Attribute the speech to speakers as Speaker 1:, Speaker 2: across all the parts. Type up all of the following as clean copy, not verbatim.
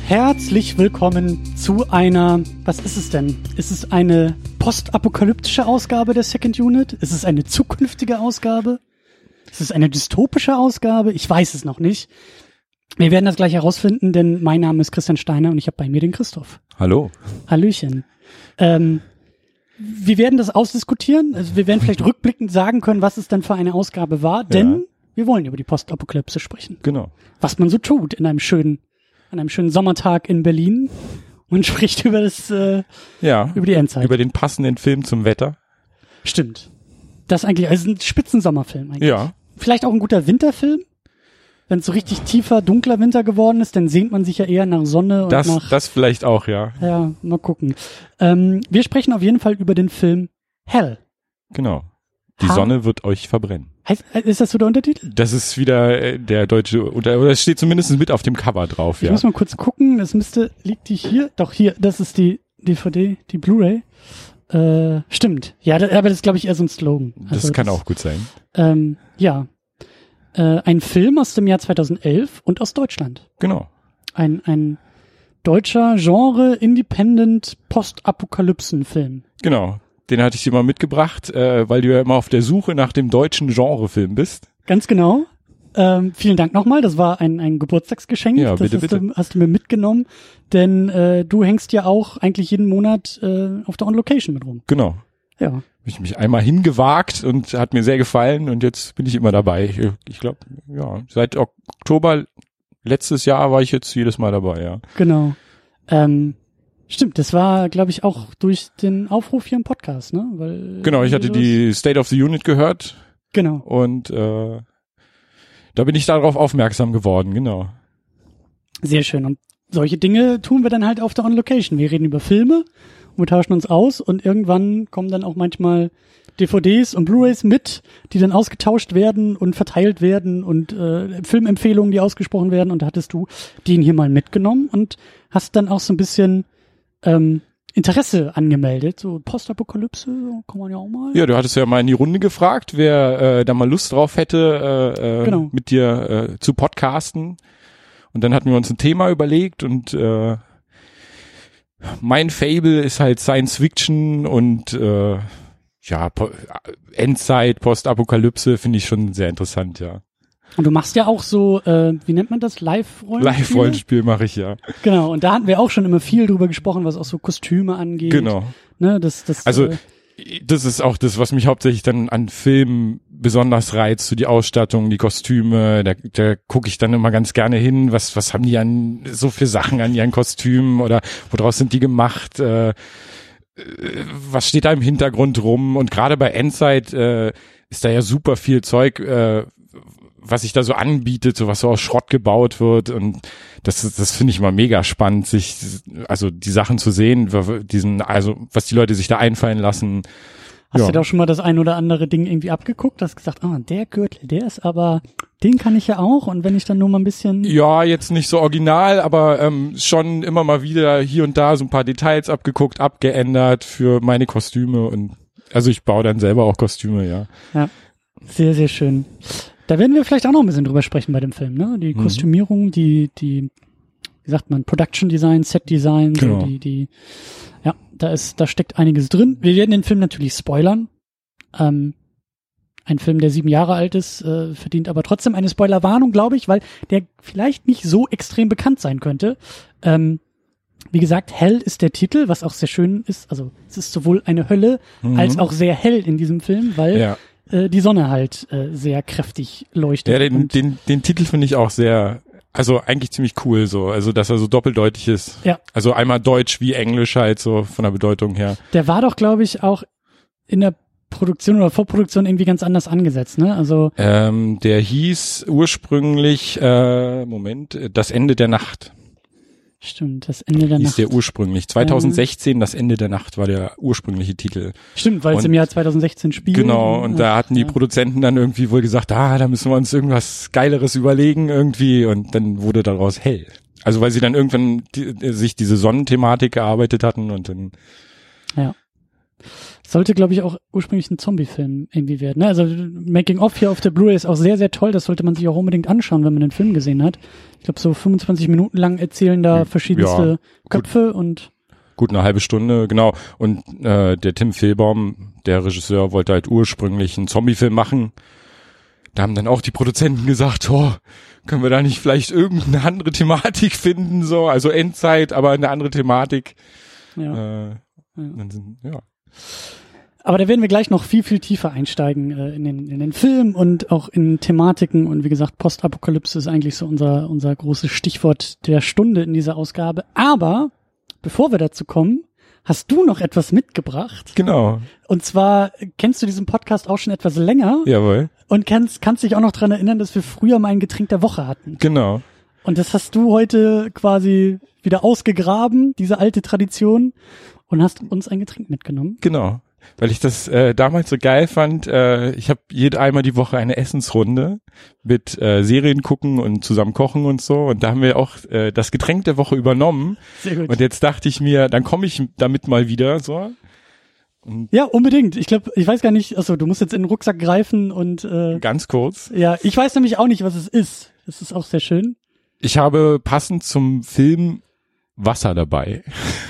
Speaker 1: Herzlich willkommen zu einer, was ist es denn? Ist es eine postapokalyptische Ausgabe der Second Unit? Ist es eine zukünftige Ausgabe? Ist es eine dystopische Ausgabe? Ich weiß es noch nicht. Wir werden das gleich herausfinden, denn mein Name ist Christian Steiner und ich habe bei mir den Christoph.
Speaker 2: Hallo.
Speaker 1: Hallöchen. Wir werden das ausdiskutieren. Also wir werden vielleicht rückblickend sagen können, was es denn für eine Ausgabe war, denn wir wollen über die Postapokalypse sprechen.
Speaker 2: Genau.
Speaker 1: Was man so tut an einem schönen Sommertag in Berlin und spricht über über die Endzeit.
Speaker 2: Über den passenden Film zum Wetter.
Speaker 1: Stimmt. Das eigentlich, also ein Spitzensommerfilm eigentlich.
Speaker 2: Ja.
Speaker 1: Vielleicht auch ein guter Winterfilm. Wenn es so richtig tiefer, dunkler Winter geworden ist, dann sehnt man sich ja eher nach Sonne und
Speaker 2: das vielleicht auch, ja.
Speaker 1: Ja, mal gucken. Wir sprechen auf jeden Fall über den Film Hell.
Speaker 2: Genau. Die Sonne wird euch verbrennen.
Speaker 1: Ist das so der Untertitel?
Speaker 2: Das ist wieder der deutsche, oder es steht zumindest mit auf dem Cover drauf, ja.
Speaker 1: Ich muss mal kurz gucken, liegt die hier? Doch, hier, das ist die DVD, die Blu-ray. Stimmt. Ja, aber das ist, glaube ich, eher so ein Slogan.
Speaker 2: Also, das kann auch gut sein.
Speaker 1: Ein Film aus dem Jahr 2011 und aus Deutschland.
Speaker 2: Genau.
Speaker 1: Ein deutscher Genre-Independent Postapokalypsen-Film.
Speaker 2: Genau. Den hatte ich dir mal mitgebracht, weil du ja immer auf der Suche nach dem deutschen Genrefilm bist.
Speaker 1: Ganz genau. Vielen Dank nochmal. Das war ein Geburtstagsgeschenk.
Speaker 2: Ja,
Speaker 1: das
Speaker 2: bitte.
Speaker 1: Hast du mir mitgenommen. Denn du hängst ja auch eigentlich jeden Monat auf der On Location mit rum.
Speaker 2: Genau.
Speaker 1: Ja.
Speaker 2: Habe ich mich einmal hingewagt und hat mir sehr gefallen und jetzt bin ich immer dabei. Ich glaube, ja, seit Oktober letztes Jahr war ich jetzt jedes Mal dabei, ja.
Speaker 1: Genau. Stimmt, das war, glaube ich, auch durch den Aufruf hier im Podcast, ne?
Speaker 2: Genau, ich hatte die State of the Unit gehört.
Speaker 1: Genau.
Speaker 2: Und da bin ich darauf aufmerksam geworden, genau.
Speaker 1: Sehr schön. Und solche Dinge tun wir dann halt auf der On Location. Wir reden über Filme und wir tauschen uns aus und irgendwann kommen dann auch manchmal DVDs und Blu-rays mit, die dann ausgetauscht werden und verteilt werden und Filmempfehlungen, die ausgesprochen werden. Und da hattest du den hier mal mitgenommen und hast dann auch so ein bisschen Interesse angemeldet. So Postapokalypse, kann man ja auch mal.
Speaker 2: Ja, du hattest ja mal in die Runde gefragt, wer da mal Lust drauf hätte,
Speaker 1: genau,
Speaker 2: mit dir zu podcasten. Und dann hatten wir uns ein Thema überlegt und mein Fable ist halt Science Fiction und Endzeit, Postapokalypse finde ich schon sehr interessant, ja.
Speaker 1: Und du machst ja auch so, wie nennt man das? Live-Rollenspiel?
Speaker 2: Live-Rollenspiel mache ich, ja.
Speaker 1: Genau, und da hatten wir auch schon immer viel drüber gesprochen, was auch so Kostüme angeht.
Speaker 2: Genau.
Speaker 1: Ne,
Speaker 2: das ist auch das, was mich hauptsächlich dann an Filmen besonders reizt, so die Ausstattung, die Kostüme, da gucke ich dann immer ganz gerne hin, was haben die an so für Sachen an ihren Kostümen oder woraus sind die gemacht, was steht da im Hintergrund rum und gerade bei Endzeit ist da ja super viel Zeug, was sich da so anbietet, so was so aus Schrott gebaut wird und das finde ich immer mega spannend, also die Sachen zu sehen, was die Leute sich da einfallen lassen.
Speaker 1: Hast du da auch schon mal das ein oder andere Ding irgendwie abgeguckt? Hast gesagt, der Gürtel, der ist aber, den kann ich ja auch und wenn ich dann nur mal ein bisschen...
Speaker 2: Ja, jetzt nicht so original, aber schon immer mal wieder hier und da so ein paar Details abgeguckt, abgeändert für meine Kostüme und also ich baue dann selber auch Kostüme, ja. Ja,
Speaker 1: sehr, sehr schön. Da werden wir vielleicht auch noch ein bisschen drüber sprechen bei dem Film, ne? Die Kostümierung, die, wie sagt man, Production Design, Set Design,
Speaker 2: genau.
Speaker 1: So da steckt einiges drin. Wir werden den Film natürlich spoilern. Ein Film, der 7 Jahre alt ist, verdient aber trotzdem eine Spoilerwarnung, glaube ich, weil der vielleicht nicht so extrem bekannt sein könnte. Wie gesagt, Hell ist der Titel, was auch sehr schön ist. Also es ist sowohl eine Hölle als auch sehr hell in diesem Film, weil die Sonne halt sehr kräftig leuchtet.
Speaker 2: Ja, den Titel finde ich auch sehr, also eigentlich ziemlich cool so, also dass er so doppeldeutig ist.
Speaker 1: Ja.
Speaker 2: Also einmal Deutsch wie Englisch halt so von der Bedeutung her.
Speaker 1: Der war doch, glaube ich, auch in der Produktion oder Vorproduktion irgendwie ganz anders angesetzt, ne? Also
Speaker 2: der hieß ursprünglich, Das Ende der Nacht.
Speaker 1: Stimmt, das Ende der Nacht.
Speaker 2: Hieß der ursprünglich. 2016, Das Ende der Nacht war der ursprüngliche Titel.
Speaker 1: Stimmt, weil es im Jahr 2016 spielt.
Speaker 2: Genau, und da hatten die Produzenten dann irgendwie wohl gesagt, da müssen wir uns irgendwas Geileres überlegen irgendwie und dann wurde daraus Hell. Also weil sie dann irgendwann sich diese Sonnenthematik gearbeitet hatten und dann
Speaker 1: Sollte, glaube ich, auch ursprünglich ein Zombie-Film irgendwie werden. Ne? Also Making-of hier auf der Blu-ray ist auch sehr, sehr toll. Das sollte man sich auch unbedingt anschauen, wenn man den Film gesehen hat. Ich glaube, so 25 Minuten lang erzählen da verschiedenste Köpfe und
Speaker 2: gut eine halbe Stunde, genau. Und der Tim Fehlbaum, der Regisseur, wollte halt ursprünglich einen Zombie-Film machen. Da haben dann auch die Produzenten gesagt, können wir da nicht vielleicht irgendeine andere Thematik finden, so, also Endzeit, aber eine andere Thematik.
Speaker 1: ja.
Speaker 2: Ja.
Speaker 1: Aber da werden wir gleich noch viel, viel tiefer einsteigen in den Film und auch in Thematiken. Und wie gesagt, Postapokalypse ist eigentlich so unser großes Stichwort der Stunde in dieser Ausgabe. Aber bevor wir dazu kommen, hast du noch etwas mitgebracht.
Speaker 2: Genau.
Speaker 1: Und zwar kennst du diesen Podcast auch schon etwas länger.
Speaker 2: Jawohl.
Speaker 1: Und kannst dich auch noch dran erinnern, dass wir früher mal ein Getränk der Woche hatten.
Speaker 2: Genau.
Speaker 1: Und das hast du heute quasi wieder ausgegraben, diese alte Tradition, und hast uns ein Getränk mitgenommen.
Speaker 2: Genau. Weil ich das damals so geil fand. Ich habe einmal die Woche eine Essensrunde mit Serien gucken und zusammen kochen und so. Und da haben wir auch das Getränk der Woche übernommen.
Speaker 1: Sehr gut.
Speaker 2: Und jetzt dachte ich mir, dann komme ich damit mal wieder so. Und
Speaker 1: Ja, unbedingt. Ich glaube, ich weiß gar nicht, du musst jetzt in den Rucksack greifen und
Speaker 2: ganz kurz.
Speaker 1: ja, ich weiß nämlich auch nicht, was es ist. Das ist auch sehr schön.
Speaker 2: Ich habe passend zum Film Wasser dabei.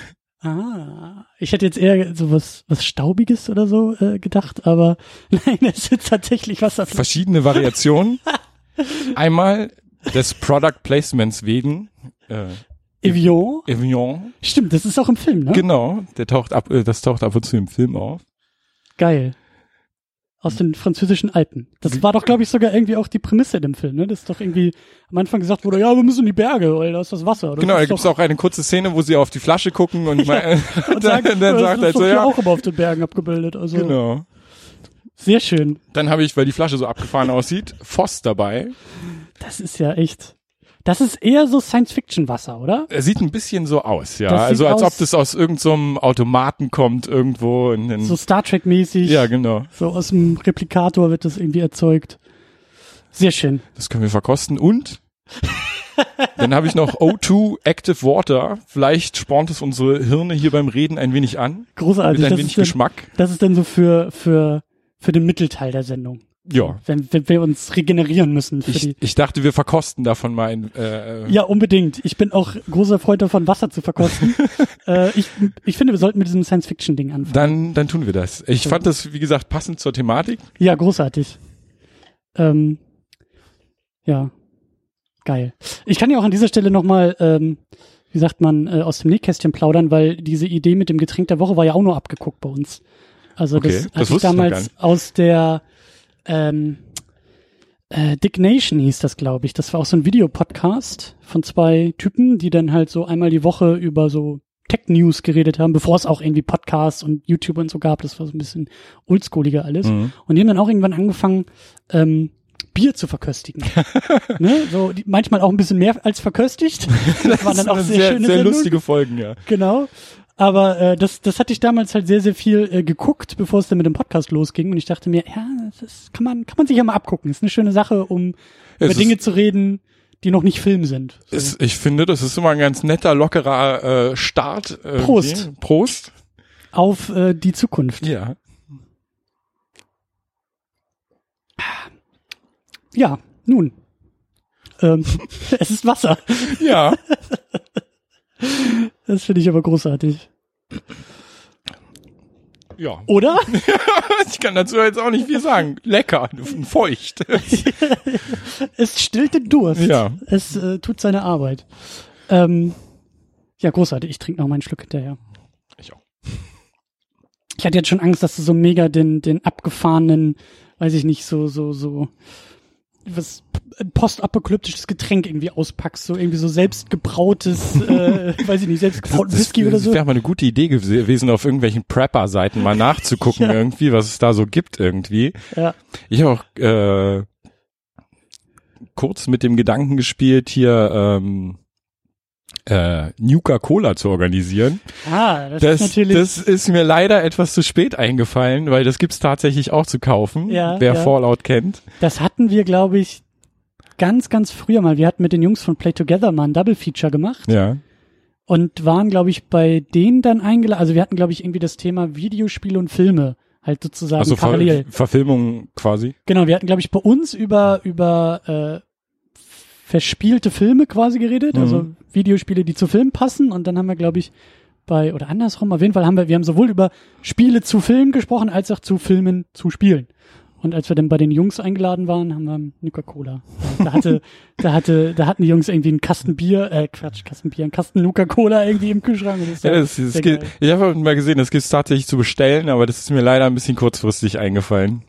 Speaker 1: Ah, ich hätte jetzt eher so was Staubiges oder so gedacht, aber nein, es ist tatsächlich Wasserflasche.
Speaker 2: Verschiedene Variationen. Einmal des Product Placements wegen.
Speaker 1: Evian.
Speaker 2: Evian.
Speaker 1: Stimmt, das ist auch im Film, ne?
Speaker 2: Genau, das taucht ab und zu im Film auf.
Speaker 1: Geil. Aus den französischen Alpen. Das war doch, glaube ich, sogar irgendwie auch die Prämisse in dem Film, ne? Das ist doch irgendwie am Anfang gesagt wurde, ja, wir müssen in die Berge, weil da ist das Wasser.
Speaker 2: Genau, da gibt's auch eine kurze Szene, wo sie auf die Flasche gucken und,
Speaker 1: und dann sagt
Speaker 2: halt so, ja.
Speaker 1: auch immer auf den Bergen abgebildet. Also
Speaker 2: Genau.
Speaker 1: sehr schön.
Speaker 2: Dann habe ich, weil die Flasche so abgefahren aussieht, Voss dabei.
Speaker 1: Das ist ja echt. Das ist eher so Science-Fiction-Wasser, oder?
Speaker 2: Er sieht ein bisschen so aus, ja.
Speaker 1: Das sieht
Speaker 2: Also als
Speaker 1: aus-
Speaker 2: ob das aus irgendeinem Automaten kommt irgendwo in den.
Speaker 1: So Star Trek-mäßig.
Speaker 2: Ja, genau.
Speaker 1: So aus dem Replikator wird das irgendwie erzeugt. Sehr schön.
Speaker 2: Das können wir verkosten. Und dann habe ich noch O2 Active Water. Vielleicht spornt es unsere Hirne hier beim Reden ein wenig an.
Speaker 1: Großartig.
Speaker 2: Mit ein
Speaker 1: Das
Speaker 2: wenig
Speaker 1: ist dann,
Speaker 2: Geschmack.
Speaker 1: das ist dann so für den Mittelteil der Sendung.
Speaker 2: Ja.
Speaker 1: Wenn wir uns regenerieren müssen für die.
Speaker 2: Ich dachte, wir verkosten davon mal ein.
Speaker 1: Ja, unbedingt. Ich bin auch großer Freund davon, Wasser zu verkosten. Ich finde, wir sollten mit diesem Science-Fiction-Ding anfangen.
Speaker 2: Dann tun wir das. Ich fand das, wie gesagt, passend zur Thematik.
Speaker 1: Ja, großartig. Ja, geil. Ich kann ja auch an dieser Stelle nochmal, wie sagt man, aus dem Nähkästchen plaudern, weil diese Idee mit dem Getränk der Woche war ja auch nur abgeguckt bei uns. Also
Speaker 2: Okay,
Speaker 1: das
Speaker 2: das
Speaker 1: hatte ich
Speaker 2: wusste ich noch gar
Speaker 1: damals
Speaker 2: nicht.
Speaker 1: aus der Dick Nation hieß das, glaube ich. Das war auch so ein Videopodcast von zwei Typen, die dann halt so einmal die Woche über so Tech-News geredet haben, bevor es auch irgendwie Podcasts und YouTube und so gab. Das war so ein bisschen oldschooliger alles.
Speaker 2: Mhm.
Speaker 1: Und die haben dann auch irgendwann angefangen, Bier zu verköstigen. Ne? So, manchmal auch ein bisschen mehr als verköstigt. Das waren dann auch sehr schöne
Speaker 2: sehr
Speaker 1: Sendungen.
Speaker 2: lustige Folgen, ja.
Speaker 1: Genau. Aber das hatte ich damals halt sehr, sehr viel geguckt, bevor es dann mit dem Podcast losging. Und ich dachte mir, ja, das kann man sich ja mal abgucken. Ist eine schöne Sache, um über Dinge zu reden, die noch nicht Film sind. So.
Speaker 2: Ich finde, das ist immer ein ganz netter, lockerer Start.
Speaker 1: Prost.
Speaker 2: Prost.
Speaker 1: Auf die Zukunft.
Speaker 2: Ja.
Speaker 1: Ja, nun. Es ist Wasser.
Speaker 2: Ja.
Speaker 1: Das finde ich aber großartig.
Speaker 2: Ja.
Speaker 1: Oder?
Speaker 2: Ich kann dazu jetzt auch nicht viel sagen. Lecker und feucht.
Speaker 1: Es stillt den Durst.
Speaker 2: Ja.
Speaker 1: Es tut seine Arbeit. Ja, großartig. Ich trinke noch mal einen Schluck hinterher.
Speaker 2: Ich auch.
Speaker 1: Ich hatte jetzt schon Angst, dass du so mega den abgefahrenen, weiß ich nicht, so was postapokalyptisches Getränk irgendwie auspackst, so irgendwie so selbstgebrautes, weiß ich nicht, selbstgebrauten Whisky oder so.
Speaker 2: Das wäre mal eine gute Idee gewesen, auf irgendwelchen Prepper-Seiten mal nachzugucken
Speaker 1: Ja.
Speaker 2: irgendwie, was es da so gibt irgendwie.
Speaker 1: Ja.
Speaker 2: Ich habe auch kurz mit dem Gedanken gespielt, hier Nuka Cola zu organisieren.
Speaker 1: Das ist natürlich.
Speaker 2: Das ist mir leider etwas zu spät eingefallen, weil das gibt's tatsächlich auch zu kaufen,
Speaker 1: Ja,
Speaker 2: wer
Speaker 1: ja.
Speaker 2: Fallout kennt.
Speaker 1: Das hatten wir, glaube ich, ganz, ganz früher mal. Wir hatten mit den Jungs von Play Together mal ein Double Feature gemacht.
Speaker 2: Ja.
Speaker 1: und waren, glaube ich, bei denen dann eingeladen. Also wir hatten, glaube ich, irgendwie das Thema Videospiele und Filme halt sozusagen
Speaker 2: also
Speaker 1: parallel.
Speaker 2: Verfilmung quasi.
Speaker 1: Genau, wir hatten, glaube ich, bei uns über verspielte Filme quasi geredet, also Videospiele, die zu Filmen passen, und dann haben wir, glaube ich, oder andersrum, auf jeden Fall wir haben sowohl über Spiele zu Filmen gesprochen, als auch zu Filmen zu Spielen. Und als wir dann bei den Jungs eingeladen waren, haben wir Nuka-Cola. Da hatten die Jungs irgendwie einen Kasten Bier, einen Kasten Nuka-Cola irgendwie im Kühlschrank.
Speaker 2: Ich habe mal gesehen, das gibt's tatsächlich zu bestellen, aber das ist mir leider ein bisschen kurzfristig eingefallen.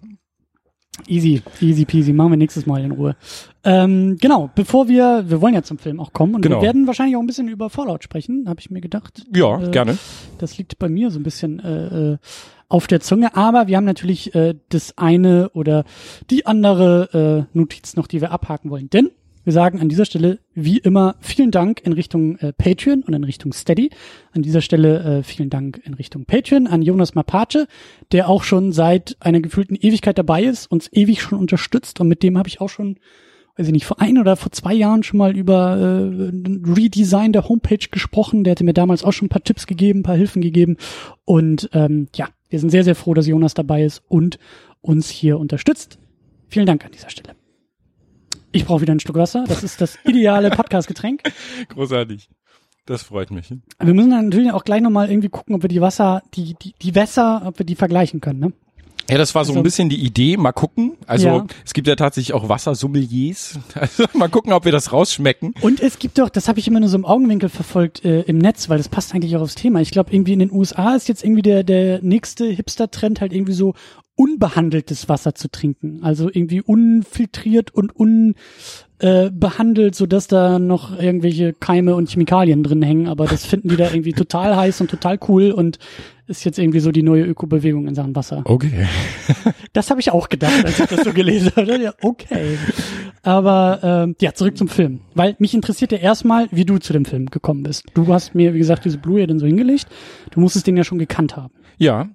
Speaker 1: Easy peasy, machen wir nächstes Mal in Ruhe. Genau, wir wollen ja zum Film auch kommen, und wir werden wahrscheinlich auch ein bisschen über Fallout sprechen, habe ich mir gedacht.
Speaker 2: Ja, gerne.
Speaker 1: Das liegt bei mir so ein bisschen auf der Zunge, aber wir haben natürlich das eine oder die andere Notiz noch, die wir abhaken wollen, denn wir sagen an dieser Stelle wie immer vielen Dank in Richtung Patreon und in Richtung Steady. An dieser Stelle vielen Dank in Richtung Patreon an Jonas Mapace, der auch schon seit einer gefühlten Ewigkeit dabei ist, uns ewig schon unterstützt, und mit dem habe ich auch schon, weiß ich nicht, vor 1 oder vor 2 Jahren schon mal über Redesign der Homepage gesprochen. Der hatte mir damals auch schon ein paar Tipps gegeben, ein paar Hilfen gegeben, und wir sind sehr, sehr froh, dass Jonas dabei ist und uns hier unterstützt. Vielen Dank an dieser Stelle. Ich brauche wieder ein Stück Wasser. Das ist das ideale Podcast-Getränk.
Speaker 2: Großartig. Das freut mich.
Speaker 1: Wir müssen dann natürlich auch gleich nochmal irgendwie gucken, ob wir die Wässer, ob wir die vergleichen können, ne?
Speaker 2: Ja, das war so ein bisschen die Idee. Mal gucken. Also es gibt ja tatsächlich auch Wassersommeliers. Also mal gucken, ob wir das rausschmecken.
Speaker 1: Und es gibt doch, das habe ich immer nur so im Augenwinkel verfolgt im Netz, weil das passt eigentlich auch aufs Thema. Ich glaube, irgendwie in den USA ist jetzt irgendwie der nächste Hipster-Trend halt irgendwie so unbehandeltes Wasser zu trinken. Also irgendwie unfiltriert und unbehandelt, sodass da noch irgendwelche Keime und Chemikalien drin hängen. Aber das finden die da irgendwie total heiß und total cool und ist jetzt irgendwie so die neue Ökobewegung in Sachen Wasser.
Speaker 2: Okay.
Speaker 1: Das habe ich auch gedacht, als ich das so gelesen habe. Ja, okay. Aber zurück zum Film. Weil mich interessiert ja erstmal, wie du zu dem Film gekommen bist. Du hast mir, wie gesagt, diese Blu-ray dann so hingelegt. Du musstest den ja schon gekannt haben.
Speaker 2: Ja.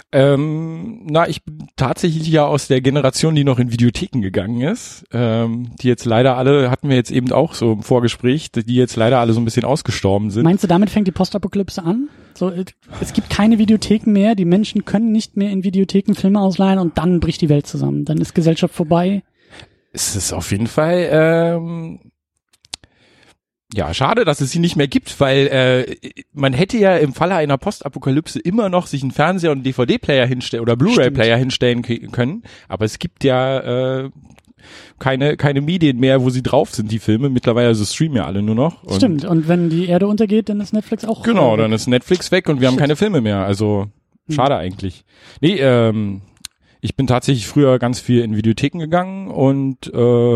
Speaker 2: Ich bin tatsächlich ja aus der Generation, die noch in Videotheken gegangen ist. Die jetzt leider alle, hatten wir jetzt eben auch so im Vorgespräch, die jetzt leider alle so ein bisschen ausgestorben sind.
Speaker 1: Meinst du, damit fängt die Postapokalypse an? So, es gibt keine Videotheken mehr, die Menschen können nicht mehr in Videotheken Filme ausleihen, und dann bricht die Welt zusammen. Dann ist Gesellschaft vorbei.
Speaker 2: Es ist auf jeden Fall schade, dass es sie nicht mehr gibt, weil man hätte ja im Falle einer Postapokalypse immer noch sich einen Fernseher und einen DVD-Player hinstellen oder Blu-ray-Player hinstellen können, aber es gibt ja keine Medien mehr, wo sie drauf sind, die Filme. Mittlerweile also streamen ja alle nur noch.
Speaker 1: Stimmt, und wenn die Erde untergeht, dann ist Netflix auch
Speaker 2: Genau, dann ist Netflix weg und wir haben keine Filme mehr. Also schade eigentlich. Nee, ich bin tatsächlich früher ganz viel in Videotheken gegangen und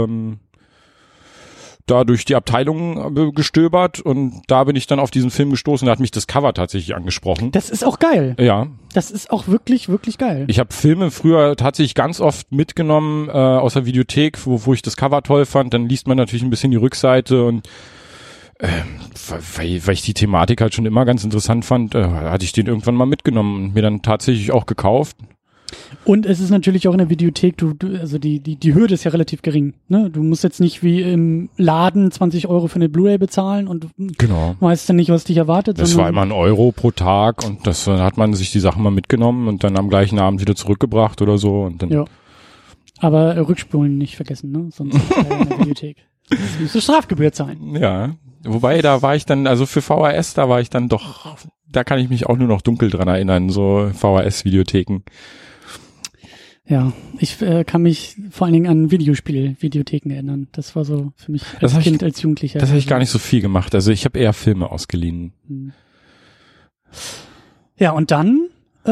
Speaker 2: da durch die Abteilungen gestöbert, und da bin ich dann auf diesen Film gestoßen, da hat mich das Cover tatsächlich angesprochen.
Speaker 1: Das ist auch geil.
Speaker 2: Ja.
Speaker 1: Das ist auch wirklich, wirklich geil.
Speaker 2: Ich habe Filme früher tatsächlich ganz oft mitgenommen aus der Videothek, wo ich das Cover toll fand. Dann liest man natürlich ein bisschen die Rückseite, und weil ich die Thematik halt schon immer ganz interessant fand, hatte ich den irgendwann mal mitgenommen und mir dann tatsächlich auch gekauft.
Speaker 1: Und es ist natürlich auch in der Videothek, also die Hürde ist ja relativ gering, ne? Du musst jetzt nicht wie im Laden 20 € für eine Blu-ray bezahlen und weißt dann nicht, was dich erwartet.
Speaker 2: Das war immer 1 € pro Tag, und das hat man sich die Sachen mal mitgenommen und dann am gleichen Abend wieder zurückgebracht oder so, und dann.
Speaker 1: Ja. Aber Rückspulen nicht vergessen, ne? Sonst ist in der Videothek. Das müsste Strafgebühr zahlen.
Speaker 2: Ja. Wobei, da war ich dann, also für VHS, da war ich dann doch, da kann ich mich auch nur noch dunkel dran erinnern, so VHS-Videotheken.
Speaker 1: Ja, ich kann mich vor allen Dingen an Videotheken erinnern. Das war so für mich als Kind, als Jugendlicher.
Speaker 2: Das habe ich gar nicht so viel gemacht. Also ich habe eher Filme ausgeliehen.
Speaker 1: Ja, und dann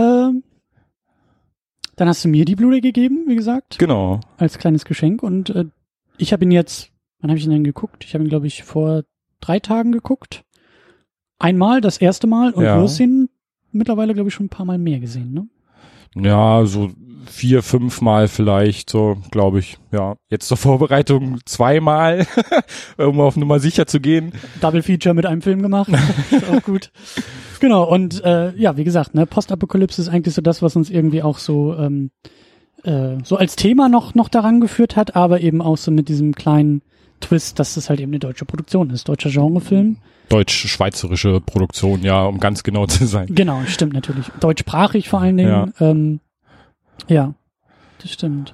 Speaker 1: hast du mir die Blu-ray gegeben, wie gesagt.
Speaker 2: Genau.
Speaker 1: Als kleines Geschenk. Und ich habe ihn jetzt, wann habe ich ihn denn geguckt? Ich habe ihn, glaube ich, vor 3 Tagen geguckt. Einmal, das erste Mal. Und du hast ihn mittlerweile, glaube ich, schon ein paar Mal mehr gesehen, ne?
Speaker 2: Ja, so 4, 5 Mal vielleicht, so, glaube ich, ja. Jetzt zur Vorbereitung 2 Mal, um auf Nummer sicher zu gehen.
Speaker 1: Double Feature mit einem Film gemacht, ist auch gut. Genau, und wie gesagt, ne, Postapokalypse ist eigentlich so das, was uns irgendwie auch so so als Thema noch daran geführt hat, aber eben auch so mit diesem kleinen Twist, dass das halt eben eine deutsche Produktion ist, deutscher Genrefilm.
Speaker 2: deutsch-schweizerische Produktion, ja, um ganz genau zu sein.
Speaker 1: Genau, stimmt natürlich. Deutschsprachig vor allen Dingen. Ja, das stimmt.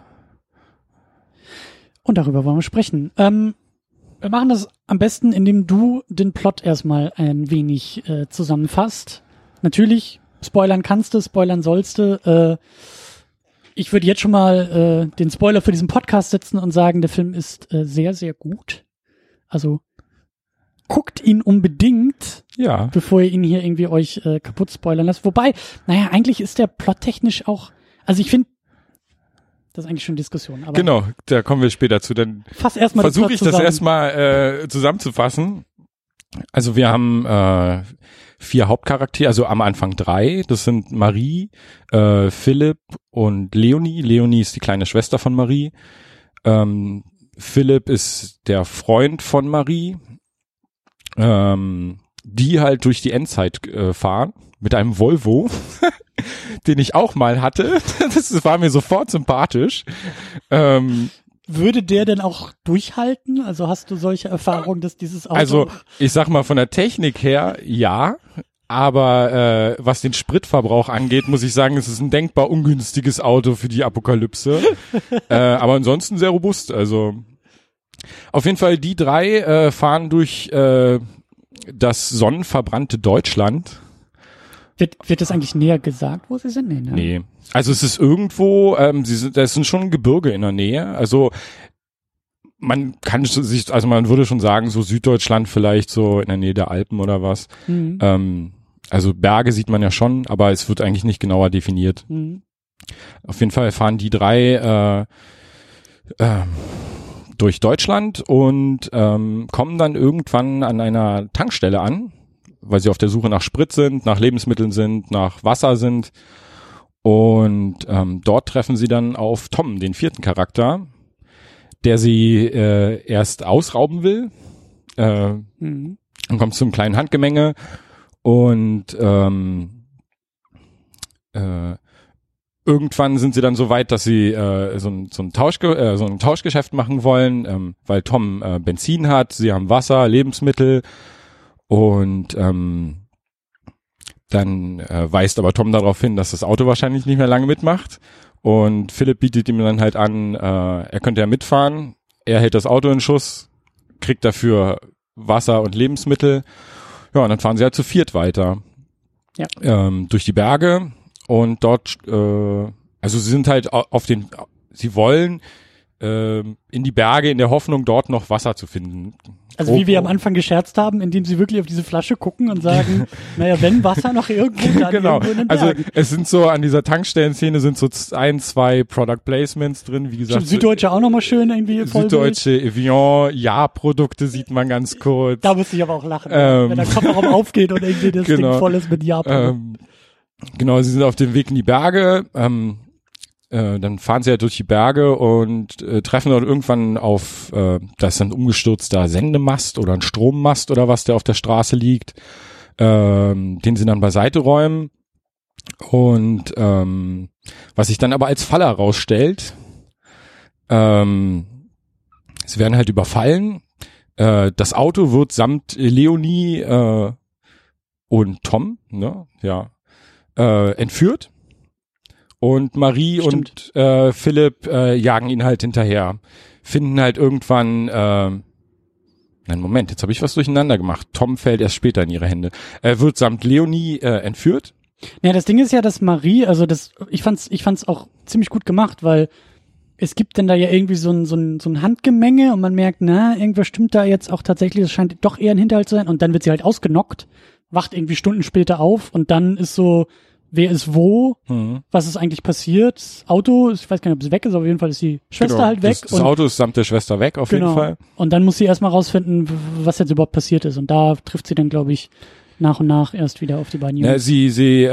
Speaker 1: Und darüber wollen wir sprechen. Wir machen das am besten, indem du den Plot erstmal ein wenig zusammenfasst. Natürlich, spoilern kannst du, spoilern sollst du. Ich würde jetzt schon mal den Spoiler für diesen Podcast setzen und sagen, der Film ist sehr, sehr gut. Also guckt ihn unbedingt, bevor ihr ihn hier irgendwie euch kaputt spoilern lasst. Wobei, naja, eigentlich ist der plottechnisch auch, also ich finde, das ist eigentlich schon Diskussion. Aber
Speaker 2: genau, da kommen wir später zu. Dann versuche ich das erstmal zusammenzufassen. Also wir haben 4 Hauptcharaktere, also am Anfang 3. Das sind Marie, Philipp und Leonie. Leonie ist die kleine Schwester von Marie. Philipp ist der Freund von Marie, die halt durch die Endzeit fahren mit einem Volvo, den ich auch mal hatte. Das war mir sofort sympathisch.
Speaker 1: Würde der denn auch durchhalten? Also hast du solche Erfahrungen, dass dieses Auto...
Speaker 2: Also ich sag mal von der Technik her, ja. Aber was den Spritverbrauch angeht, muss ich sagen, es ist ein denkbar ungünstiges Auto für die Apokalypse. Aber ansonsten sehr robust. Also auf jeden Fall, die 3 fahren durch das sonnenverbrannte Deutschland.
Speaker 1: Wird das eigentlich näher gesagt, wo sie sind? Nee, ne?
Speaker 2: Nee. Also es ist irgendwo, das sind schon Gebirge in der Nähe. Also man würde schon sagen, so Süddeutschland vielleicht so in der Nähe der Alpen oder was. Mhm. Also Berge sieht man ja schon, aber es wird eigentlich nicht genauer definiert. Mhm. Auf jeden Fall fahren die 3 durch Deutschland und kommen dann irgendwann an einer Tankstelle an, weil sie auf der Suche nach Sprit sind, nach Lebensmitteln sind, nach Wasser sind. Und dort treffen sie dann auf Tom, den 4. Charakter, der sie erst ausrauben will. Dann kommt es zum kleinen Handgemenge und irgendwann sind sie dann so weit, dass sie so ein Tauschgeschäft machen wollen, weil Tom Benzin hat, sie haben Wasser, Lebensmittel. Und dann weist aber Tom darauf hin, dass das Auto wahrscheinlich nicht mehr lange mitmacht. Und Philipp bietet ihm dann halt an, er könnte ja mitfahren. Er hält das Auto in Schuss, kriegt dafür Wasser und Lebensmittel. Ja, und dann fahren sie halt zu 4 weiter. Ja. Durch die Berge. Und dort, also sie sind halt sie wollen in die Berge in der Hoffnung, dort noch Wasser zu finden.
Speaker 1: Also wie wir am Anfang gescherzt haben, indem sie wirklich auf diese Flasche gucken und sagen, naja, wenn Wasser noch irgendwo, dann
Speaker 2: genau.
Speaker 1: Irgendwo in den
Speaker 2: Also
Speaker 1: Bergen.
Speaker 2: es sind so, an dieser Tankstellenszene sind so 1, 2 Product Placements drin, wie gesagt.
Speaker 1: Süddeutsche auch nochmal schön irgendwie.
Speaker 2: Süddeutsche, Evian, Ja-Produkte sieht man ganz kurz.
Speaker 1: Da musste ich aber auch lachen, wenn der Kofferraum aufgeht und irgendwie das Ding voll ist mit Ja-Produkten.
Speaker 2: Genau, sie sind auf dem Weg in die Berge, dann fahren sie halt durch die Berge und treffen dort irgendwann auf, das ist ein umgestürzter Sendemast oder ein Strommast oder was, der auf der Straße liegt, den sie dann beiseite räumen. Und was sich dann aber als Falle herausstellt, sie werden halt überfallen. Das Auto wird samt Leonie und Tom, ne, ja, entführt. Und Marie und Philipp jagen ihn halt hinterher. Finden halt irgendwann, Moment, jetzt habe ich was durcheinander gemacht. Tom fällt erst später in ihre Hände. Er wird samt Leonie entführt.
Speaker 1: Ja, das Ding ist ja, dass Marie, also ich fand's auch ziemlich gut gemacht, weil es gibt dann da ja irgendwie so ein Handgemenge und man merkt, irgendwas stimmt da jetzt auch tatsächlich, das scheint doch eher ein Hinterhalt zu sein und dann wird sie halt ausgenockt, wacht irgendwie Stunden später auf und dann ist so, wer ist wo, was ist eigentlich passiert, das Auto, ich weiß gar nicht, ob es weg ist, aber auf jeden Fall ist die Schwester halt weg.
Speaker 2: Das Auto ist samt der Schwester weg, auf jeden Fall.
Speaker 1: Und dann muss sie erstmal rausfinden, was jetzt überhaupt passiert ist und da trifft sie dann, glaube ich, nach und nach erst wieder auf die beiden Jungs.
Speaker 2: Ja, sie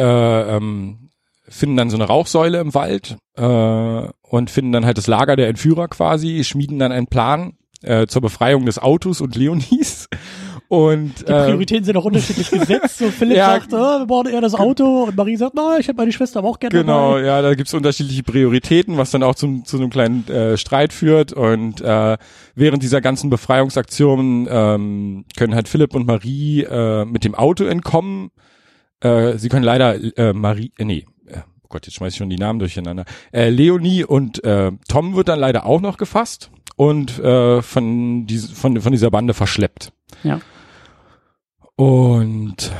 Speaker 2: finden dann so eine Rauchsäule im Wald und finden dann halt das Lager der Entführer quasi, schmieden dann einen Plan zur Befreiung des Autos und Leonies Und
Speaker 1: die Prioritäten sind auch unterschiedlich gesetzt. So Philipp sagt, wir brauchen eher das Auto und Marie sagt, ich hätte meine Schwester aber auch gerne
Speaker 2: genau,
Speaker 1: dabei.
Speaker 2: ja, da gibt's unterschiedliche Prioritäten, was dann auch zu einem kleinen Streit führt. Und während dieser ganzen Befreiungsaktionen können halt Philipp und Marie mit dem Auto entkommen. Sie können leider oh Gott, jetzt schmeiß ich schon die Namen durcheinander. Leonie und Tom wird dann leider auch noch gefasst und von dieser Bande verschleppt.
Speaker 1: Ja.
Speaker 2: Und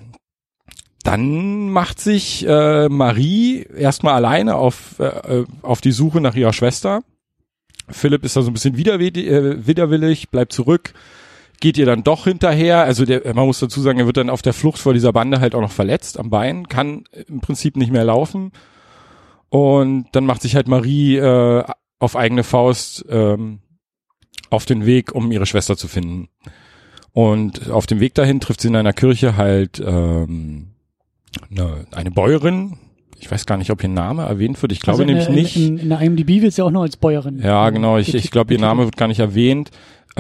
Speaker 2: dann macht sich Marie erstmal alleine auf die Suche nach ihrer Schwester. Philipp ist da so ein bisschen widerwillig, bleibt zurück, geht ihr dann doch hinterher. Also man muss dazu sagen, er wird dann auf der Flucht vor dieser Bande halt auch noch verletzt am Bein, kann im Prinzip nicht mehr laufen. Und dann macht sich halt Marie auf eigene Faust auf den Weg, um ihre Schwester zu finden. Und auf dem Weg dahin trifft sie in einer Kirche halt eine Bäuerin. Ich weiß gar nicht, ob ihr Name erwähnt wird. Ich glaube nämlich nicht.
Speaker 1: In der IMDb wird sie auch noch als Bäuerin.
Speaker 2: Ja, genau. Ich glaube, ihr Name wird gar nicht erwähnt.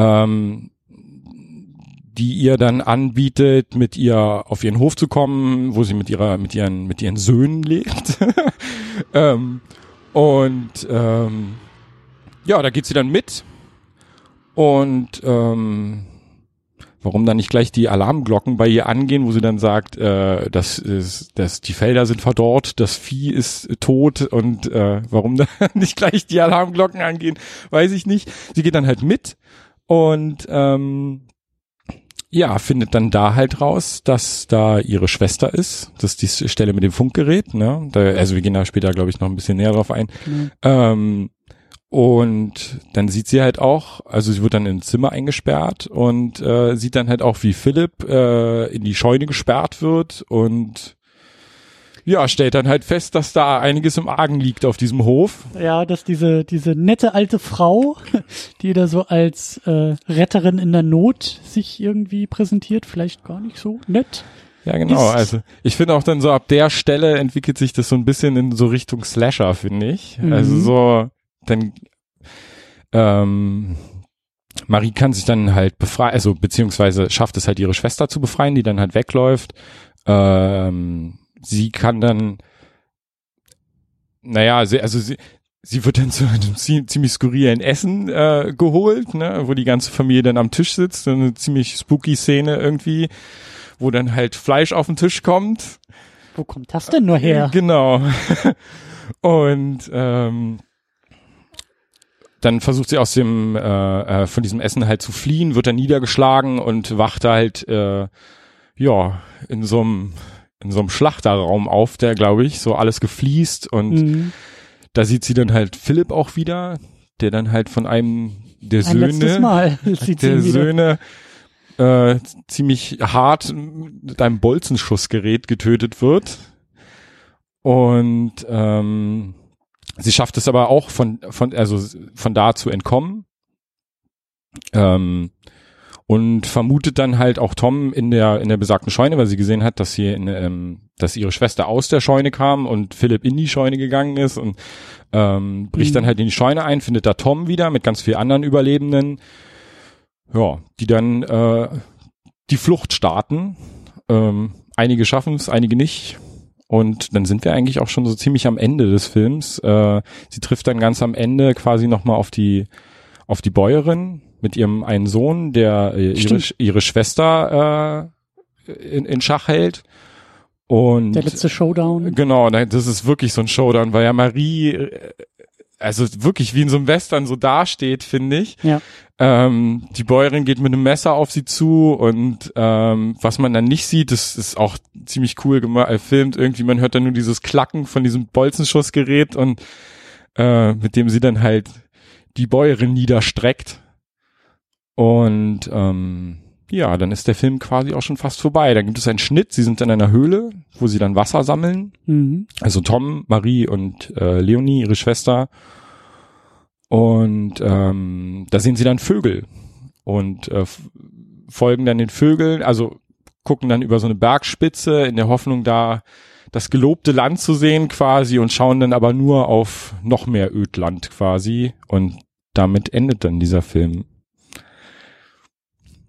Speaker 2: Die ihr dann anbietet, mit ihr auf ihren Hof zu kommen, wo sie mit ihren Söhnen lebt. Ja, da geht sie dann mit. Und warum dann nicht gleich die Alarmglocken bei ihr angehen, wo sie dann sagt, dass die Felder sind verdorrt, das Vieh ist tot und warum da nicht gleich die Alarmglocken angehen, weiß ich nicht. Sie geht dann halt mit und findet dann da halt raus, dass da ihre Schwester ist. Das ist die Stelle mit dem Funkgerät, ne? Also wir gehen da später, glaube ich, noch ein bisschen näher drauf ein. Mhm. Und dann sieht sie halt auch, also sie wird dann ins Zimmer eingesperrt und sieht dann halt auch, wie Philipp in die Scheune gesperrt wird und ja, stellt dann halt fest, dass da einiges im Argen liegt auf diesem Hof.
Speaker 1: Ja, dass diese nette alte Frau, die da so als Retterin in der Not sich irgendwie präsentiert, vielleicht gar nicht so nett.
Speaker 2: Ja, genau. Also ich finde auch dann so ab der Stelle entwickelt sich das so ein bisschen in so Richtung Slasher, finde ich. Mhm. Also so dann Marie kann sich dann halt befreien, also beziehungsweise schafft es halt ihre Schwester zu befreien, die dann halt wegläuft. Sie kann dann, sie wird dann zu einem ziemlich skurrilen Essen geholt, ne, wo die ganze Familie dann am Tisch sitzt, so eine ziemlich spooky Szene irgendwie, wo dann halt Fleisch auf den Tisch kommt.
Speaker 1: Wo kommt das denn nur her?
Speaker 2: Genau. Und dann versucht sie aus dem von diesem Essen halt zu fliehen, wird dann niedergeschlagen und wacht halt in so einem Schlachterraum auf, der, glaube ich, so alles gefliest und da sieht sie dann halt Philipp auch wieder, der dann halt von einem der Söhne ziemlich hart mit einem Bolzenschussgerät getötet wird und sie schafft es aber auch von da zu entkommen und vermutet dann halt auch Tom in der besagten Scheune, weil sie gesehen hat, dass dass ihre Schwester aus der Scheune kam und Philipp in die Scheune gegangen ist und bricht dann halt in die Scheune ein, findet da Tom wieder mit ganz vielen anderen Überlebenden, ja, die dann die Flucht starten. Einige schaffen es, einige nicht. Und dann sind wir eigentlich auch schon so ziemlich am Ende des Films. Sie trifft dann ganz am Ende quasi nochmal auf die Bäuerin mit ihrem einen Sohn, der ihre Schwester in Schach hält. Und
Speaker 1: der letzte Showdown.
Speaker 2: Genau, das ist wirklich so ein Showdown, weil ja Marie also wirklich wie in so einem Western so dasteht, finde ich.
Speaker 1: Ja.
Speaker 2: Die Bäuerin geht mit einem Messer auf sie zu und was man dann nicht sieht, das ist auch ziemlich cool gefilmt. Irgendwie, man hört dann nur dieses Klacken von diesem Bolzenschussgerät und mit dem sie dann halt die Bäuerin niederstreckt. Und dann ist der Film quasi auch schon fast vorbei. Dann gibt es einen Schnitt, sie sind in einer Höhle, wo sie dann Wasser sammeln. Mhm. Also Tom, Marie und Leonie, ihre Schwester. Und da sehen sie dann Vögel und folgen dann den Vögeln, also gucken dann über so eine Bergspitze in der Hoffnung, da das gelobte Land zu sehen quasi und schauen dann aber nur auf noch mehr Ödland quasi und damit endet dann dieser Film.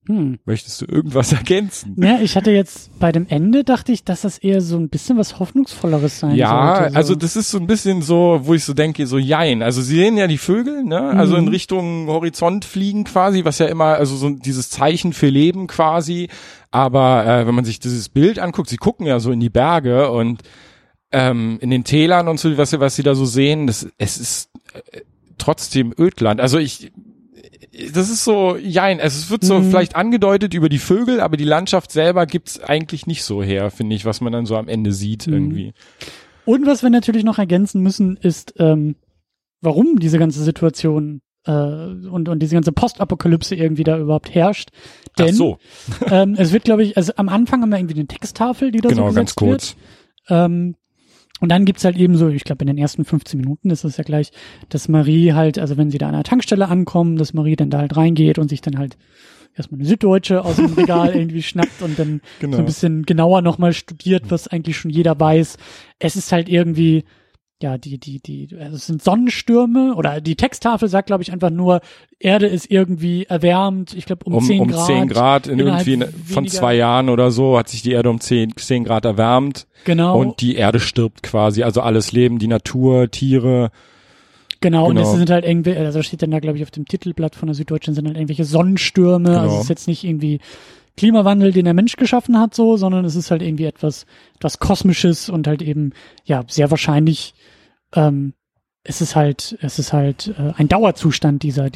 Speaker 2: Möchtest du irgendwas ergänzen?
Speaker 1: Ja, ich hatte jetzt bei dem Ende, dachte ich, dass das eher so ein bisschen was Hoffnungsvolleres sein sollte.
Speaker 2: Ja,
Speaker 1: So.
Speaker 2: also das ist so ein bisschen so, wo ich so denke, so jein. Also sie sehen ja die Vögel, ne? Also in Richtung Horizont fliegen quasi, was ja immer, also so dieses Zeichen für Leben quasi. Aber wenn man sich dieses Bild anguckt, sie gucken ja so in die Berge und in den Tälern und so, was sie da so sehen, es ist trotzdem Ödland. Also das ist so, jein, es wird so vielleicht angedeutet über die Vögel, aber die Landschaft selber gibt's eigentlich nicht so her, finde ich, was man dann so am Ende sieht irgendwie.
Speaker 1: Und was wir natürlich noch ergänzen müssen, ist, warum diese ganze Situation und diese ganze Postapokalypse irgendwie da überhaupt herrscht. Denn
Speaker 2: Ach so.
Speaker 1: Es wird, glaube ich, also am Anfang haben wir irgendwie eine Texttafel, die da so gesetzt
Speaker 2: ganz kurz.
Speaker 1: wird. Und dann gibt's halt eben so, ich glaube in den ersten 15 Minuten ist es ja gleich, dass Marie halt, also wenn sie da an einer Tankstelle ankommen, dass Marie dann da halt reingeht und sich dann halt erstmal eine Süddeutsche aus dem Regal irgendwie schnappt und dann so ein bisschen genauer nochmal studiert, was eigentlich schon jeder weiß. Es ist halt irgendwie, ja, also es sind Sonnenstürme oder die Texttafel sagt, glaube ich, einfach nur, Erde ist irgendwie erwärmt, ich glaube um 10 Grad.
Speaker 2: Um 10 Grad in irgendwie von 2 Jahren oder so hat sich die Erde um 10 Grad erwärmt.
Speaker 1: Genau.
Speaker 2: Und die Erde stirbt quasi, also alles Leben, die Natur, Tiere.
Speaker 1: Genau, und es sind halt irgendwie, also steht dann da, glaube ich, auf dem Titelblatt von der Süddeutschen sind halt irgendwelche Sonnenstürme, also es ist jetzt nicht irgendwie Klimawandel, den der Mensch geschaffen hat, so, sondern es ist halt irgendwie etwas Kosmisches und halt eben, ja, sehr wahrscheinlich, es ist halt ein Dauerzustand diese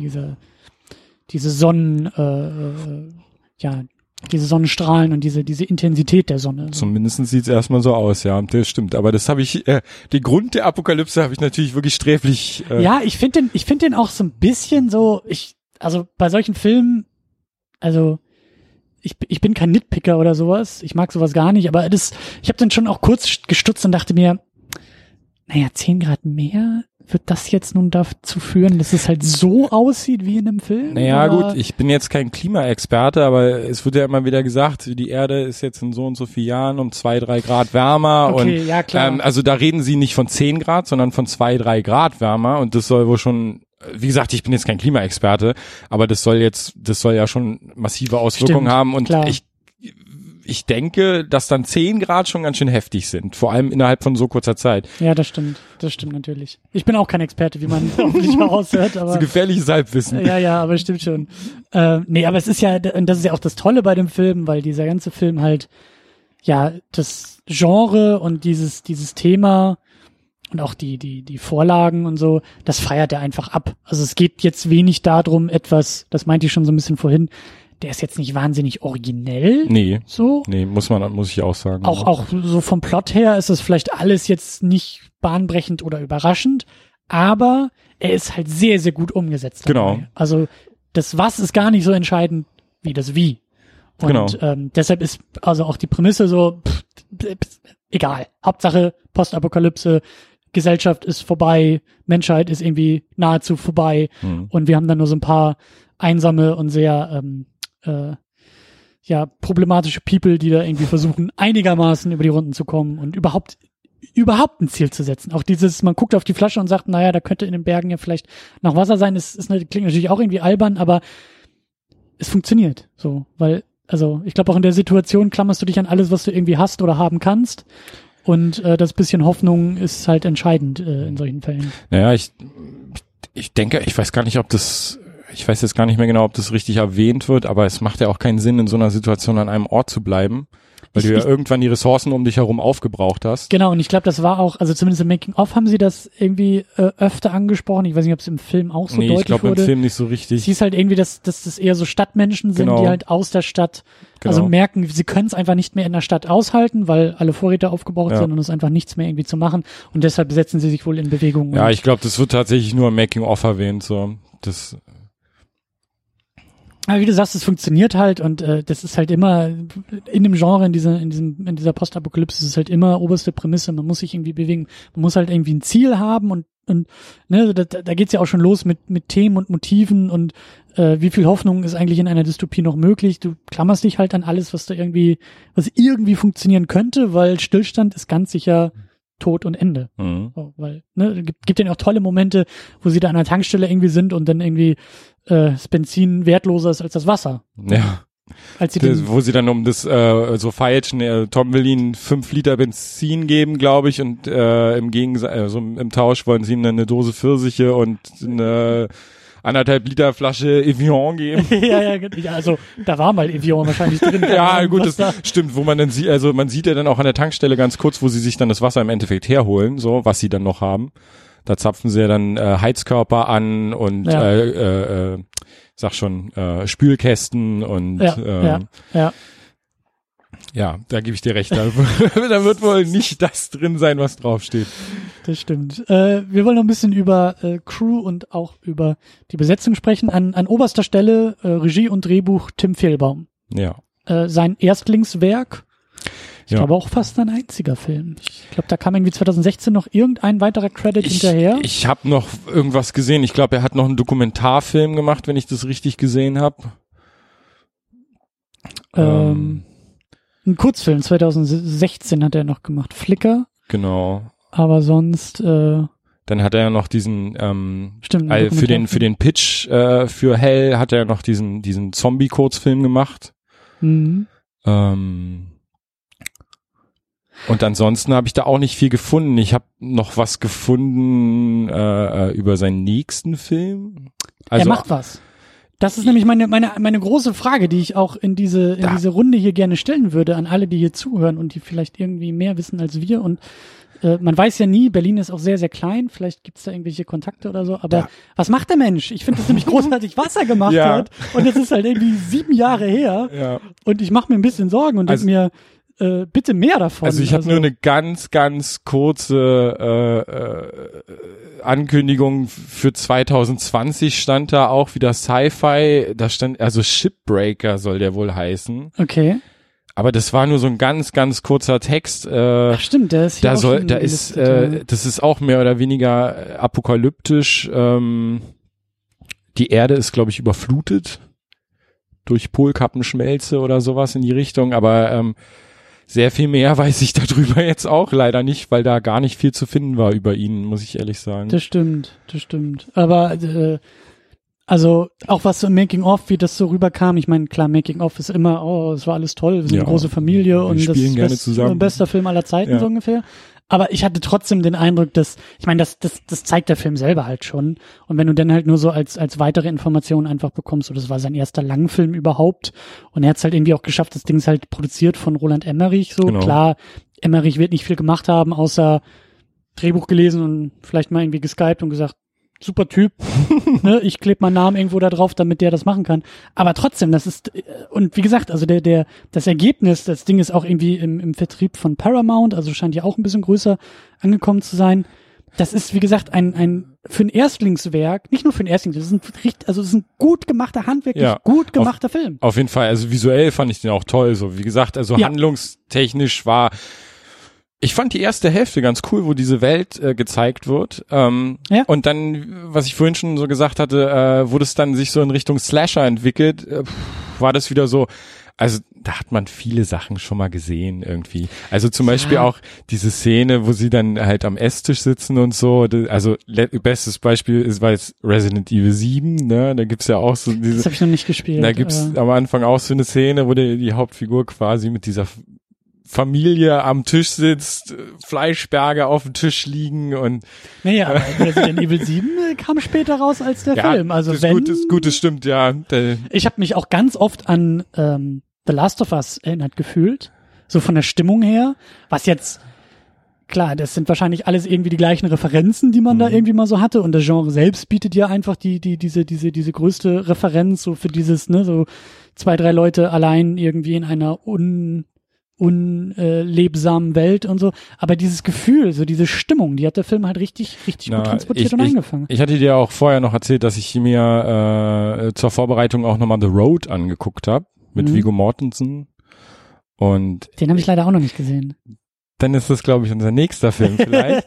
Speaker 1: diese Sonnenstrahlen und diese Intensität der Sonne.
Speaker 2: Zumindest sieht's erstmal so aus, ja, das stimmt. Aber das habe ich, den Grund der Apokalypse habe ich natürlich wirklich sträflich.
Speaker 1: Ja, ich finde den auch so ein bisschen so, also bei solchen Filmen, also ich bin kein Nitpicker oder sowas, ich mag sowas gar nicht, aber ich habe dann schon auch kurz gestutzt und dachte mir, naja, 10 Grad mehr, wird das jetzt nun dazu führen, dass es halt so aussieht wie in einem Film?
Speaker 2: Naja,
Speaker 1: oder?
Speaker 2: gut, ich bin jetzt kein Klimaexperte, aber es wird ja immer wieder gesagt, die Erde ist jetzt in so und so vielen Jahren um 2-3 Grad wärmer.
Speaker 1: Okay,
Speaker 2: und
Speaker 1: ja, klar.
Speaker 2: Also da reden sie nicht von 10 Grad, sondern von 2-3 Grad wärmer und das soll wohl schon, wie gesagt, ich bin jetzt kein Klimaexperte, aber das soll ja schon massive Auswirkungen haben und
Speaker 1: klar.
Speaker 2: Ich denke, dass dann 10 Grad schon ganz schön heftig sind, vor allem innerhalb von so kurzer Zeit.
Speaker 1: Ja, das stimmt natürlich. Ich bin auch kein Experte, wie man hoffentlich mal raushört, aber.
Speaker 2: So gefährliches Halbwissen.
Speaker 1: Ja, aber stimmt schon. Nee, aber es ist ja, und das ist ja auch das Tolle bei dem Film, weil dieser ganze Film halt, ja, das Genre und dieses Thema und auch die Vorlagen und so, das feiert er einfach ab. Also es geht jetzt wenig darum, das meinte ich schon so ein bisschen vorhin, der ist jetzt nicht wahnsinnig originell.
Speaker 2: Nee.
Speaker 1: So.
Speaker 2: Nee, muss ich auch sagen.
Speaker 1: Auch so vom Plot her ist es vielleicht alles jetzt nicht bahnbrechend oder überraschend, aber er ist halt sehr, sehr gut umgesetzt dabei.
Speaker 2: Genau.
Speaker 1: Also das Was ist gar nicht so entscheidend wie das Wie. Und deshalb ist also auch die Prämisse so, egal. Hauptsache Postapokalypse, Gesellschaft ist vorbei, Menschheit ist irgendwie nahezu vorbei und wir haben dann nur so ein paar einsame und sehr problematische People, die da irgendwie versuchen, einigermaßen über die Runden zu kommen und überhaupt ein Ziel zu setzen. Auch man guckt auf die Flasche und sagt, naja, da könnte in den Bergen ja vielleicht noch Wasser sein. Klingt natürlich auch irgendwie albern, aber es funktioniert so, weil, also ich glaube auch in der Situation klammerst du dich an alles, was du irgendwie hast oder haben kannst. Und das bisschen Hoffnung ist halt entscheidend in solchen Fällen.
Speaker 2: Naja, ich denke, ich weiß jetzt gar nicht mehr genau, ob das richtig erwähnt wird, aber es macht ja auch keinen Sinn, in so einer Situation an einem Ort zu bleiben, weil du ja irgendwann die Ressourcen um dich herum aufgebraucht hast.
Speaker 1: Genau, und ich glaube, das war auch, also zumindest im Making-of haben sie das irgendwie öfter angesprochen. Ich weiß nicht, ob es im Film auch so deutlich wurde. Nee, ich glaube
Speaker 2: im Film nicht so richtig.
Speaker 1: Es hieß halt irgendwie, dass das eher so Stadtmenschen sind, die halt aus der Stadt, also merken, sie können es einfach nicht mehr in der Stadt aushalten, weil alle Vorräte aufgebraucht sind und es einfach nichts mehr irgendwie zu machen. Und deshalb setzen sie sich wohl in Bewegung.
Speaker 2: Ja, ich glaube, das wird tatsächlich nur im Making-of erwähnt, so.
Speaker 1: Aber wie du sagst, es funktioniert halt und das ist halt immer in dem Genre, in dieser Postapokalypse ist es halt immer oberste Prämisse, man muss sich irgendwie bewegen, man muss halt irgendwie ein Ziel haben und ne, da geht's ja auch schon los mit Themen und Motiven und wie viel Hoffnung ist eigentlich in einer Dystopie noch möglich? Du klammerst dich halt an alles, was irgendwie funktionieren könnte, weil Stillstand ist ganz sicher Tod und Ende.
Speaker 2: Mhm.
Speaker 1: So, weil, ne, gibt ja auch tolle Momente, wo sie da an der Tankstelle irgendwie sind und dann irgendwie das Benzin wertloser ist als das Wasser.
Speaker 2: Ja.
Speaker 1: Als sie
Speaker 2: Wo sie dann um das so feilschen, Tom will ihnen 5 Liter Benzin geben, glaube ich, und im Gegensatz, also im Tausch wollen sie ihm dann eine Dose Pfirsiche und eine 1,5 Liter Flasche Evian geben.
Speaker 1: ja, also da war mal Evian wahrscheinlich drin.
Speaker 2: Ja, gut, das stimmt, wo man dann sieht, also man sieht ja dann auch an der Tankstelle ganz kurz, wo sie sich dann das Wasser im Endeffekt herholen, so, was sie dann noch haben. Da zapfen sie ja dann Heizkörper an und sag schon, Spülkästen und ja, da gebe ich dir recht. Da wird wohl nicht das drin sein, was draufsteht.
Speaker 1: Das stimmt. Wir wollen noch ein bisschen über Crew und auch über die Besetzung sprechen. An oberster Stelle Regie und Drehbuch Tim Fehlbaum.
Speaker 2: Ja.
Speaker 1: Sein Erstlingswerk. Ich glaube auch fast sein einziger Film. Ich glaube, da kam irgendwie 2016 noch irgendein weiterer Credit hinterher. Ich habe
Speaker 2: noch irgendwas gesehen. Ich glaube, er hat noch einen Dokumentarfilm gemacht, wenn ich das richtig gesehen habe.
Speaker 1: Ein Kurzfilm 2016 hat er noch gemacht. Flickr.
Speaker 2: Genau.
Speaker 1: Aber sonst
Speaker 2: dann hat er ja noch diesen für den Pitch für Hell hat er noch diesen Zombie-Kurzfilm gemacht.
Speaker 1: Mhm.
Speaker 2: Und ansonsten habe ich da auch nicht viel gefunden. Ich habe noch was gefunden über seinen nächsten Film. Also,
Speaker 1: er macht was. Das ist nämlich meine große Frage, die ich auch in diese Runde hier gerne stellen würde an alle, die hier zuhören und die vielleicht irgendwie mehr wissen als wir. Und man weiß ja nie, Berlin ist auch sehr, sehr klein. Vielleicht gibt's da irgendwelche Kontakte oder so. Aber was macht der Mensch? Ich finde das nämlich großartig, was er gemacht hat. Und es ist halt irgendwie 7 Jahre her. Ja. Und ich mache mir ein bisschen Sorgen und denke mir, bitte mehr davon.
Speaker 2: Also ich habe nur eine ganz, ganz kurze Ankündigung für 2020 stand da auch wieder Sci-Fi, da stand, also Shipbreaker soll der wohl heißen.
Speaker 1: Okay.
Speaker 2: Aber das war nur so ein ganz, ganz kurzer Text.
Speaker 1: Ach stimmt, der ist hier
Speaker 2: das ist auch mehr oder weniger apokalyptisch. Die Erde ist, glaube ich, überflutet durch Polkappenschmelze oder sowas in die Richtung, aber sehr viel mehr weiß ich darüber jetzt auch leider nicht, weil da gar nicht viel zu finden war über ihn, muss ich ehrlich sagen.
Speaker 1: Das stimmt. Aber also auch was so im Making-of, wie das so rüberkam, ich meine, klar, Making-of ist immer, es war alles toll, wir sind eine große Familie und das ist bester Film aller Zeiten so ungefähr. Aber ich hatte trotzdem den Eindruck, dass, ich meine, das zeigt der Film selber halt schon. Und wenn du dann halt nur so als weitere Informationen einfach bekommst, so das war sein erster Langfilm überhaupt. Und er hat es halt irgendwie auch geschafft, das Ding ist halt produziert von Roland Emmerich, so. Genau. Klar, Emmerich wird nicht viel gemacht haben, außer Drehbuch gelesen und vielleicht mal irgendwie geskypt und gesagt, super Typ, ne, ich klebe meinen Namen irgendwo da drauf, damit der das machen kann. Aber trotzdem, das ist, und wie gesagt, also das Ergebnis, das Ding ist auch irgendwie im Vertrieb von Paramount, also scheint ja auch ein bisschen größer angekommen zu sein. Das ist, wie gesagt, ein für ein Erstlingswerk, nicht nur für ein Erstlingswerk, das ist ein gut gemachter, handwerklich gut gemachter Film.
Speaker 2: Auf jeden Fall, also visuell fand ich den auch toll, so wie gesagt, also handlungstechnisch ich fand die erste Hälfte ganz cool, wo diese Welt gezeigt wird. Und dann, was ich vorhin schon so gesagt hatte, wo das dann sich so in Richtung Slasher entwickelt, war das wieder so, also da hat man viele Sachen schon mal gesehen irgendwie. Also zum Beispiel auch diese Szene, wo sie dann halt am Esstisch sitzen und so. Also bestes Beispiel war jetzt Resident Evil 7, ne? Da gibt's ja auch so diese.
Speaker 1: Das habe ich noch nicht gespielt.
Speaker 2: Da gibt's am Anfang auch so eine Szene, wo die Hauptfigur quasi mit dieser Familie am Tisch sitzt, Fleischberge auf dem Tisch liegen und
Speaker 1: naja, aber Resident Evil 7 kam später raus als der Film. Also
Speaker 2: das Gutes stimmt, ja.
Speaker 1: Ich habe mich auch ganz oft an The Last of Us erinnert gefühlt, so von der Stimmung her, was jetzt klar, das sind wahrscheinlich alles irgendwie die gleichen Referenzen, die man da irgendwie mal so hatte und das Genre selbst bietet ja einfach diese größte Referenz so für dieses, ne, so 2, 3 Leute allein irgendwie in einer unlebsamen Welt und so, aber dieses Gefühl, so diese Stimmung, die hat der Film halt richtig gut transportiert und eingefangen.
Speaker 2: Ich hatte dir auch vorher noch erzählt, dass ich mir zur Vorbereitung auch nochmal The Road angeguckt habe mit Viggo Mortensen und
Speaker 1: den habe ich leider auch noch nicht gesehen.
Speaker 2: Dann ist das, glaube ich, unser nächster Film vielleicht.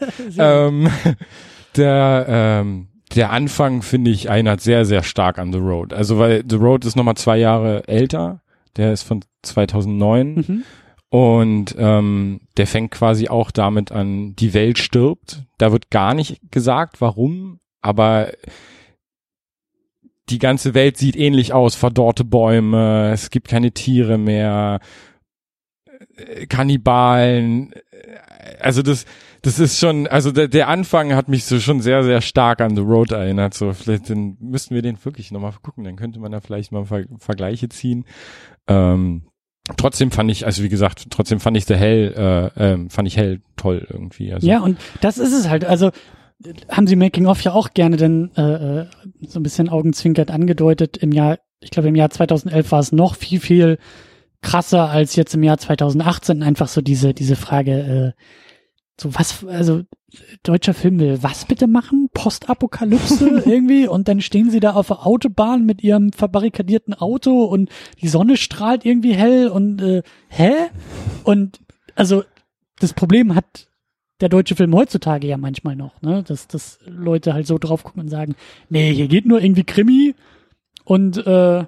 Speaker 2: Der Anfang, finde ich, erinnert sehr, sehr stark an The Road. Also weil The Road ist nochmal 2 Jahre älter, der ist von 2009. Und der fängt quasi auch damit an, die Welt stirbt. Da wird gar nicht gesagt, warum, aber die ganze Welt sieht ähnlich aus, verdorrte Bäume, es gibt keine Tiere mehr, Kannibalen, also das ist schon, also der Anfang hat mich so schon sehr, sehr stark an The Road erinnert, so vielleicht müssten wir den wirklich nochmal gucken, dann könnte man da vielleicht mal Vergleiche ziehen. Trotzdem fand ich The Hell, fand ich Hell toll irgendwie. Also.
Speaker 1: Ja, und das ist es halt, also haben sie Making-of ja auch gerne dann so ein bisschen augenzwinkert angedeutet. Ich glaube im Jahr 2011 war es noch viel, viel krasser als jetzt im Jahr 2018. Einfach so diese Frage, so was, also deutscher Film will was bitte machen? Postapokalypse irgendwie? Und dann stehen sie da auf der Autobahn mit ihrem verbarrikadierten Auto und die Sonne strahlt irgendwie hell und hä? Und also das Problem hat der deutsche Film heutzutage ja manchmal noch, ne, dass Leute halt so drauf gucken und sagen, nee, hier geht nur irgendwie Krimi und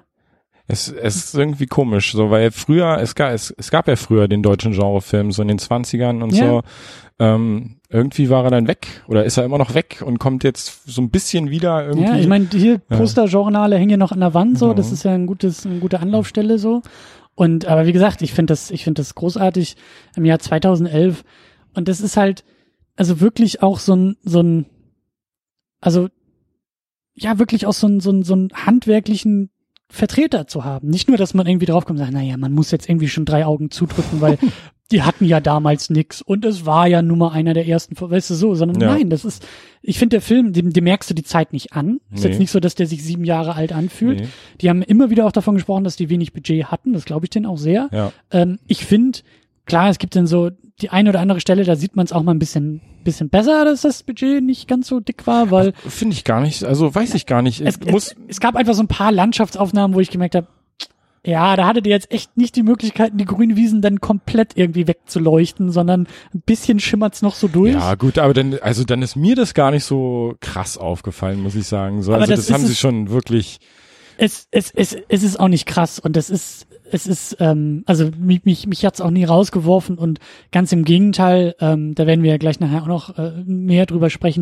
Speaker 2: es ist irgendwie komisch, so, weil früher, es gab ja früher den deutschen Genrefilm, so in den 20ern und so, irgendwie war er dann weg oder ist er immer noch weg und kommt jetzt so ein bisschen wieder irgendwie.
Speaker 1: Ja, ich meine, hier Posterjournale hängen ja noch an der Wand, so, das ist ja eine gute Anlaufstelle, so. Und, aber wie gesagt, ich finde das großartig im Jahr 2011. Und das ist halt, also wirklich auch so ein, also, ja, wirklich auch so ein handwerklichen Vertreter zu haben. Nicht nur, dass man irgendwie draufkommt und sagt, naja, man muss jetzt irgendwie schon 3 Augen zudrücken, weil die hatten ja damals nix und es war ja nun mal einer der ersten, weißt du, so, sondern nein, das ist, ich finde der Film, dem merkst du die Zeit nicht an. Ist jetzt nicht so, dass der sich 7 Jahre alt anfühlt. Nee. Die haben immer wieder auch davon gesprochen, dass die wenig Budget hatten, das glaube ich denen auch sehr.
Speaker 2: Ja.
Speaker 1: Ich finde, klar, es gibt dann so die eine oder andere Stelle, da sieht man es auch mal ein bisschen besser, dass das Budget nicht ganz so dick war, weil
Speaker 2: finde ich gar nicht, also weiß ich gar nicht.
Speaker 1: Es gab einfach so ein paar Landschaftsaufnahmen, wo ich gemerkt habe, ja, da hattet ihr jetzt echt nicht die Möglichkeiten, die grünen Wiesen dann komplett irgendwie wegzuleuchten, sondern ein bisschen schimmert's noch so durch.
Speaker 2: Ja, gut, aber dann ist mir das gar nicht so krass aufgefallen, muss ich sagen. So,
Speaker 1: aber
Speaker 2: also das haben sie schon wirklich.
Speaker 1: Es ist auch nicht krass und es ist, also mich hat's auch nie rausgeworfen und ganz im Gegenteil, da werden wir ja gleich nachher auch noch mehr drüber sprechen.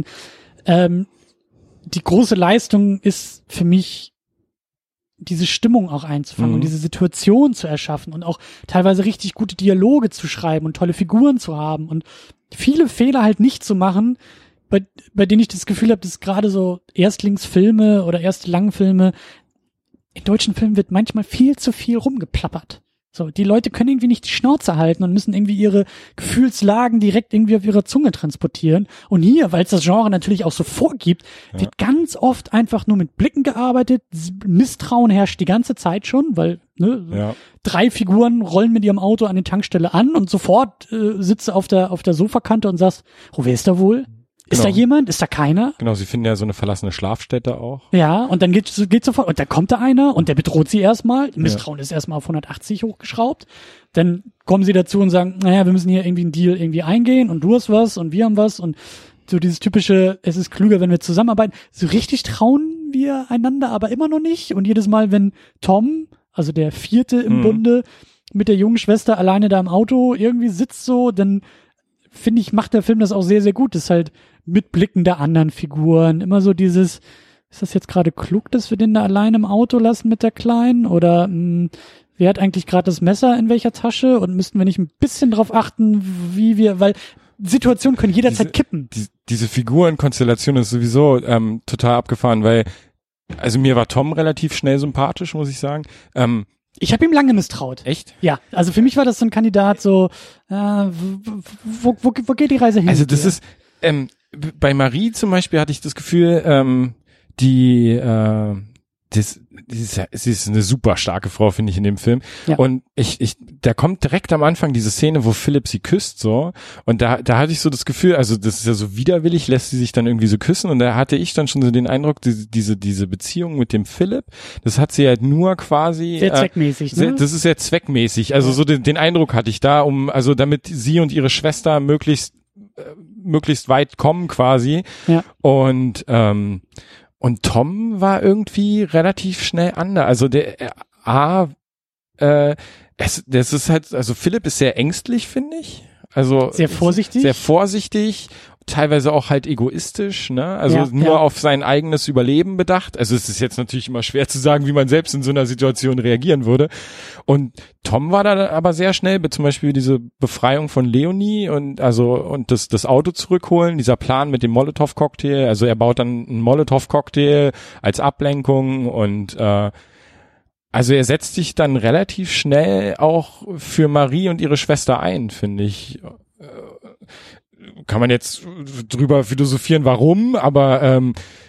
Speaker 1: Die große Leistung ist für mich, diese Stimmung auch einzufangen und diese Situation zu erschaffen und auch teilweise richtig gute Dialoge zu schreiben und tolle Figuren zu haben und viele Fehler halt nicht zu machen, bei denen ich das Gefühl habe, dass gerade so Erstlingsfilme oder erste Langfilme, in deutschen Filmen wird manchmal viel zu viel rumgeplappert. So, die Leute können irgendwie nicht die Schnauze halten und müssen irgendwie ihre Gefühlslagen direkt irgendwie auf ihrer Zunge transportieren. Und hier, weil es das Genre natürlich auch so vorgibt, wird ganz oft einfach nur mit Blicken gearbeitet. Misstrauen herrscht die ganze Zeit schon, weil 3 Figuren rollen mit ihrem Auto an die Tankstelle an und sofort sitzt du auf der Sofakante und sagst, oh, wer ist da wohl? Ist da jemand? Ist da keiner?
Speaker 2: Genau, sie finden ja so eine verlassene Schlafstätte auch.
Speaker 1: Ja, und dann geht sofort, und da kommt da einer und der bedroht sie erstmal. Misstrauen ist erstmal auf 180 hochgeschraubt. Dann kommen sie dazu und sagen, naja, wir müssen hier irgendwie einen Deal irgendwie eingehen und du hast was und wir haben was und so dieses typische, es ist klüger, wenn wir zusammenarbeiten. So richtig trauen wir einander aber immer noch nicht. Und jedes Mal, wenn Tom, also der 4. im Bunde, mit der jungen Schwester alleine da im Auto irgendwie sitzt so, dann finde ich, macht der Film das auch sehr, sehr gut. Das ist halt mit Blicken der anderen Figuren. Immer so dieses, ist das jetzt gerade klug, dass wir den da allein im Auto lassen mit der Kleinen? Oder wer hat eigentlich gerade das Messer in welcher Tasche? Und müssten wir nicht ein bisschen drauf achten, weil Situationen können jederzeit kippen.
Speaker 2: Diese Figurenkonstellation ist sowieso total abgefahren, weil, also mir war Tom relativ schnell sympathisch, muss ich sagen.
Speaker 1: Ich habe ihm lange misstraut.
Speaker 2: Echt?
Speaker 1: Ja, also für mich war das so ein Kandidat so, wo geht die Reise hin?
Speaker 2: Also das ist, bei Marie zum Beispiel hatte ich das Gefühl, sie ist eine super starke Frau, finde ich, in dem Film. Ja. Und da kommt direkt am Anfang diese Szene, wo Philipp sie küsst, so. Und da hatte ich so das Gefühl, also das ist ja so widerwillig, lässt sie sich dann irgendwie so küssen. Und da hatte ich dann schon so den Eindruck, diese Beziehung mit dem Philipp, das hat sie halt nur quasi.
Speaker 1: Sehr zweckmäßig, ne?
Speaker 2: Das ist sehr zweckmäßig. Also so den Eindruck hatte ich da, also damit sie und ihre Schwester möglichst weit kommen quasi.
Speaker 1: Ja.
Speaker 2: Und Tom war irgendwie relativ schnell anders. Also das ist halt, also Philipp ist sehr ängstlich, finde ich. Also
Speaker 1: sehr vorsichtig.
Speaker 2: Sehr vorsichtig, teilweise auch halt egoistisch, ne? Also
Speaker 1: Ja,
Speaker 2: nur auf sein eigenes Überleben bedacht. Also es ist jetzt natürlich immer schwer zu sagen, wie man selbst in so einer Situation reagieren würde. Und Tom war da aber sehr schnell, zum Beispiel diese Befreiung von Leonie und das Auto zurückholen, dieser Plan mit dem Molotow-Cocktail. Also er baut dann einen Molotow-Cocktail als Ablenkung und also er setzt sich dann relativ schnell auch für Marie und ihre Schwester ein, finde ich. Kann man jetzt drüber philosophieren, warum, aber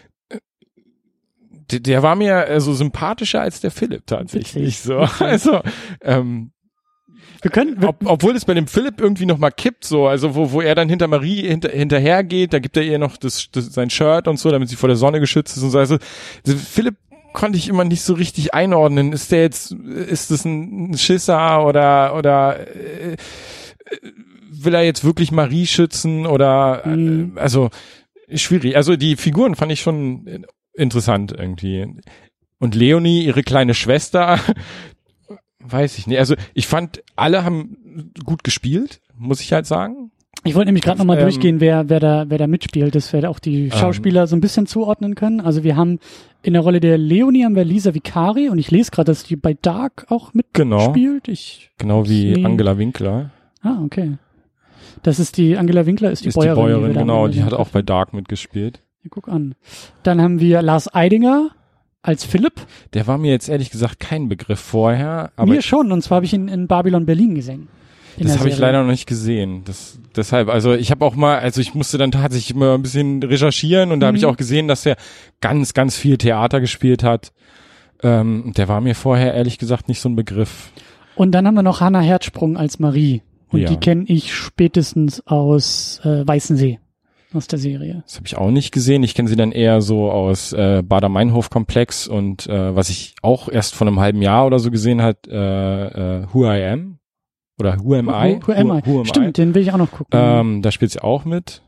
Speaker 2: der war mir so sympathischer als der Philipp tatsächlich. So. Also
Speaker 1: wir können,
Speaker 2: obwohl es bei dem Philipp irgendwie noch mal kippt, so, also wo er dann hinter Marie hinterher geht, da gibt er ihr noch sein Shirt und so, damit sie vor der Sonne geschützt ist und so. Also Philipp konnte ich immer nicht so richtig einordnen. Ist das ein Schisser oder will er jetzt wirklich Marie schützen oder also schwierig. Also die Figuren fand ich schon interessant irgendwie. Und Leonie, ihre kleine Schwester, weiß ich nicht. Also ich fand, alle haben gut gespielt, muss ich halt sagen.
Speaker 1: Ich wollte nämlich gerade nochmal durchgehen, wer da mitspielt, dass wir auch die Schauspieler so ein bisschen zuordnen können. Also wir haben in der Rolle der Leonie haben wir Lisa Vicari und ich lese gerade, dass die bei Dark auch mitspielt.
Speaker 2: Genau wie Angela Winkler.
Speaker 1: Ah, okay. Das ist Angela Winkler ist die
Speaker 2: Bäuerin.
Speaker 1: Die
Speaker 2: Bäuerin, genau, die hat auch bei Dark mitgespielt.
Speaker 1: Ja, guck an. Dann haben wir Lars Eidinger als Philipp.
Speaker 2: Der war mir jetzt ehrlich gesagt kein Begriff vorher. Aber
Speaker 1: mir schon, und zwar habe ich ihn in Babylon Berlin gesehen.
Speaker 2: Das habe ich leider noch nicht gesehen. Deshalb, also ich habe auch mal, also ich musste dann tatsächlich immer ein bisschen recherchieren und da habe ich auch gesehen, dass er ganz, ganz viel Theater gespielt hat. Der war mir vorher ehrlich gesagt nicht so ein Begriff.
Speaker 1: Und dann haben wir noch Hannah Herzsprung als Marie. Und die kenne ich spätestens aus Weißensee, aus der Serie.
Speaker 2: Das habe ich auch nicht gesehen. Ich kenne sie dann eher so aus Baader-Meinhof-Komplex und was ich auch erst vor einem halben Jahr oder so gesehen hat, Who I Am. Oder Who Am I?
Speaker 1: Who Am I? Stimmt, den will ich auch noch gucken.
Speaker 2: Da spielt sie auch mit.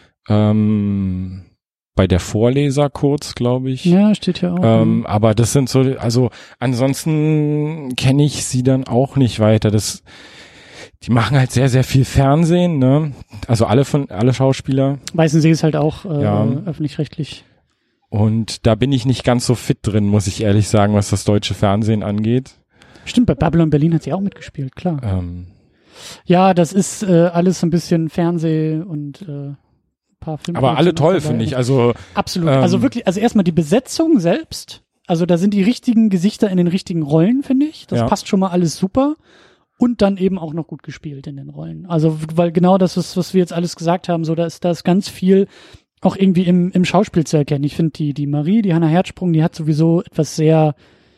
Speaker 2: Bei der Vorleser kurz, glaube ich.
Speaker 1: Ja, steht hier auch.
Speaker 2: Aber das sind so, also ansonsten kenne ich sie dann auch nicht weiter. Die machen halt sehr, sehr viel Fernsehen, ne? Also alle Schauspieler.
Speaker 1: Weißensee ist halt auch öffentlich-rechtlich.
Speaker 2: Und da bin ich nicht ganz so fit drin, muss ich ehrlich sagen, was das deutsche Fernsehen angeht.
Speaker 1: Stimmt, bei Babylon Berlin hat sie auch mitgespielt, klar. Ja, das ist alles so ein bisschen Fernseh und ein paar Filme.
Speaker 2: Aber alle toll, finde ich. Also
Speaker 1: absolut. Also wirklich, also erstmal die Besetzung selbst. Also da sind die richtigen Gesichter in den richtigen Rollen, finde ich. Das passt schon mal alles super. Und dann eben auch noch gut gespielt in den Rollen. Also, weil genau das ist, was wir jetzt alles gesagt haben, so da ist ganz viel auch irgendwie im Schauspiel zu erkennen. Ich finde die Marie, die Hannah Herzsprung, die hat sowieso etwas sehr,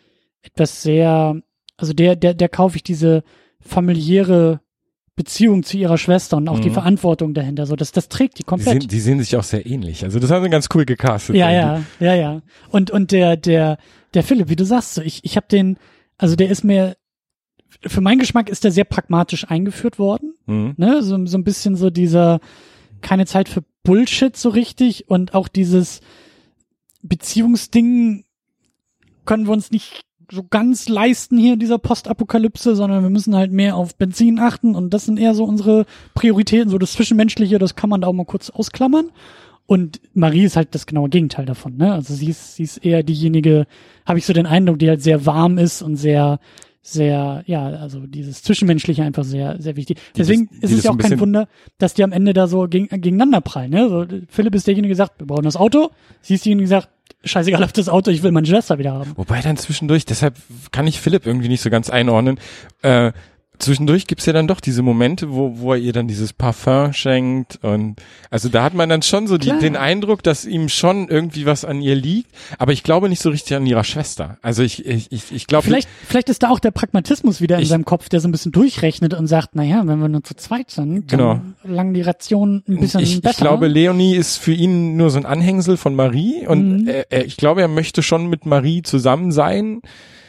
Speaker 1: also der kaufe ich diese familiäre Beziehung zu ihrer Schwester und auch die Verantwortung dahinter. So, das trägt die komplett.
Speaker 2: Die sehen sich auch sehr ähnlich. Also das haben sie ganz cool gecastet.
Speaker 1: Ja. Und der Philipp, wie du sagst, so ich habe den, also der ist mir, für meinen Geschmack ist der sehr pragmatisch eingeführt worden. Ne? So ein bisschen so dieser keine Zeit für Bullshit so richtig und auch dieses Beziehungsding können wir uns nicht so ganz leisten hier in dieser Postapokalypse, sondern wir müssen halt mehr auf Benzin achten und das sind eher so unsere Prioritäten, so das Zwischenmenschliche, das kann man da auch mal kurz ausklammern. Und Marie ist halt das genaue Gegenteil davon, ne? Also sie ist eher diejenige, habe ich so den Eindruck, die halt sehr warm ist und sehr, also dieses Zwischenmenschliche einfach sehr, sehr wichtig. Deswegen ist es ja auch kein Wunder, dass die am Ende da so gegeneinander prallen, ne? So, Philipp ist derjenige, der sagt, wir brauchen das Auto. Sie ist diejenige, die sagt, scheißegal auf das Auto, ich will meine Schwester wieder haben.
Speaker 2: Wobei dann zwischendurch, deshalb kann ich Philipp irgendwie nicht so ganz einordnen, zwischendurch gibt's ja dann doch diese Momente, wo er ihr dann dieses Parfum schenkt und also da hat man dann schon so den Eindruck, dass ihm schon irgendwie was an ihr liegt, aber ich glaube nicht so richtig an ihrer Schwester. Also ich glaube
Speaker 1: vielleicht ist da auch der Pragmatismus wieder in seinem Kopf, der so ein bisschen durchrechnet und sagt, naja, wenn wir nur zu zweit sind, dann langen die Rationen ein bisschen besser.
Speaker 2: Ich glaube, Leonie ist für ihn nur so ein Anhängsel von Marie und ich glaube, er möchte schon mit Marie zusammen sein.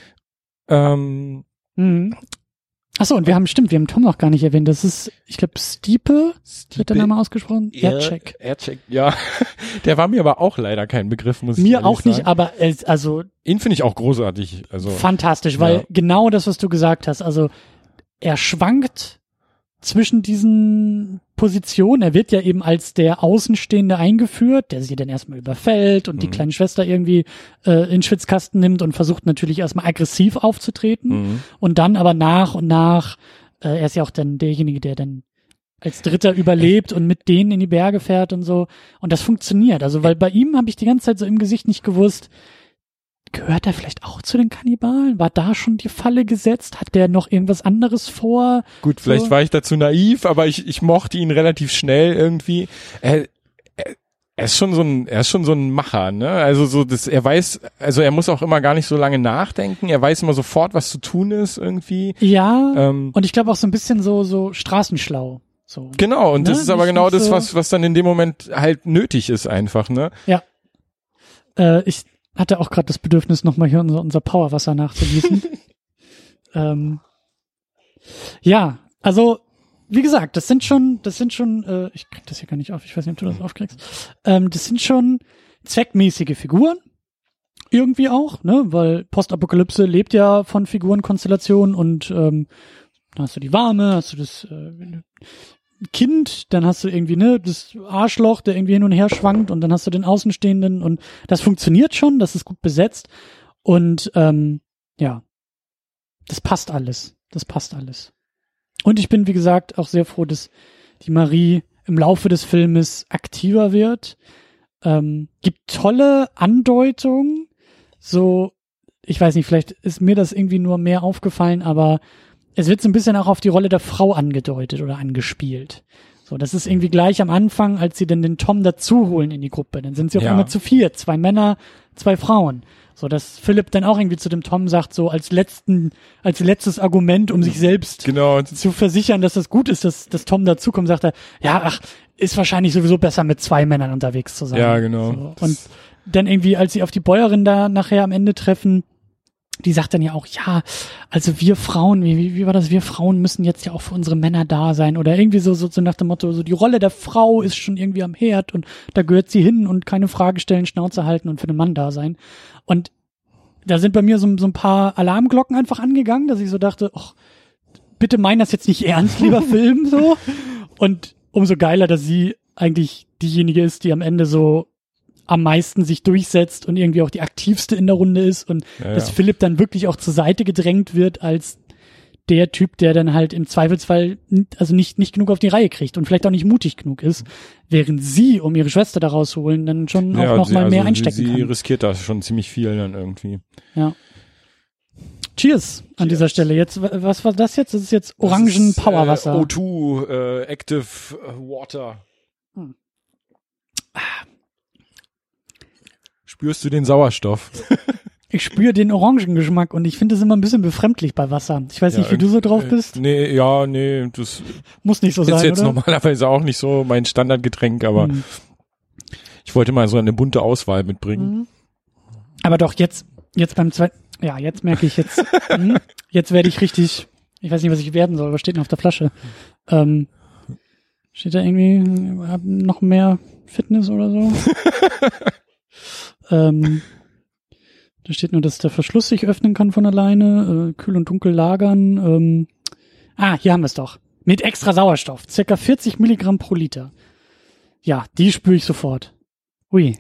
Speaker 1: Achso, und wir haben Tom noch gar nicht erwähnt. Das ist, ich glaube, Stipe, wird der Name ausgesprochen?
Speaker 2: Ercek, ja. Der war mir aber auch leider kein Begriff, muss ich
Speaker 1: Mir
Speaker 2: ehrlich
Speaker 1: auch
Speaker 2: sagen.
Speaker 1: nicht, aber also
Speaker 2: Ihn finde ich auch großartig. Also
Speaker 1: fantastisch, weil genau das, was du gesagt hast, also er schwankt zwischen diesen Positionen. Er wird ja eben als der Außenstehende eingeführt, der sie dann erstmal überfällt und die kleine Schwester irgendwie in den Schwitzkasten nimmt und versucht natürlich erstmal aggressiv aufzutreten. Und dann aber nach und nach, er ist ja auch dann derjenige, der dann als Dritter überlebt und mit denen in die Berge fährt und so. Und das funktioniert. Also, weil bei ihm habe ich die ganze Zeit so im Gesicht nicht gewusst, gehört er vielleicht auch zu den Kannibalen? War da schon die Falle gesetzt? Hat der noch irgendwas anderes vor?
Speaker 2: Gut, vielleicht war ich dazu naiv, aber ich mochte ihn relativ schnell irgendwie. Er ist schon so ein Macher, ne? Also so er weiß, also er muss auch immer gar nicht so lange nachdenken. Er weiß immer sofort, was zu tun ist irgendwie.
Speaker 1: Ja. Und ich glaube auch so ein bisschen so straßenschlau. So.
Speaker 2: Genau. Und das ist aber
Speaker 1: Nicht
Speaker 2: genau das,
Speaker 1: so
Speaker 2: was dann in dem Moment halt nötig ist einfach, ne?
Speaker 1: Ja. Ich hatte auch gerade das Bedürfnis, nochmal hier unser Powerwasser nachzugießen. Ja, also wie gesagt, das sind schon, ich krieg das hier gar nicht auf, ich weiß nicht, ob du das aufkriegst. Das sind schon zweckmäßige Figuren. Irgendwie auch, ne, weil Postapokalypse lebt ja von Figurenkonstellationen und dann hast du die Warme, hast du das Kind, dann hast du irgendwie, ne, das Arschloch, der irgendwie hin und her schwankt und dann hast du den Außenstehenden und das funktioniert schon, das ist gut besetzt und ja, das passt alles. Und ich bin, wie gesagt, auch sehr froh, dass die Marie im Laufe des Filmes aktiver wird. Gibt tolle Andeutungen, so, ich weiß nicht, vielleicht ist mir das irgendwie nur mehr aufgefallen, aber es wird so ein bisschen auch auf die Rolle der Frau angedeutet oder angespielt. So, das ist irgendwie gleich am Anfang, als sie dann den Tom dazu holen in die Gruppe. Dann sind sie auf einmal zu 4, 2 Männer, 2 Frauen. So, dass Philipp dann auch irgendwie zu dem Tom sagt, so als letztes Argument, um sich selbst zu versichern, dass das gut ist, dass Tom dazukommt, sagt er, ist wahrscheinlich sowieso besser mit 2 Männern unterwegs zu sein.
Speaker 2: Ja, genau.
Speaker 1: So. Und dann irgendwie, als sie auf die Bäuerin da nachher am Ende treffen, die sagt dann ja auch, ja, also wir Frauen, wie war das, wir Frauen müssen jetzt ja auch für unsere Männer da sein oder irgendwie so nach dem Motto, so die Rolle der Frau ist schon irgendwie am Herd und da gehört sie hin und keine Frage stellen, Schnauze halten und für den Mann da sein. Und da sind bei mir so ein paar Alarmglocken einfach angegangen, dass ich so dachte, ach, bitte mein das jetzt nicht ernst, lieber Film, so. Und umso geiler, dass sie eigentlich diejenige ist, die am Ende so am meisten sich durchsetzt und irgendwie auch die aktivste in der Runde ist und dass Philipp dann wirklich auch zur Seite gedrängt wird als der Typ, der dann halt im Zweifelsfall also nicht genug auf die Reihe kriegt und vielleicht auch nicht mutig genug ist, während sie, um ihre Schwester da rauszuholen, dann schon auch noch mal mehr einstecken kann.
Speaker 2: Sie riskiert da schon ziemlich viel dann irgendwie.
Speaker 1: Ja. Cheers an dieser Stelle. Jetzt, was war das jetzt? Das ist jetzt Orangen-Powerwasser.
Speaker 2: O2 Active Water. Spürst du den Sauerstoff?
Speaker 1: Ich spüre den Orangengeschmack und ich finde es immer ein bisschen befremdlich bei Wasser. Ich weiß nicht, wie du so drauf bist.
Speaker 2: Nee, das
Speaker 1: muss nicht so sein,
Speaker 2: ist jetzt
Speaker 1: oder?
Speaker 2: Normalerweise auch nicht so mein Standardgetränk, aber ich wollte mal so eine bunte Auswahl mitbringen.
Speaker 1: Aber doch, jetzt beim zweiten, ja, jetzt merke ich jetzt werde ich richtig, ich weiß nicht, was ich werden soll, was steht denn auf der Flasche? Steht da irgendwie noch mehr Fitness oder so? Da steht nur, dass der Verschluss sich öffnen kann von alleine, kühl und dunkel lagern. Hier haben wir es doch. Mit extra Sauerstoff, circa 40 Milligramm pro Liter. Ja, die spüre ich sofort. Ui.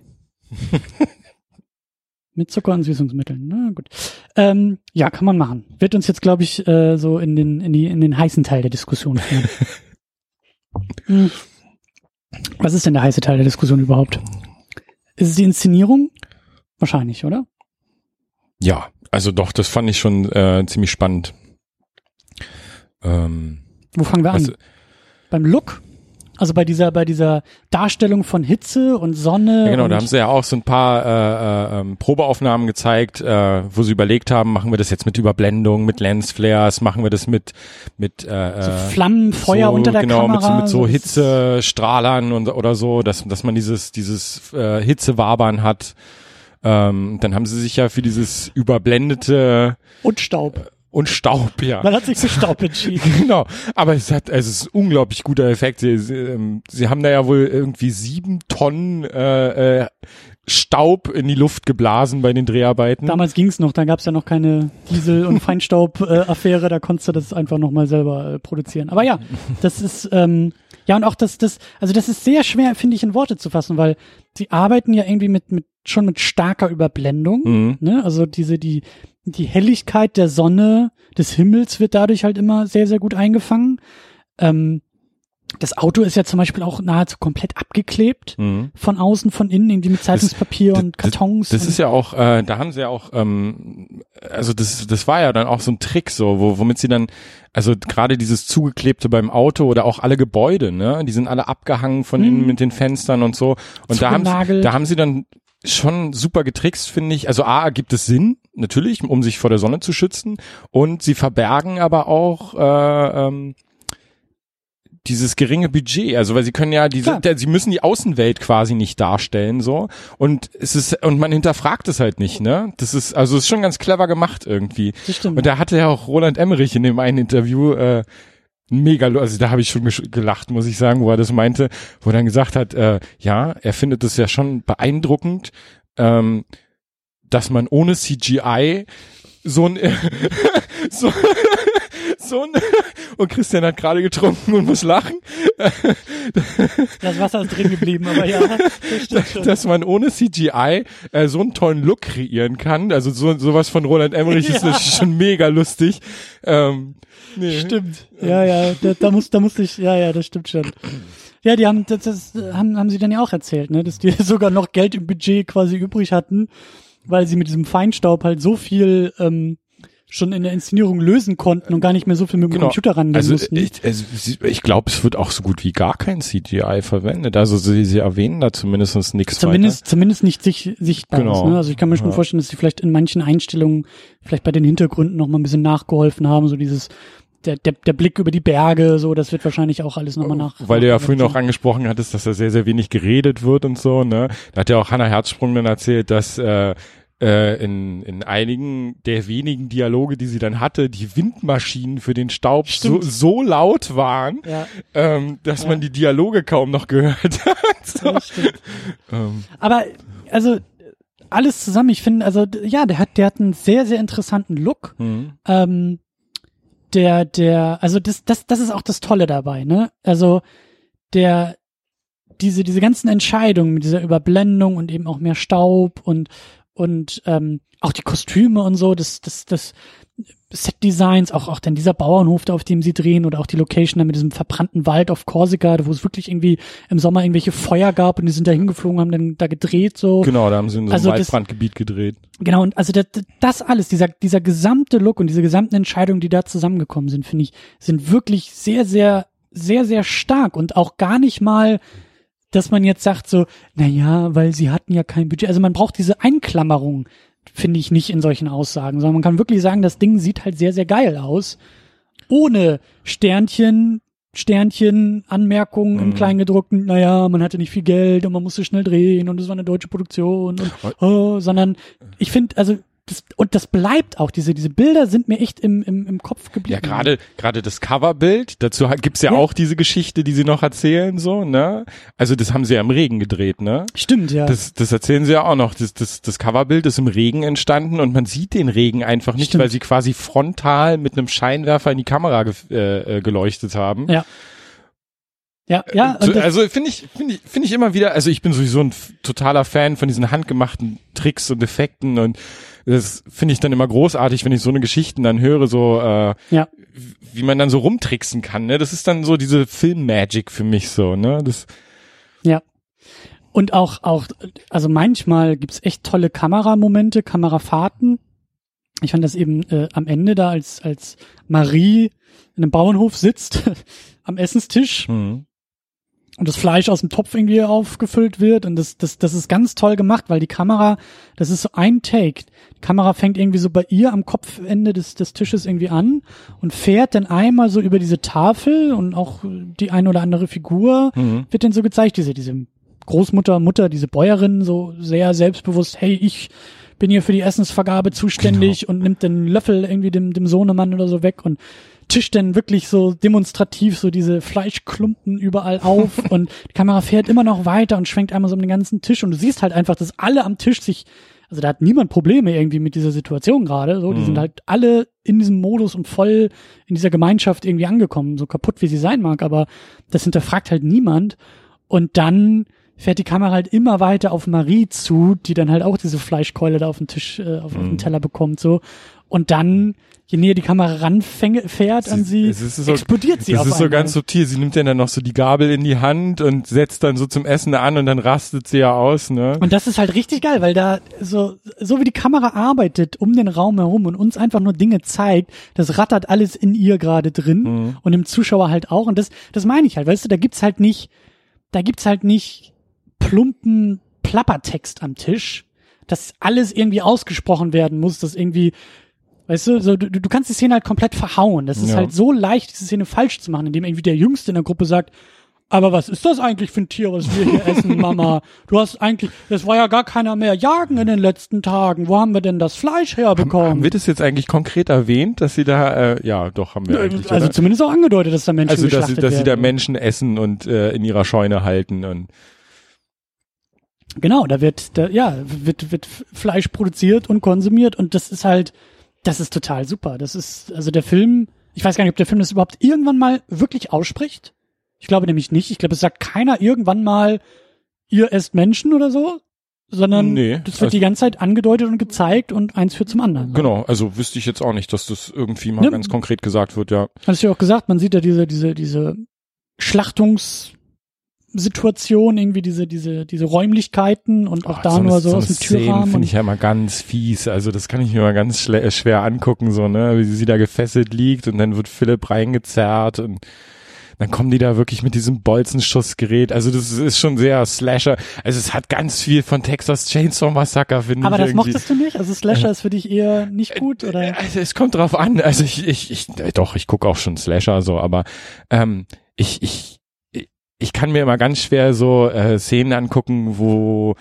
Speaker 1: Mit Zucker und Süßungsmitteln, na gut. Ja, kann man machen. Wird uns jetzt, glaube ich, so in den heißen Teil der Diskussion führen. Was ist denn der heiße Teil der Diskussion überhaupt? Ist es die Inszenierung? Wahrscheinlich, oder?
Speaker 2: Ja, also doch, das fand ich schon ziemlich spannend.
Speaker 1: Wo fangen wir an? Beim Look? Also bei dieser Darstellung von Hitze und Sonne.
Speaker 2: Ja, genau, da haben sie ja auch so ein paar Probeaufnahmen gezeigt, wo sie überlegt haben, machen wir das jetzt mit Überblendung, mit Lensflares, machen wir das mit
Speaker 1: so Flammen, Feuer unter der Kamera.
Speaker 2: Mit so Hitzestrahlern oder so, dass man dieses Hitzewabern hat. Dann haben sie sich ja für dieses überblendete
Speaker 1: und Staub.
Speaker 2: und Staub, ja.
Speaker 1: Man hat sich für Staub entschieden.
Speaker 2: Genau, aber es ist ein unglaublich guter Effekt. Sie haben da ja wohl irgendwie 7 Tonnen Staub in die Luft geblasen bei den Dreharbeiten.
Speaker 1: Damals ging's noch, da gab's ja noch keine Diesel- und Feinstaub-Affäre, da konntest du das einfach nochmal selber produzieren. Aber ja, das ist, ja, und auch das ist sehr schwer, finde ich, in Worte zu fassen, weil sie arbeiten ja irgendwie schon mit starker Überblendung, ne? Also die Helligkeit der Sonne, des Himmels wird dadurch halt immer sehr, sehr gut eingefangen. Das Auto ist ja zum Beispiel auch nahezu komplett abgeklebt, von außen, von innen, irgendwie mit Zeitungspapier und Kartons.
Speaker 2: Das ist ja auch, da haben sie ja auch, also das war ja dann auch so ein Trick, so, womit sie dann, also gerade dieses Zugeklebte beim Auto oder auch alle Gebäude, ne, die sind alle abgehangen von innen mit den Fenstern und so. Und da haben sie dann schon super getrickst, finde ich. Also A, gibt es Sinn, natürlich, um sich vor der Sonne zu schützen, und sie verbergen aber auch, dieses geringe Budget, also weil sie können ja sie müssen die Außenwelt quasi nicht darstellen, so, und man hinterfragt es halt nicht, ne? Das ist schon ganz clever gemacht irgendwie.
Speaker 1: Das stimmt.
Speaker 2: Und da hatte ja auch Roland Emmerich in dem einen Interview mega, also da habe ich schon gelacht, muss ich sagen, wo er das meinte, wo er dann gesagt hat, ja, er findet es ja schon beeindruckend, dass man ohne CGI und Christian hat gerade getrunken und muss lachen.
Speaker 1: Das Wasser ist drin geblieben, aber ja, das stimmt schon.
Speaker 2: Dass man ohne CGI so einen tollen Look kreieren kann. Also sowas von Roland Emmerich ist natürlich schon mega lustig. Nee.
Speaker 1: Stimmt. Ja, da musste ich, ja, das stimmt schon. Ja, die haben, haben sie dann ja auch erzählt, ne, dass die sogar noch Geld im Budget quasi übrig hatten, weil sie mit diesem Feinstaub halt so viel, schon in der Inszenierung lösen konnten und gar nicht mehr so viel mit dem Computer rangehen mussten.
Speaker 2: Ich glaube, es wird auch so gut wie gar kein CGI verwendet. Also sie erwähnen da zumindest nichts weiter.
Speaker 1: Zumindest nicht Sichtbares. Genau. Ne? Also ich kann mir schon vorstellen, dass sie vielleicht in manchen Einstellungen vielleicht bei den Hintergründen noch mal ein bisschen nachgeholfen haben. So dieses der Blick über die Berge, so, das wird wahrscheinlich auch alles nochmal nach.
Speaker 2: Weil du ja vorhin auch angesprochen hattest, dass da sehr, sehr wenig geredet wird und so, ne? Da hat ja auch Hannah Herzsprung dann erzählt, dass in einigen der wenigen Dialoge, die sie dann hatte, die Windmaschinen für den Staub so laut waren, dass man die Dialoge kaum noch gehört hat. So.
Speaker 1: Ja, stimmt. Aber, also, alles zusammen, ich finde, also, ja, der hat einen sehr, sehr interessanten Look. Also das ist auch das Tolle dabei, ne? Also, diese ganzen Entscheidungen mit dieser Überblendung und eben auch mehr Staub und auch die Kostüme und so, das Set-Designs, auch dann dieser Bauernhof da, auf dem sie drehen, oder auch die Location da mit diesem verbrannten Wald auf Korsika, wo es wirklich irgendwie im Sommer irgendwelche Feuer gab und die sind da hingeflogen, haben dann da gedreht, so.
Speaker 2: Genau, da haben sie in so einem Waldbrandgebiet gedreht.
Speaker 1: Genau, und also das alles, dieser gesamte Look und diese gesamten Entscheidungen, die da zusammengekommen sind, finde ich, sind wirklich sehr, sehr, sehr, sehr stark und auch gar nicht mal, dass man jetzt sagt so, naja, weil sie hatten ja kein Budget. Also man braucht diese Einklammerung, finde ich, nicht in solchen Aussagen, sondern man kann wirklich sagen, das Ding sieht halt sehr, sehr geil aus. Ohne Sternchen, Anmerkungen im Kleingedruckten, naja, man hatte nicht viel Geld und man musste schnell drehen und es war eine deutsche Produktion sondern ich finde, also das bleibt auch, diese Bilder sind mir echt im Kopf geblieben.
Speaker 2: Ja, gerade das Coverbild, dazu gibt's ja auch diese Geschichte, die sie noch erzählen, so, ne? Also das haben sie ja im Regen gedreht, ne?
Speaker 1: Stimmt, ja.
Speaker 2: Das erzählen sie ja auch noch. Das Coverbild ist im Regen entstanden und man sieht den Regen einfach nicht, weil sie quasi frontal mit einem Scheinwerfer in die Kamera geleuchtet haben.
Speaker 1: Ja. Ja.
Speaker 2: Also finde ich immer wieder, also ich bin sowieso ein totaler Fan von diesen handgemachten Tricks und Effekten, und das finde ich dann immer großartig, wenn ich so eine Geschichten dann höre, so wie man dann so rumtricksen kann, ne? Das ist dann so diese Film-Magic für mich so, ne?
Speaker 1: Ja. Und auch, also manchmal gibt's echt tolle Kameramomente, Kamerafahrten. Ich fand das eben am Ende da, als Marie in einem Bauernhof sitzt, am Essenstisch. Und das Fleisch aus dem Topf irgendwie aufgefüllt wird, und das ist ganz toll gemacht, weil die Kamera, das ist so ein Take. Die Kamera fängt irgendwie so bei ihr am Kopfende des Tisches irgendwie an und fährt dann einmal so über diese Tafel, und auch die eine oder andere Figur wird dann so gezeigt, diese Großmutter, Mutter, diese Bäuerin, so sehr selbstbewusst, hey, ich bin hier für die Essensvergabe zuständig und nimmt den Löffel irgendwie dem Sohnemann oder so weg und tischt dann wirklich so demonstrativ so diese Fleischklumpen überall auf und die Kamera fährt immer noch weiter und schwenkt einmal so um den ganzen Tisch und du siehst halt einfach, dass alle am Tisch sich, also da hat niemand Probleme irgendwie mit dieser Situation gerade, so, die sind halt alle in diesem Modus und voll in dieser Gemeinschaft irgendwie angekommen, so kaputt wie sie sein mag, aber das hinterfragt halt niemand und dann fährt die Kamera halt immer weiter auf Marie zu, die dann halt auch diese Fleischkeule da auf den Tisch, auf den Teller bekommt, so. Und dann, je näher die Kamera ranfährt an sie, explodiert sie auf einmal.
Speaker 2: Das ist so ganz subtil. Sie nimmt dann noch so die Gabel in die Hand und setzt dann so zum Essen an und dann rastet sie ja aus, ne?
Speaker 1: Und das ist halt richtig geil, weil da so wie die Kamera arbeitet um den Raum herum und uns einfach nur Dinge zeigt, das rattert alles in ihr gerade drin und dem Zuschauer halt auch. Und das meine ich halt, weißt du, da gibt's halt nicht plumpen Plappertext am Tisch, dass alles irgendwie ausgesprochen werden muss, dass irgendwie, weißt du, so, du kannst die Szene halt komplett verhauen. Das ist halt so leicht, diese Szene falsch zu machen, indem irgendwie der Jüngste in der Gruppe sagt, aber was ist das eigentlich für ein Tier, was wir hier essen, Mama? Das war ja gar keiner mehr jagen in den letzten Tagen. Wo haben wir denn das Fleisch herbekommen?
Speaker 2: Haben wir das jetzt eigentlich konkret erwähnt, dass sie da, ja, doch, haben wir eigentlich.
Speaker 1: Also oder? Zumindest auch angedeutet, dass da Menschen geschlachtet werden.
Speaker 2: Also, dass sie da Menschen essen und in ihrer Scheune halten und
Speaker 1: genau, da wird Fleisch produziert und konsumiert und das ist total super. Das ist, also der Film, ich weiß gar nicht, ob der Film das überhaupt irgendwann mal wirklich ausspricht. Ich glaube nämlich nicht. Ich glaube, es sagt keiner irgendwann mal, ihr esst Menschen oder so, sondern das wird die ganze Zeit angedeutet und gezeigt und eins führt zum anderen.
Speaker 2: Genau, also wüsste ich jetzt auch nicht, dass das irgendwie mal ganz konkret gesagt wird, ja.
Speaker 1: Hast du ja auch gesagt, man sieht ja diese Schlachtungssituation, irgendwie diese Räumlichkeiten und auch da nur so aus dem Türrahmen.
Speaker 2: Finde ich ja immer ganz fies. Also das kann ich mir mal ganz schwer angucken, so, ne, wie sie da gefesselt liegt und dann wird Philipp reingezerrt und dann kommen die da wirklich mit diesem Bolzenschussgerät. Also das ist schon sehr Slasher. Also es hat ganz viel von Texas Chainsaw Massacre, finde ich.
Speaker 1: Aber das mochtest du nicht? Also Slasher ist für dich eher nicht gut, oder?
Speaker 2: Also es kommt drauf an. Also ich gucke auch schon Slasher so, aber ich kann mir immer ganz schwer so Szenen angucken, wo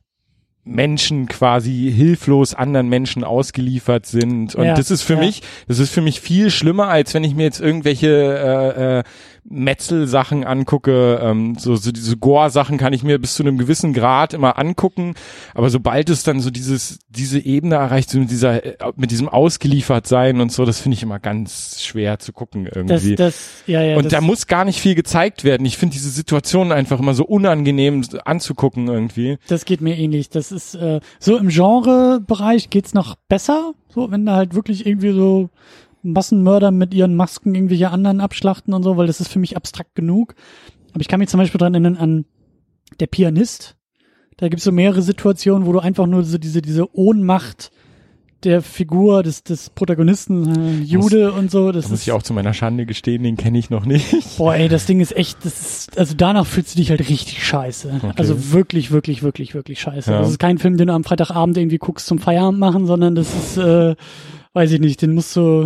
Speaker 2: Menschen quasi hilflos anderen Menschen ausgeliefert sind und das ist für mich viel schlimmer, als wenn ich mir jetzt irgendwelche Metzel-Sachen angucke, so diese Gore-Sachen kann ich mir bis zu einem gewissen Grad immer angucken, aber sobald es dann so diese Ebene erreicht, so mit diesem Ausgeliefertsein und so, das finde ich immer ganz schwer zu gucken irgendwie. Und da muss gar nicht viel gezeigt werden. Ich finde diese Situation einfach immer so unangenehm anzugucken irgendwie.
Speaker 1: Das geht mir ähnlich. Das ist so im Genre-Bereich geht's noch besser, so wenn da halt wirklich irgendwie so Massenmörder mit ihren Masken irgendwelche anderen abschlachten und so, weil das ist für mich abstrakt genug. Aber ich kann mich zum Beispiel dran erinnern an Der Pianist. Da gibt's so mehrere Situationen, wo du einfach nur so diese Ohnmacht der Figur des Protagonisten, Jude und so. Das
Speaker 2: muss ich auch zu meiner Schande gestehen, den kenne ich noch nicht.
Speaker 1: Boah, ey, das Ding ist echt, also danach fühlst du dich halt richtig scheiße. Okay. Also wirklich, wirklich, wirklich, wirklich scheiße. Ja. Das ist kein Film, den du am Freitagabend irgendwie guckst zum Feierabend machen, sondern das ist, weiß ich nicht, den musst du,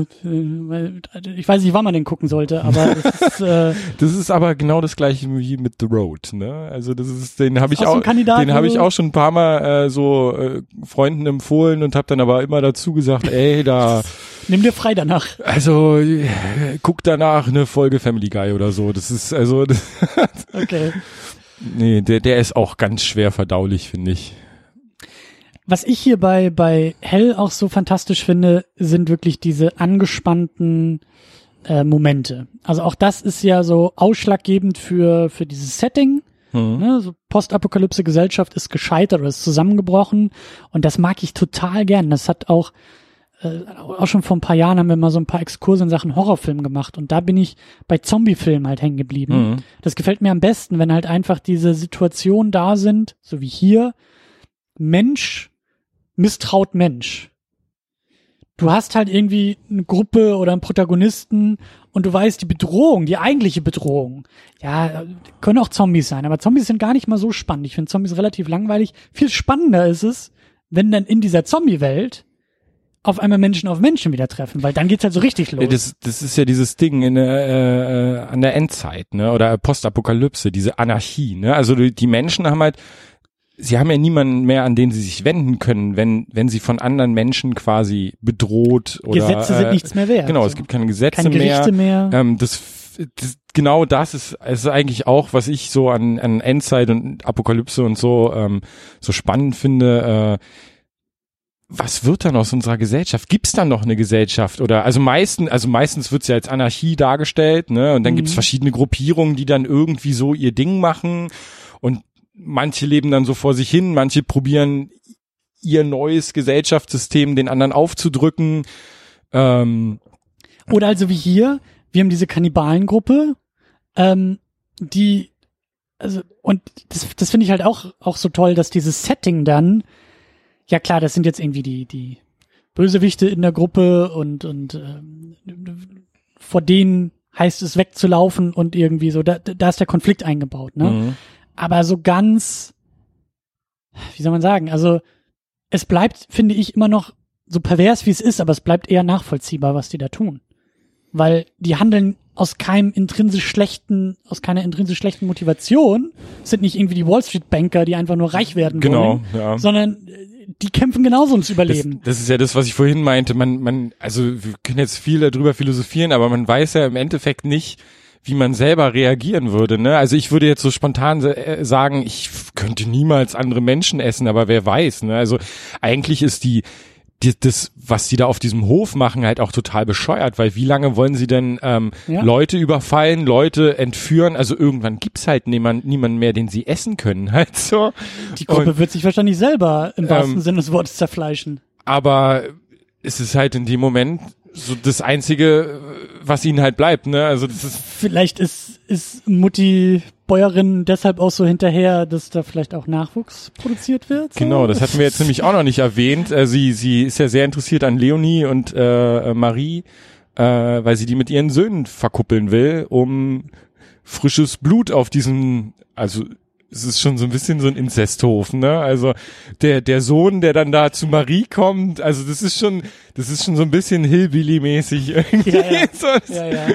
Speaker 1: ich weiß nicht, wann man den gucken sollte, aber
Speaker 2: das ist aber genau das gleiche wie mit The Road, ne? Also den habe ich auch, auch schon ein paar Mal Freunden empfohlen und habe dann aber immer dazu gesagt, ey, da
Speaker 1: nimm dir frei danach.
Speaker 2: Also guck danach eine Folge Family Guy oder so. Das ist
Speaker 1: okay.
Speaker 2: Nee, der ist auch ganz schwer verdaulich, finde ich.
Speaker 1: Was ich hier bei Hell auch so fantastisch finde, sind wirklich diese angespannten Momente. Also auch das ist ja so ausschlaggebend für dieses Setting. Ne? So Postapokalypse-Gesellschaft ist gescheitert oder ist zusammengebrochen und das mag ich total gern. Das hat auch schon vor ein paar Jahren haben wir mal so ein paar Exkurse in Sachen Horrorfilm gemacht und da bin ich bei Zombiefilmen halt hängen geblieben. Das gefällt mir am besten, wenn halt einfach diese Situationen da sind, so wie hier, Mensch misstraut Mensch. Du hast halt irgendwie eine Gruppe oder einen Protagonisten und du weißt, die eigentliche Bedrohung, ja, können auch Zombies sein, aber Zombies sind gar nicht mal so spannend. Ich finde Zombies relativ langweilig. Viel spannender ist es, wenn dann in dieser Zombie-Welt auf einmal Menschen auf Menschen wieder treffen, weil dann geht's halt so richtig los.
Speaker 2: Das ist ja dieses Ding an der Endzeit, ne, oder Postapokalypse, diese Anarchie, ne, also die Menschen haben halt sie haben ja niemanden mehr, an den sie sich wenden können, wenn sie von anderen Menschen quasi bedroht oder
Speaker 1: Gesetze sind nichts mehr wert.
Speaker 2: Genau, es gibt keine Gesetze
Speaker 1: keine Gerichte mehr.
Speaker 2: Genau das ist eigentlich auch, was ich so an Endzeit und Apokalypse und so so spannend finde. Was wird dann aus unserer Gesellschaft? Gibt's dann noch eine Gesellschaft? Oder meistens wird's ja als Anarchie dargestellt, ne? Und dann gibt's verschiedene Gruppierungen, die dann irgendwie so ihr Ding machen. Und manche leben dann so vor sich hin, manche probieren ihr neues Gesellschaftssystem den anderen aufzudrücken.
Speaker 1: Oder also wie hier, wir haben diese Kannibalengruppe, die, also, und das finde ich halt auch so toll, dass dieses Setting dann, ja klar, das sind jetzt irgendwie die Bösewichte in der Gruppe und vor denen heißt es wegzulaufen und irgendwie so, da ist der Konflikt eingebaut, ne?
Speaker 2: Mhm.
Speaker 1: Aber so ganz, wie soll man sagen, also es bleibt, finde ich, immer noch so pervers, wie es ist, aber es bleibt eher nachvollziehbar, was die da tun. Weil die handeln aus keiner intrinsisch schlechten Motivation, sind nicht irgendwie die Wall Street Banker, die einfach nur reich werden wollen,
Speaker 2: ja.
Speaker 1: sondern die kämpfen genauso ums Überleben.
Speaker 2: Das ist ja das, was ich vorhin meinte. Also wir können jetzt viel darüber philosophieren, aber man weiß ja im Endeffekt nicht, wie man selber reagieren würde, ne? Also ich würde jetzt so spontan sagen, ich könnte niemals andere Menschen essen, aber wer weiß, ne? Also eigentlich ist das, was die da auf diesem Hof machen, halt auch total bescheuert, weil wie lange wollen sie denn Leute überfallen, Leute entführen? Also irgendwann gibt's halt niemanden mehr, den sie essen können, halt so.
Speaker 1: Die Gruppe wird sich wahrscheinlich selber im wahrsten Sinne des Wortes zerfleischen.
Speaker 2: Aber es ist halt in dem Moment so das Einzige, was ihnen halt bleibt, ne? Also das ist
Speaker 1: vielleicht ist Mutti Bäuerin deshalb auch so hinterher, dass da vielleicht auch Nachwuchs produziert wird. So.
Speaker 2: Genau, das hatten wir jetzt nämlich auch noch nicht erwähnt. Sie ist ja sehr interessiert an Leonie und Marie, weil sie die mit ihren Söhnen verkuppeln will, um frisches Blut auf diesen, also es ist schon so ein bisschen so ein Inzesthof, ne? Also der Sohn, der dann da zu Marie kommt, also das ist schon so ein bisschen Hillbilly-mäßig irgendwie.
Speaker 1: Ja.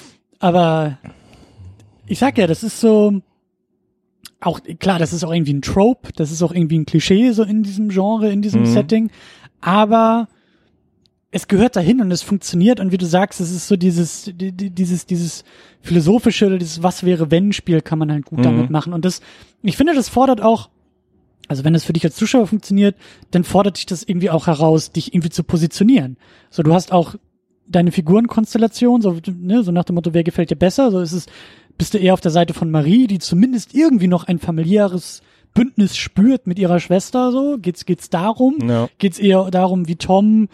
Speaker 1: Aber ich sag ja, das ist so, auch klar, das ist auch irgendwie ein Trope, das ist auch irgendwie ein Klischee so in diesem Genre, in diesem Setting, aber es gehört dahin und es funktioniert und wie du sagst, es ist so dieses philosophische oder dieses Was-wäre-wenn-Spiel kann man halt gut damit machen und ich finde, das fordert auch, also wenn es für dich als Zuschauer funktioniert, dann fordert dich das irgendwie auch heraus, dich irgendwie zu positionieren. So, du hast auch deine Figurenkonstellation, so nach dem Motto, wer gefällt dir besser, so bist du eher auf der Seite von Marie, die zumindest irgendwie noch ein familiäres Bündnis spürt mit ihrer Schwester, so, geht's darum?
Speaker 2: Ja.
Speaker 1: Geht's eher darum, wie Tom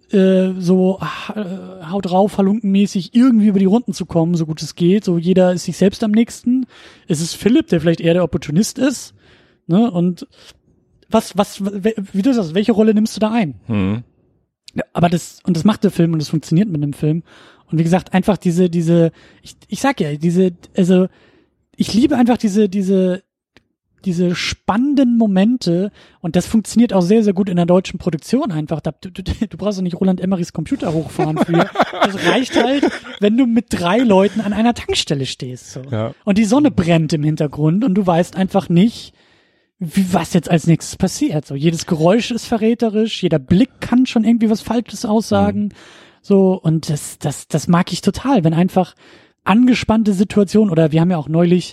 Speaker 1: haut drauf, halunkenmäßig irgendwie über die Runden zu kommen, so gut es geht, so jeder ist sich selbst am nächsten. Es ist Philipp, der vielleicht eher der Opportunist ist, ne, und wie du sagst, welche Rolle nimmst du da ein? Ja, aber das macht der Film und das funktioniert mit dem Film. Und wie gesagt, einfach ich sag ja, also ich liebe einfach diese spannenden Momente und das funktioniert auch sehr, sehr gut in der deutschen Produktion einfach. Du brauchst doch nicht Roland Emmerichs Computer hochfahren für. Das reicht halt, wenn du mit 3 Leuten an einer Tankstelle stehst. So.
Speaker 2: Ja.
Speaker 1: Und die Sonne brennt im Hintergrund und du weißt einfach nicht, was jetzt als nächstes passiert. So, jedes Geräusch ist verräterisch, jeder Blick kann schon irgendwie was Falsches aussagen. So, und das mag ich total, wenn einfach angespannte Situationen, oder wir haben ja auch neulich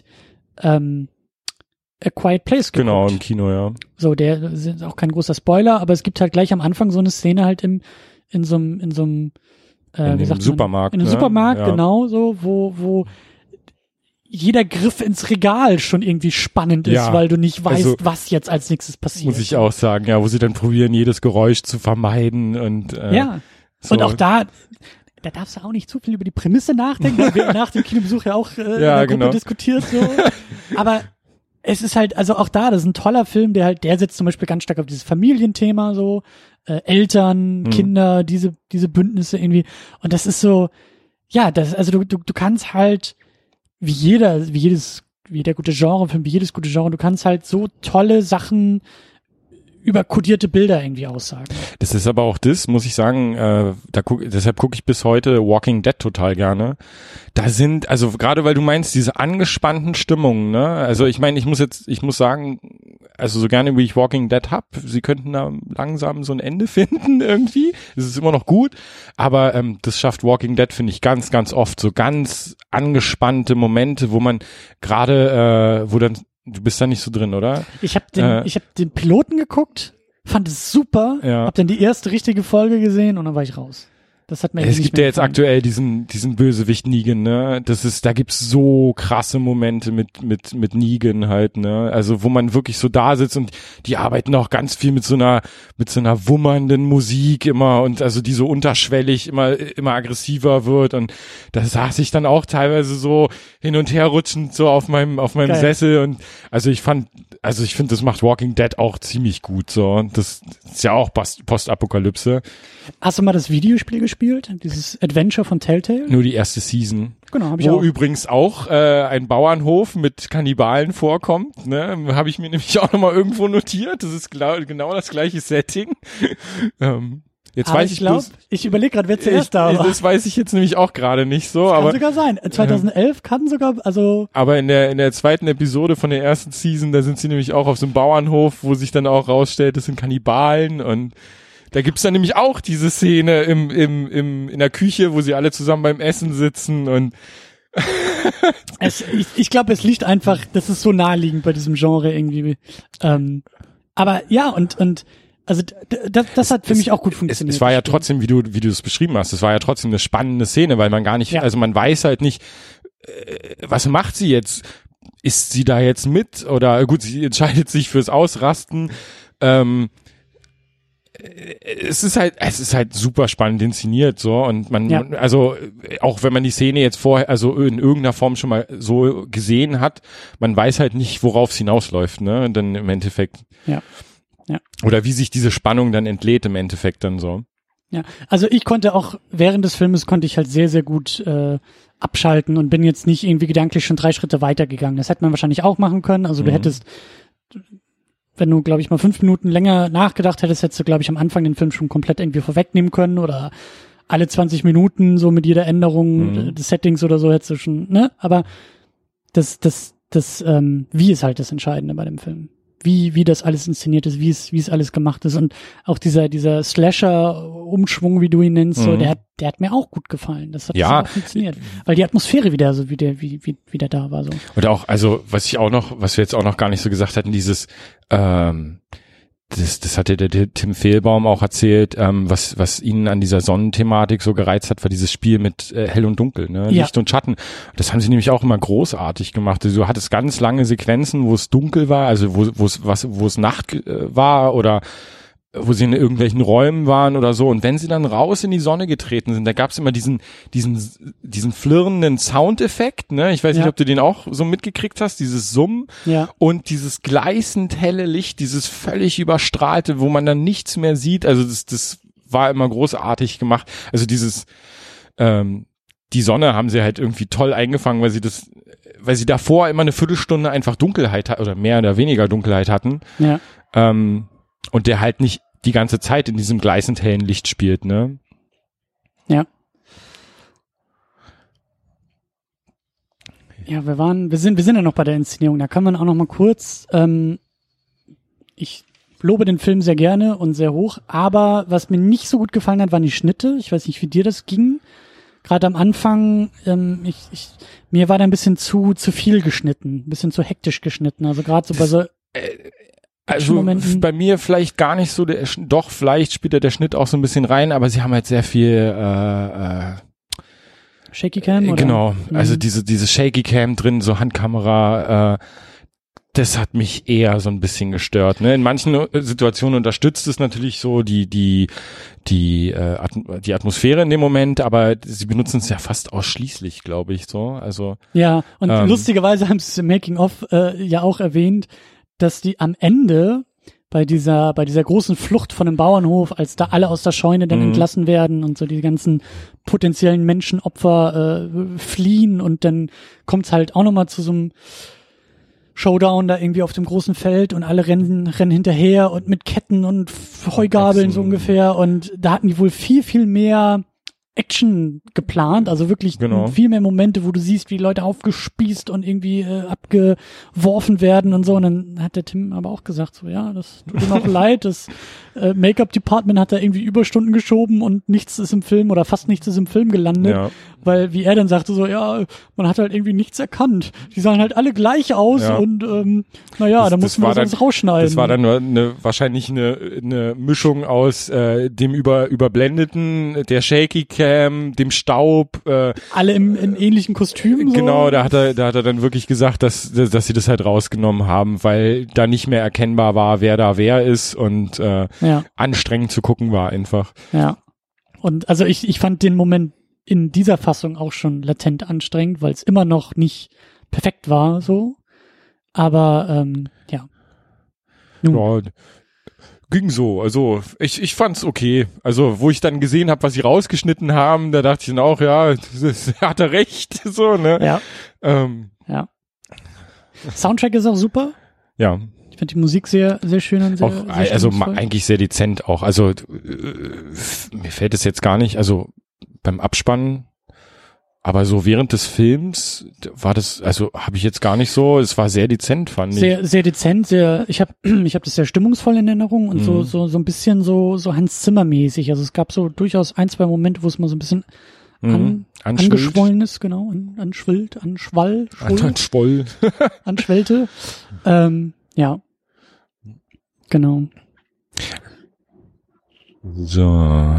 Speaker 1: A Quiet Place geguckt.
Speaker 2: Genau, im Kino, ja.
Speaker 1: So, der ist auch kein großer Spoiler, aber es gibt halt gleich am Anfang so eine Szene halt in so einem
Speaker 2: Supermarkt.
Speaker 1: In einem Supermarkt, ja. Genau, so, wo jeder Griff ins Regal schon irgendwie spannend ist, weil du nicht weißt, also, was jetzt als nächstes passiert.
Speaker 2: Muss ich auch sagen, ja, wo sie dann probieren, jedes Geräusch zu vermeiden und
Speaker 1: so. Und auch da darfst du auch nicht zu viel über die Prämisse nachdenken, weil wir nach dem Kinobesuch ja auch in der Gruppe diskutiert, so. Aber es ist halt, also auch da, das ist ein toller Film, der setzt zum Beispiel ganz stark auf dieses Familienthema, so, Eltern, Kinder, diese Bündnisse irgendwie. Und das ist so, ja, also du kannst halt, wie jeder gute Genrefilm, wie jedes gute Genre, du kannst halt so tolle Sachen über kodierte Bilder irgendwie aussagen.
Speaker 2: Das ist aber auch das, muss ich sagen, deshalb gucke ich bis heute Walking Dead total gerne. Da sind, also gerade weil du meinst, diese angespannten Stimmungen, ne? Also ich meine, ich muss sagen, also so gerne wie ich Walking Dead hab, sie könnten da langsam so ein Ende finden irgendwie. Es ist immer noch gut, aber das schafft Walking Dead, finde ich, ganz, ganz oft. So ganz angespannte Momente, wo man gerade, wo dann, du bist da nicht so drin, oder?
Speaker 1: Ich habe den Piloten geguckt, fand es super, hab dann die erste richtige Folge gesehen und dann war ich raus. Das hat mir
Speaker 2: es
Speaker 1: nicht
Speaker 2: gibt ja jetzt aktuell diesen Bösewicht Negan, ne? Da gibt's so krasse Momente mit Negan halt, ne? Also wo man wirklich so da sitzt und die arbeiten auch ganz viel mit so einer wummernden Musik immer und also die so unterschwellig immer aggressiver wird und da saß ich dann auch teilweise so hin und her rutschend so auf meinem Sessel und ich finde, das macht Walking Dead auch ziemlich gut, so. Das ist ja auch Postapokalypse.
Speaker 1: Hast du mal das Videospiel gespielt? Dieses Adventure von Telltale?
Speaker 2: Nur die erste Season.
Speaker 1: Genau, habe ich auch.
Speaker 2: Wo übrigens auch ein Bauernhof mit Kannibalen vorkommt. Ne? Habe ich mir nämlich auch nochmal irgendwo notiert. Das ist genau das gleiche Setting. Jetzt
Speaker 1: aber
Speaker 2: weiß
Speaker 1: ich glaube, ich überlege gerade, wer zuerst da war.
Speaker 2: Das weiß ich jetzt nämlich auch gerade nicht so.
Speaker 1: Das kann sogar sein. 2011 kann sogar, also.
Speaker 2: Aber in der zweiten Episode von der ersten Season, da sind sie nämlich auch auf so einem Bauernhof, wo sich dann auch rausstellt, das sind Kannibalen und da gibt's dann nämlich auch diese Szene in der Küche, wo sie alle zusammen beim Essen sitzen und
Speaker 1: ich glaube, es liegt einfach, das ist so naheliegend bei diesem Genre irgendwie. Aber ja, und also das hat für mich auch gut funktioniert.
Speaker 2: Es war ja trotzdem, wie du es beschrieben hast, es war ja trotzdem eine spannende Szene, weil man gar nicht, also man weiß halt nicht, was macht sie jetzt? Ist sie da jetzt mit? Oder gut, sie entscheidet sich fürs Ausrasten. Es ist halt super spannend inszeniert so und man also auch wenn man die Szene jetzt vorher also in irgendeiner Form schon mal so gesehen hat, man weiß halt nicht, worauf es hinausläuft, ne? Und dann im Endeffekt. Ja. Oder wie sich diese Spannung dann entlädt im Endeffekt dann so.
Speaker 1: Ja, also ich konnte auch während des Filmes konnte ich halt sehr, sehr gut abschalten und bin jetzt nicht irgendwie gedanklich schon 3 Schritte weitergegangen. Das hätte man wahrscheinlich auch machen können. Also du hättest, wenn du, glaube ich, mal 5 Minuten länger nachgedacht hättest du, glaube ich, am Anfang den Film schon komplett irgendwie vorwegnehmen können oder alle 20 Minuten so mit jeder Änderung des Settings oder so hättest du schon, ne? Aber das wie ist halt das Entscheidende bei dem Film. Wie das alles inszeniert ist, wie es alles gemacht ist und auch dieser Slasher-Umschwung, wie du ihn nennst, so, der hat mir auch gut gefallen. Das hat auch funktioniert, weil die Atmosphäre wieder so wieder da war so.
Speaker 2: Und auch, also was wir jetzt auch noch gar nicht so gesagt hatten, dieses das hatte der Tim Fehlbaum auch erzählt, was ihn an dieser Sonnenthematik so gereizt hat, war dieses Spiel mit Hell und Dunkel, ne? Licht und Schatten. Das haben sie nämlich auch immer großartig gemacht. Also du hattest ganz lange Sequenzen, wo es dunkel war, also wo es Nacht war oder wo sie in irgendwelchen Räumen waren oder so. Und wenn sie dann raus in die Sonne getreten sind, da gab's immer diesen flirrenden Soundeffekt, ne? Ich weiß nicht, ob du den auch so mitgekriegt hast, dieses Summen und dieses gleißend helle Licht, dieses völlig überstrahlte, wo man dann nichts mehr sieht. Also das war immer großartig gemacht. Also die Sonne haben sie halt irgendwie toll eingefangen, weil sie davor immer eine Viertelstunde einfach Dunkelheit oder mehr oder weniger Dunkelheit hatten.
Speaker 1: Ja.
Speaker 2: Und der halt nicht die ganze Zeit in diesem gleißend hellen Licht spielt, ne?
Speaker 1: Ja. Ja, wir sind ja noch bei der Inszenierung. Da kann man auch noch mal kurz, ich lobe den Film sehr gerne und sehr hoch, aber was mir nicht so gut gefallen hat, waren die Schnitte. Ich weiß nicht, wie dir das ging. Gerade am Anfang, mir war da ein bisschen zu viel geschnitten, ein bisschen zu hektisch geschnitten. Also gerade so bei so
Speaker 2: also bei mir vielleicht gar nicht so, doch vielleicht spielt der Schnitt auch so ein bisschen rein, aber sie haben halt sehr viel
Speaker 1: Shaky Cam, oder?
Speaker 2: Genau, also diese Shaky Cam drin, so Handkamera, das hat mich eher so ein bisschen gestört. Ne? In manchen Situationen unterstützt es natürlich so die Atmosphäre in dem Moment, aber sie benutzen es ja fast ausschließlich, glaube ich, so. Also
Speaker 1: ja, und lustigerweise haben sie es im Making of ja auch erwähnt, dass die am Ende bei dieser großen Flucht von dem Bauernhof, als da alle aus der Scheune dann entlassen werden und so die ganzen potenziellen Menschenopfer fliehen und dann kommt's halt auch nochmal zu so einem Showdown da irgendwie auf dem großen Feld und alle rennen hinterher und mit Ketten und Heugabeln so ungefähr und da hatten die wohl viel, viel mehr Action geplant, also wirklich viel mehr Momente, wo du siehst, wie Leute aufgespießt und irgendwie abgeworfen werden und so. Und dann hat der Tim aber auch gesagt, so ja, das tut ihm auch leid, das Make-up-Department hat da irgendwie Überstunden geschoben und nichts ist im Film oder fast nichts ist im Film gelandet, weil wie er dann sagte, so ja, man hat halt irgendwie nichts erkannt. Die sahen halt alle gleich aus und da mussten wir das rausschneiden.
Speaker 2: Das war dann nur wahrscheinlich eine Mischung aus dem Überblendeten, der Shaky Cam, dem Staub.
Speaker 1: Alle in ähnlichen Kostümen. So.
Speaker 2: Genau, da hat er dann wirklich gesagt, dass sie das halt rausgenommen haben, weil da nicht mehr erkennbar war, wer da wer ist und anstrengend zu gucken war einfach.
Speaker 1: Ja. Und also ich fand den Moment in dieser Fassung auch schon latent anstrengend, weil es immer noch nicht perfekt war, so. Aber ja.
Speaker 2: Ja, ging so. Also ich fand's okay. Also wo ich dann gesehen habe, was sie rausgeschnitten haben, da dachte ich dann auch, ja, hat er recht, so ne.
Speaker 1: Ja. Ja. Soundtrack ist auch super.
Speaker 2: Ja.
Speaker 1: Ich finde die Musik sehr, sehr schön und sehr,
Speaker 2: auch,
Speaker 1: sehr
Speaker 2: also eigentlich sehr dezent auch. Also mir fällt es jetzt gar nicht, also beim Abspannen, aber so während des Films war das, also habe ich jetzt gar nicht so, es war sehr dezent, fand ich.
Speaker 1: Sehr, sehr dezent, ich hab das sehr stimmungsvoll in Erinnerung und so ein bisschen so Hans Zimmer mäßig. Also es gab so durchaus 1, 2 Momente, wo es mal so ein bisschen angeschwollen ist, genau, anschwellte. Ja. Genau.
Speaker 2: So.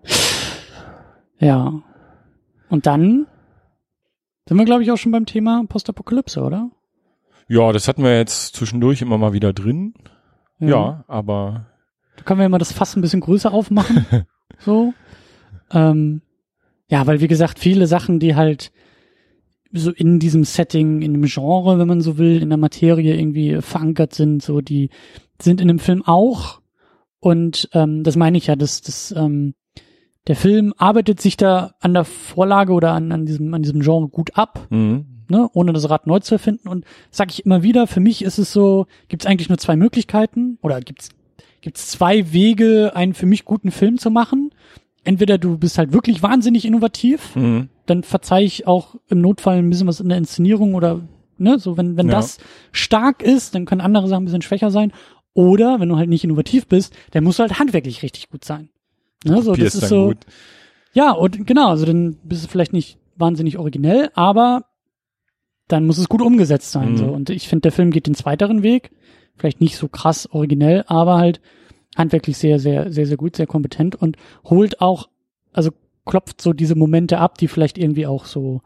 Speaker 1: Ja. Und dann sind wir, glaube ich, auch schon beim Thema Postapokalypse, oder?
Speaker 2: Ja, das hatten wir jetzt zwischendurch immer mal wieder drin. Ja, aber...
Speaker 1: Da können wir ja mal das Fass ein bisschen größer aufmachen. So. Ja, weil, wie gesagt, viele Sachen, die halt so in diesem Setting, in dem Genre, wenn man so will, in der Materie irgendwie verankert sind, so, die sind in dem Film auch. Und das meine ich ja, dass der Film arbeitet sich da an der Vorlage oder an diesem Genre gut ab, ne, ohne das Rad neu zu erfinden. Und sage ich immer wieder, für mich ist es so, gibt es eigentlich nur 2 Möglichkeiten oder gibt's 2 Wege, einen für mich guten Film zu machen. Entweder du bist halt wirklich wahnsinnig innovativ, dann verzeih ich auch im Notfall ein bisschen was in der Inszenierung oder ne, so wenn das stark ist, dann können andere Sachen ein bisschen schwächer sein. Oder wenn du halt nicht innovativ bist, dann musst du halt handwerklich richtig gut sein. Ne, so, das ist so. Gut. Ja, und genau, also dann bist du vielleicht nicht wahnsinnig originell, aber dann muss es gut umgesetzt sein. So. Und ich finde, der Film geht den zweiteren Weg. Vielleicht nicht so krass originell, aber halt handwerklich sehr, sehr, sehr, sehr gut, sehr kompetent und holt auch, also klopft so diese Momente ab, die vielleicht irgendwie auch so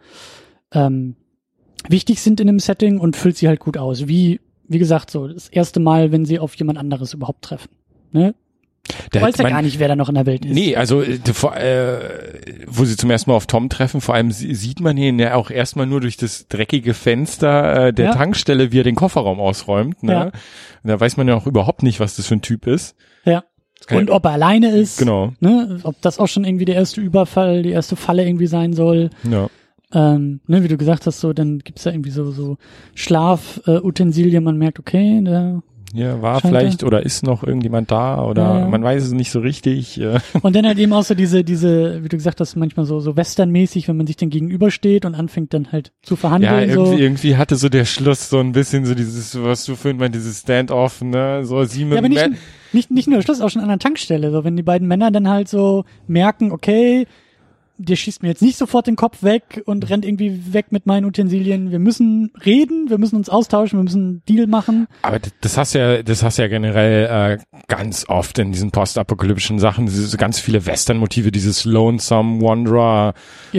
Speaker 1: wichtig sind in dem Setting und füllt sie halt gut aus. Wie gesagt, so das erste Mal, wenn sie auf jemand anderes überhaupt treffen. Ne? Du weißt ja gar nicht, wer da noch in der Welt ist.
Speaker 2: Nee, also wo sie zum ersten Mal auf Tom treffen, vor allem sieht man ihn ja auch erstmal nur durch das dreckige Fenster der Tankstelle, wie er den Kofferraum ausräumt. Ne? Ja. Und da weiß man ja auch überhaupt nicht, was das für ein Typ ist.
Speaker 1: Ja. Und ob er alleine ist.
Speaker 2: Genau.
Speaker 1: Ne? Ob das auch schon irgendwie der erste Überfall, die erste Falle irgendwie sein soll.
Speaker 2: Ja.
Speaker 1: Ne, wie du gesagt hast, so dann gibt's da irgendwie so Schlafutensilien, man merkt, okay, der
Speaker 2: war vielleicht oder ist noch irgendjemand da oder man weiß es nicht so richtig.
Speaker 1: Und dann halt eben auch so diese, wie du gesagt hast, manchmal so westernmäßig, wenn man sich dann gegenübersteht und anfängt dann halt zu verhandeln.
Speaker 2: Ja, irgendwie hatte so der Schluss so ein bisschen so dieses, was du vorhin meinst, dieses Stand-off, ne, so sieben.
Speaker 1: Ja, aber nicht nur der Schluss, auch schon an der Tankstelle, so wenn die beiden Männer dann halt so merken, okay, der schießt mir jetzt nicht sofort den Kopf weg und rennt irgendwie weg mit meinen Utensilien. Wir müssen reden, wir müssen uns austauschen, wir müssen einen Deal machen.
Speaker 2: Aber das hast ja generell ganz oft in diesen postapokalyptischen Sachen, diese ganz viele Western-Motive, dieses Lonesome Wanderer,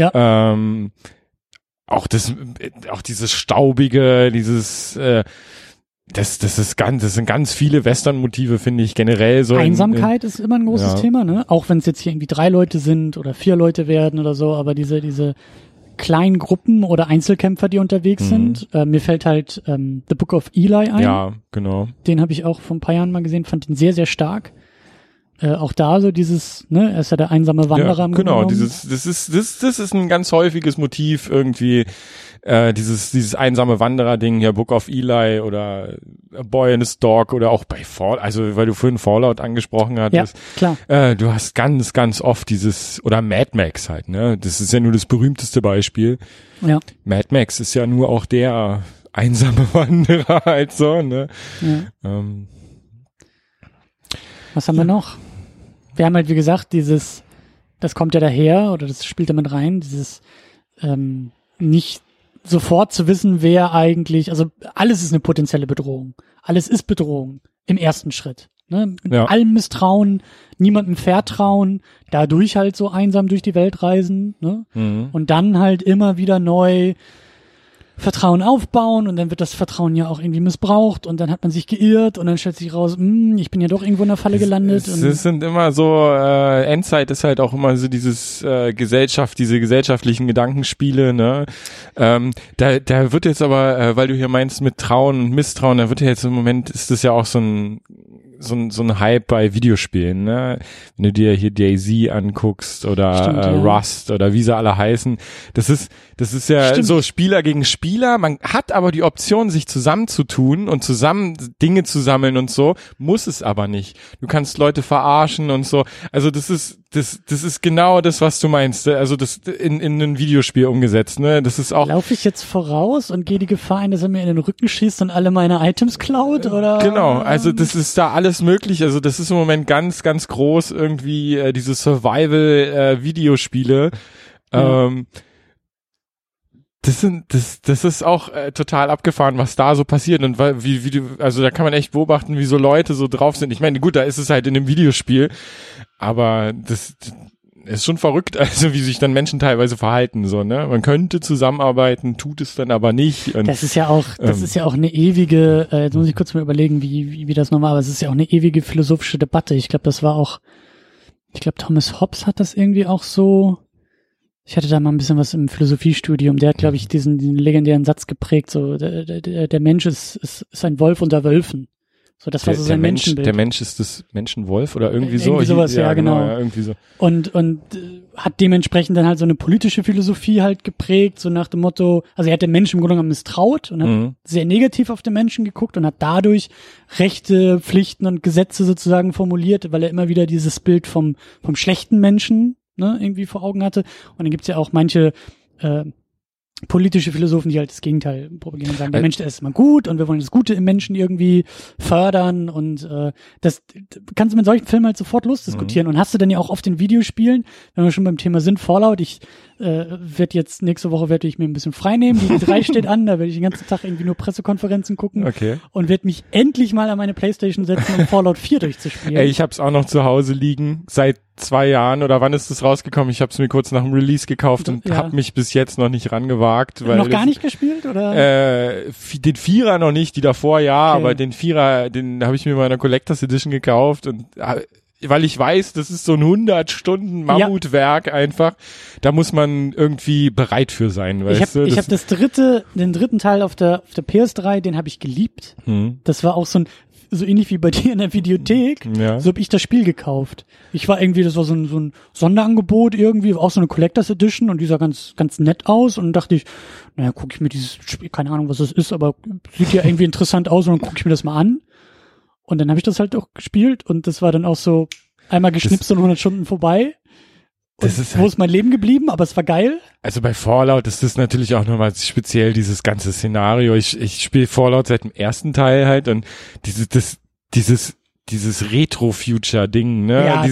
Speaker 2: auch dieses Staubige, dieses das sind ganz viele Western-Motive, finde ich, generell so.
Speaker 1: Einsamkeit ist immer ein großes Thema, ne? Auch wenn es jetzt hier irgendwie 3 Leute sind oder 4 Leute werden oder so, aber diese kleinen Gruppen oder Einzelkämpfer, die unterwegs sind. Mir fällt halt The Book of Eli ein.
Speaker 2: Ja, genau.
Speaker 1: Den habe ich auch vor ein paar Jahren mal gesehen, fand ihn sehr, sehr stark. auch da so dieses, ne, er ist ja der einsame Wanderer im
Speaker 2: genau,
Speaker 1: Grunde genommen.
Speaker 2: das ist ein ganz häufiges Motiv irgendwie, dieses einsame Wanderer-Ding, ja, Book of Eli oder A Boy and His Dog oder auch bei Fallout, also weil du vorhin Fallout angesprochen hattest.
Speaker 1: Ja, klar.
Speaker 2: Du hast ganz, ganz oft oder Mad Max halt, ne? Das ist ja nur das berühmteste Beispiel.
Speaker 1: Ja.
Speaker 2: Mad Max ist ja nur auch der einsame Wanderer halt so, ne?
Speaker 1: Ja. Was haben wir noch? Wir haben halt, wie gesagt, das kommt ja daher, oder das spielt damit rein, dieses nicht sofort zu wissen, wer eigentlich, also alles ist eine potenzielle Bedrohung. Alles ist Bedrohung im ersten Schritt. Ne?
Speaker 2: Ja.
Speaker 1: Allem misstrauen, niemandem vertrauen, dadurch halt so einsam durch die Welt reisen, ne?
Speaker 2: Mhm.
Speaker 1: Und dann halt immer wieder neu Vertrauen aufbauen und dann wird das Vertrauen ja auch irgendwie missbraucht und dann hat man sich geirrt und dann stellt sich raus, ich bin ja doch irgendwo in der Falle gelandet.
Speaker 2: Es sind immer so, Endzeit ist halt auch immer so dieses diese gesellschaftlichen Gedankenspiele, ne? Da wird jetzt aber, weil du hier meinst mit Trauen und Misstrauen, da wird ja jetzt im Moment, ist das ja auch so ein Hype bei Videospielen, ne? Wenn du dir hier DayZ anguckst oder
Speaker 1: Stimmt, ja.
Speaker 2: Rust oder wie sie alle heißen, das ist ja
Speaker 1: Stimmt.
Speaker 2: so Spieler gegen Spieler. Man hat aber die Option, sich zusammenzutun und zusammen Dinge zu sammeln und so, muss es aber nicht. Du kannst Leute verarschen und so. Also das ist genau das, was du meinst. Also das in ein Videospiel umgesetzt, ne? Das ist auch.
Speaker 1: Laufe ich jetzt voraus und gehe die Gefahr ein, dass er mir in den Rücken schießt und alle meine Items klaut, oder?
Speaker 2: Genau, also das ist da alles möglich. Also das ist im Moment ganz, ganz groß irgendwie diese Survival-Videospiele.
Speaker 1: Ja.
Speaker 2: Das ist auch total abgefahren, was da so passiert und wie du, also da kann man echt beobachten, wie so Leute so drauf sind. Ich meine, gut, da ist es halt in einem Videospiel, aber das ist schon verrückt, also wie sich dann Menschen teilweise verhalten, so, ne? Man könnte zusammenarbeiten, tut es dann aber nicht. Und,
Speaker 1: das ist ja auch eine ewige, jetzt muss ich kurz mal überlegen, wie das nochmal, aber es ist ja auch eine ewige philosophische Debatte. Ich glaube, Thomas Hobbes hat das irgendwie auch so. Ich hatte da mal ein bisschen was im Philosophiestudium. Der hat, glaube ich, diesen legendären Satz geprägt, so, der Mensch ist ein Wolf unter Wölfen. So, das war so sein Menschenbild.
Speaker 2: Der Mensch ist das Menschenwolf oder irgendwie so.
Speaker 1: Irgendwie sowas, ja, genau.
Speaker 2: Ja, irgendwie so.
Speaker 1: Und hat dementsprechend dann halt so eine politische Philosophie halt geprägt, so nach dem Motto, also er hat den Menschen im Grunde genommen misstraut und hat sehr negativ auf den Menschen geguckt und hat dadurch Rechte, Pflichten und Gesetze sozusagen formuliert, weil er immer wieder dieses Bild vom schlechten Menschen, ne, irgendwie vor Augen hatte. Und dann gibt's ja auch manche politische Philosophen, die halt das Gegenteil propagieren und sagen, der Mensch, der ist immer gut und wir wollen das Gute im Menschen irgendwie fördern und das kannst du mit solchen Filmen halt sofort losdiskutieren und hast du dann ja auch oft in Videospielen, wenn wir schon beim Thema sind, Fallout, werde jetzt nächste Woche werde ich mir ein bisschen frei nehmen, die 3 steht an, da werde ich den ganzen Tag irgendwie nur Pressekonferenzen gucken und werde mich endlich mal an meine Playstation setzen, um Fallout 4 durchzuspielen.
Speaker 2: Ey, ich hab's auch noch zu Hause liegen, seit 2 Jahren oder wann ist das rausgekommen? Ich habe es mir kurz nach dem Release gekauft und habe mich bis jetzt noch nicht rangewagt. Weil
Speaker 1: noch gar nicht gespielt, oder?
Speaker 2: Den Vierer noch nicht, die davor ja, aber den Vierer, den habe ich mir in meiner Collectors Edition gekauft und weil ich weiß, das ist so ein 100 Stunden Mammutwerk einfach. Da muss man irgendwie bereit für sein, weißt du?
Speaker 1: Ich habe den dritten Teil auf der PS3, den habe ich geliebt. Das war auch so ähnlich wie bei dir in der Videothek, so habe ich das Spiel gekauft. Das war so ein Sonderangebot irgendwie, auch so eine Collectors Edition und die sah ganz, ganz nett aus und dann dachte ich, naja, gucke ich mir dieses Spiel, keine Ahnung, was das ist, aber sieht ja irgendwie interessant aus und dann gucke ich mir das mal an. Und dann habe ich das halt auch gespielt und das war dann auch so einmal geschnipst und 100 Stunden vorbei. Wo ist mein Leben geblieben, aber es war geil.
Speaker 2: Also bei Fallout ist das natürlich auch nochmal speziell dieses ganze Szenario. Ich spiele Fallout seit dem ersten Teil halt und dieses Retro-Future-Ding, ne?
Speaker 1: Ja,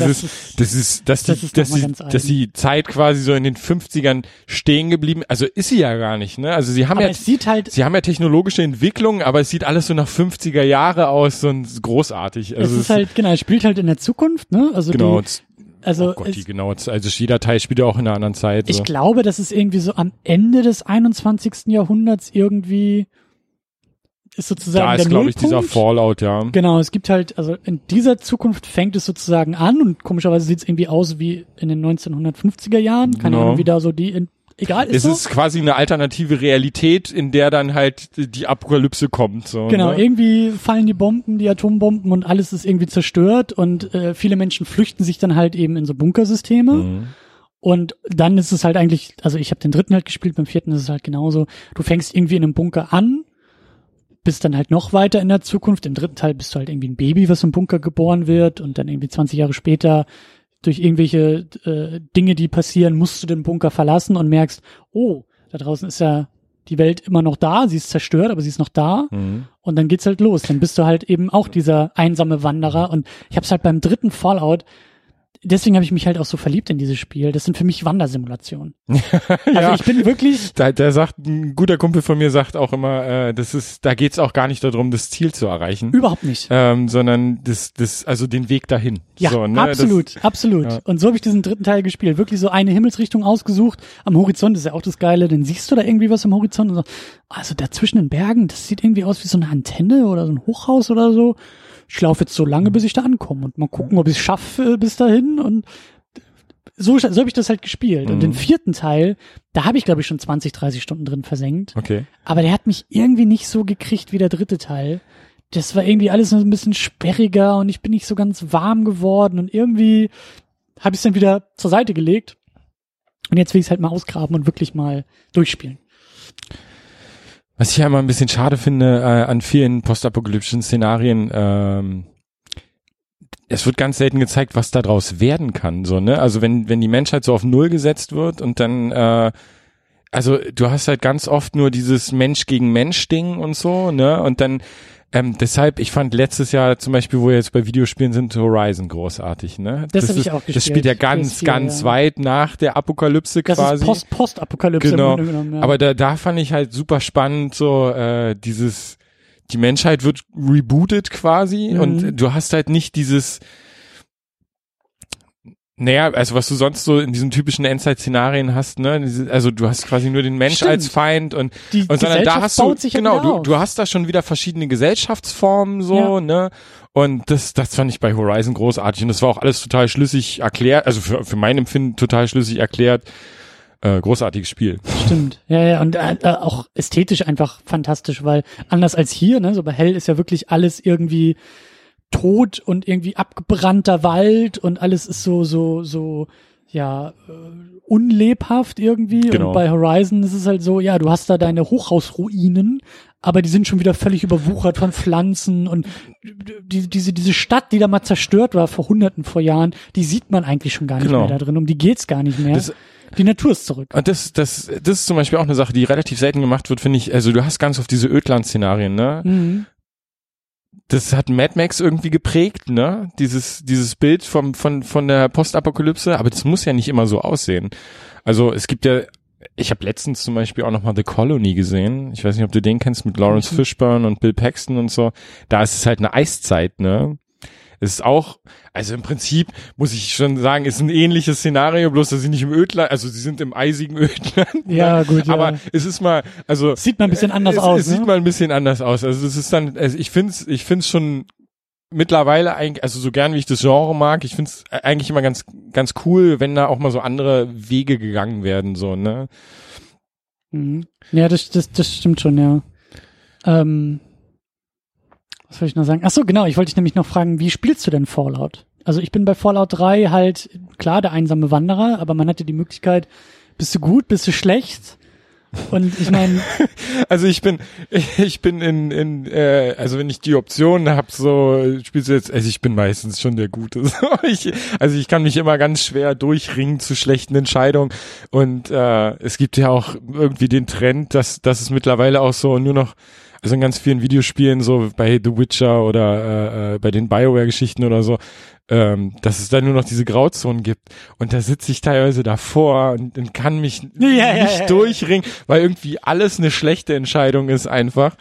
Speaker 2: dass die Zeit quasi so in den 50ern stehen geblieben, also ist sie ja gar nicht, ne? Also sie haben ja technologische Entwicklungen, aber es sieht alles so nach 50er Jahre aus, so großartig. Also
Speaker 1: es spielt halt in der Zukunft, ne? Also
Speaker 2: genau.
Speaker 1: Also
Speaker 2: jeder Teil spielt ja auch in einer anderen Zeit. So.
Speaker 1: Ich glaube, das ist irgendwie so am Ende des 21. Jahrhunderts irgendwie ist sozusagen
Speaker 2: da
Speaker 1: der
Speaker 2: ist, glaube ich,
Speaker 1: Nullpunkt.
Speaker 2: dieser Fallout, ja.
Speaker 1: Genau, es gibt halt, also in dieser Zukunft fängt es sozusagen an und komischerweise sieht es irgendwie aus wie in den 1950er Jahren. Keine Ahnung, wie da so die egal,
Speaker 2: es ist quasi eine alternative Realität, in der dann halt die Apokalypse kommt. So,
Speaker 1: genau,
Speaker 2: ne?
Speaker 1: irgendwie fallen die Bomben, die Atombomben und alles ist irgendwie zerstört und viele Menschen flüchten sich dann halt eben in so Bunkersysteme.
Speaker 2: Mhm.
Speaker 1: Und dann ist es halt eigentlich, also ich habe den 3. halt gespielt, beim 4. ist es halt genauso. Du fängst irgendwie in einem Bunker an, bist dann halt noch weiter in der Zukunft. Im 3. Teil bist du halt irgendwie ein Baby, was im Bunker geboren wird und dann irgendwie 20 Jahre später durch irgendwelche Dinge, die passieren, musst du den Bunker verlassen und merkst, oh, da draußen ist ja die Welt immer noch da, sie ist zerstört, aber sie ist noch da.
Speaker 2: Mhm.
Speaker 1: Und dann geht's halt los. Dann bist du halt eben auch dieser einsame Wanderer. Und ich hab's halt beim 3. Fallout, deswegen habe ich mich halt auch so verliebt in dieses Spiel. Das sind für mich Wandersimulationen. Also ich bin wirklich...
Speaker 2: Der sagt, ein guter Kumpel von mir sagt auch immer, da geht's auch gar nicht darum, das Ziel zu erreichen.
Speaker 1: Überhaupt nicht.
Speaker 2: Sondern also den Weg dahin.
Speaker 1: Ja,
Speaker 2: so, ne?
Speaker 1: absolut. Ja. Und so habe ich diesen 3. Teil gespielt. Wirklich so eine Himmelsrichtung ausgesucht. Am Horizont ist ja auch das Geile. Dann siehst du da irgendwie was am Horizont und so, also da zwischen den Bergen, das sieht irgendwie aus wie so eine Antenne oder so ein Hochhaus oder so. Ich laufe jetzt so lange, bis ich da ankomme und mal gucken, ob ich es schaffe bis dahin und so habe ich das halt gespielt. Und den 4. Teil, da habe ich glaube ich schon 20, 30 Stunden drin versenkt.
Speaker 2: Okay.
Speaker 1: Aber der hat mich irgendwie nicht so gekriegt wie der 3. Teil. Das war irgendwie alles noch ein bisschen sperriger und ich bin nicht so ganz warm geworden und irgendwie habe ich es dann wieder zur Seite gelegt. Und jetzt will ich es halt mal ausgraben und wirklich mal durchspielen.
Speaker 2: Was ich ja immer ein bisschen schade finde an vielen postapokalyptischen Szenarien, es wird ganz selten gezeigt, was da draus werden kann, so, ne? Also wenn die Menschheit so auf Null gesetzt wird und dann, also du hast halt ganz oft nur dieses Mensch gegen Mensch Ding und so, ne? Und dann deshalb, ich fand letztes Jahr zum Beispiel, wo wir jetzt bei Videospielen sind, Horizon großartig, ne?
Speaker 1: Das habe ich auch gespielt.
Speaker 2: Das spielt ja ganz weit nach der Apokalypse quasi.
Speaker 1: Das ist Postapokalypse.
Speaker 2: Genau.
Speaker 1: Im Grunde genommen, ja.
Speaker 2: Aber da fand ich halt super spannend, so die Menschheit wird rebootet quasi und du hast halt nicht dieses, naja, also was du sonst so in diesen typischen Endzeit-Szenarien hast, ne, also du hast quasi nur den Mensch als Feind und sondern da hast du, genau, du hast da schon wieder verschiedene Gesellschaftsformen so, ne, und das fand ich bei Horizon großartig und das war auch alles total schlüssig erklärt, also für mein Empfinden total schlüssig erklärt. Großartiges Spiel.
Speaker 1: Stimmt. Ja, und auch ästhetisch einfach fantastisch, weil anders als hier, ne, so bei Hell ist ja wirklich alles irgendwie tot und irgendwie abgebrannter Wald und alles ist so unlebhaft irgendwie. Genau. Und bei Horizon ist es halt so, ja, du hast da deine Hochhausruinen, aber die sind schon wieder völlig überwuchert von Pflanzen und diese Stadt, die da mal zerstört war vor Hunderten von Jahren, die sieht man eigentlich schon gar nicht mehr da drin, um die geht's gar nicht mehr. Die Natur ist zurück.
Speaker 2: Und das ist zum Beispiel auch eine Sache, die relativ selten gemacht wird, finde ich. Also du hast ganz oft diese Ödland-Szenarien, ne? Mhm. Das hat Mad Max irgendwie geprägt, ne? Dieses Bild von der Postapokalypse, aber das muss ja nicht immer so aussehen. Also es gibt ja, ich habe letztens zum Beispiel auch nochmal The Colony gesehen. Ich weiß nicht, ob du den kennst, mit Lawrence Fishburne und Bill Paxton und so. Da ist es halt eine Eiszeit, ne? Es ist auch, also im Prinzip muss ich schon sagen, ist ein ähnliches Szenario, bloß dass sie nicht im Ödland, also sie sind im eisigen Ödland.
Speaker 1: Ja, gut, ja.
Speaker 2: Aber es ist mal, also.
Speaker 1: Sieht mal ein bisschen anders aus.
Speaker 2: Es sieht mal ein bisschen anders aus. Also das ist dann, also ich find's schon mittlerweile eigentlich, also so gern wie ich das Genre mag, ich find's eigentlich immer ganz, ganz cool, wenn da auch mal so andere Wege gegangen werden, so, ne?
Speaker 1: Mhm. Ja, das stimmt schon, ja. Was wollte ich noch sagen? Ach so, genau, ich wollte dich nämlich noch fragen, wie spielst du denn Fallout? Also ich bin bei Fallout 3 halt, klar, der einsame Wanderer, aber man hatte die Möglichkeit, bist du gut, bist du schlecht? Und ich meine,
Speaker 2: also ich bin also wenn ich die Option habe, so spielst du jetzt, also ich bin meistens schon der Gute. Also ich kann mich immer ganz schwer durchringen zu schlechten Entscheidungen und es gibt ja auch irgendwie den Trend, dass es mittlerweile auch so nur noch, also in ganz vielen Videospielen, so bei The Witcher oder bei den BioWare-Geschichten oder so, dass es da nur noch diese Grauzonen gibt. Und da sitze ich teilweise davor und kann mich nicht durchringen, weil irgendwie alles eine schlechte Entscheidung ist einfach.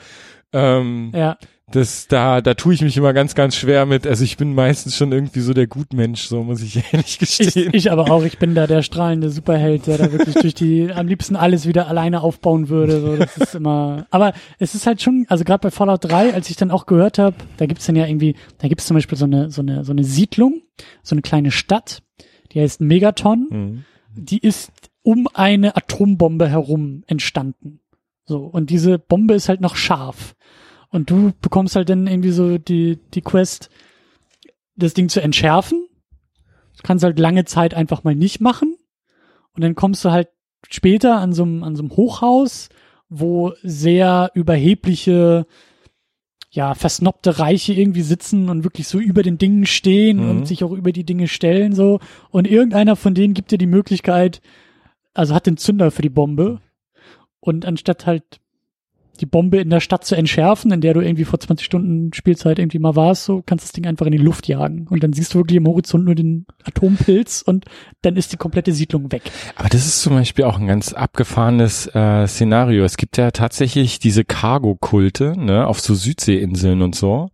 Speaker 2: Da tue ich mich immer ganz, ganz schwer mit. Also ich bin meistens schon irgendwie so der Gutmensch, so muss ich ehrlich gestehen.
Speaker 1: Ich aber auch. Ich bin da der strahlende Superheld, der da wirklich am liebsten alles wieder alleine aufbauen würde. So, das ist immer. Aber es ist halt schon, also gerade bei Fallout 3, als ich dann auch gehört habe, da gibt's dann ja irgendwie, da gibt's zum Beispiel so eine Siedlung, so eine kleine Stadt, die heißt Megaton. Mhm. Die ist um eine Atombombe herum entstanden. So, und diese Bombe ist halt noch scharf. Und du bekommst halt dann irgendwie so die Quest, das Ding zu entschärfen. Du kannst halt lange Zeit einfach mal nicht machen. Und dann kommst du halt später an so einem Hochhaus, wo sehr überhebliche, ja, versnobte Reiche irgendwie sitzen und wirklich so über den Dingen stehen und sich auch über die Dinge stellen, so. Und irgendeiner von denen gibt dir die Möglichkeit, also hat den Zünder für die Bombe. Und anstatt halt die Bombe in der Stadt zu entschärfen, in der du irgendwie vor 20 Stunden Spielzeit irgendwie mal warst, so kannst du das Ding einfach in die Luft jagen. Und dann siehst du wirklich im Horizont nur den Atompilz und dann ist die komplette Siedlung weg.
Speaker 2: Aber das ist zum Beispiel auch ein ganz abgefahrenes Szenario. Es gibt ja tatsächlich diese Cargo-Kulte, ne, auf so Südseeinseln und so.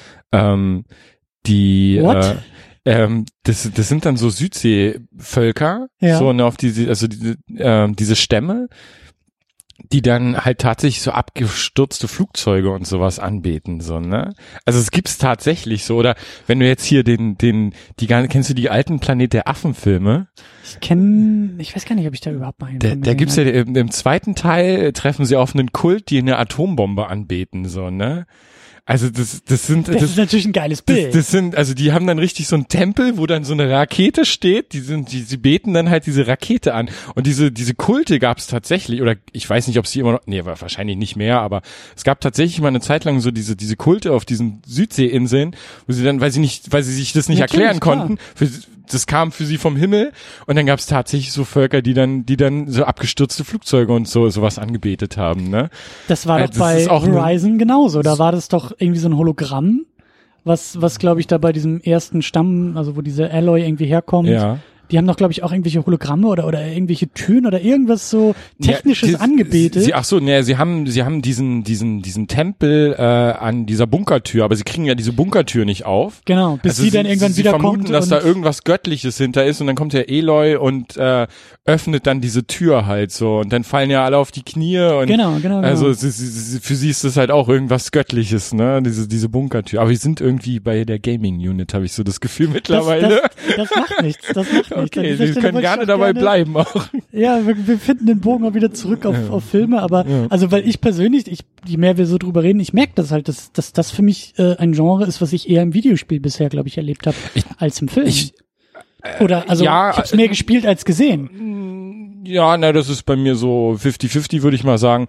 Speaker 1: What?
Speaker 2: Das sind dann so Südseevölker,
Speaker 1: Ja.
Speaker 2: so, ne, auf diese Stämme, die dann halt tatsächlich so abgestürzte Flugzeuge und sowas anbeten, so, ne? Also es gibt's tatsächlich so, oder wenn du jetzt hier kennst du die alten Planet der Affen-Filme?
Speaker 1: Ich weiß gar nicht, ob ich da überhaupt mal einen
Speaker 2: Da gibt's ja im zweiten Teil treffen sie auf einen Kult, die eine Atombombe anbeten, so, ne? Also das
Speaker 1: ist natürlich ein geiles Bild.
Speaker 2: Die haben dann richtig so einen Tempel, wo dann so eine Rakete steht, sie beten dann halt diese Rakete an. Und diese Kulte gab es tatsächlich, oder ich weiß nicht, ob sie immer noch, nee, wahrscheinlich nicht mehr, aber es gab tatsächlich mal eine Zeit lang so diese Kulte auf diesen Südseeinseln, wo sie dann, weil sie sich das nicht
Speaker 1: Natürlich,
Speaker 2: erklären konnten, das kam für sie vom Himmel, und dann gab es tatsächlich so Völker, die dann so abgestürzte Flugzeuge und sowas angebetet haben, ne?
Speaker 1: Das war doch bei Horizon genauso. Da war das doch irgendwie so ein Hologramm, was glaube ich da bei diesem ersten Stamm, also wo diese Alloy irgendwie herkommt.
Speaker 2: Ja.
Speaker 1: Die haben doch, glaube ich, auch irgendwelche Hologramme oder irgendwelche Türen oder irgendwas so Technisches angebetet.
Speaker 2: Sie haben diesen Tempel an dieser Bunkertür, aber sie kriegen ja diese Bunkertür nicht auf.
Speaker 1: Genau, bis sie dann irgendwann wiederkommt.
Speaker 2: Sie vermuten, dass da irgendwas Göttliches hinter ist, und dann kommt der Eloy und öffnet dann diese Tür halt so, und dann fallen ja alle auf die Knie und
Speaker 1: genau.
Speaker 2: Also für sie ist das halt auch irgendwas Göttliches, ne, diese Bunkertür. Aber wir sind irgendwie bei der Gaming Unit, habe ich so das Gefühl mittlerweile.
Speaker 1: Das macht nichts.
Speaker 2: Okay, Sie können gerne dabei bleiben auch.
Speaker 1: Ja, wir finden den Bogen auch wieder zurück auf Filme, aber also weil ich persönlich, je mehr wir so drüber reden, ich merke das halt, dass das für mich ein Genre ist, was ich eher im Videospiel bisher, glaube ich, erlebt habe, als im Film. Ich hab's mehr gespielt als gesehen.
Speaker 2: Ja, das ist bei mir so 50-50, würde ich mal sagen.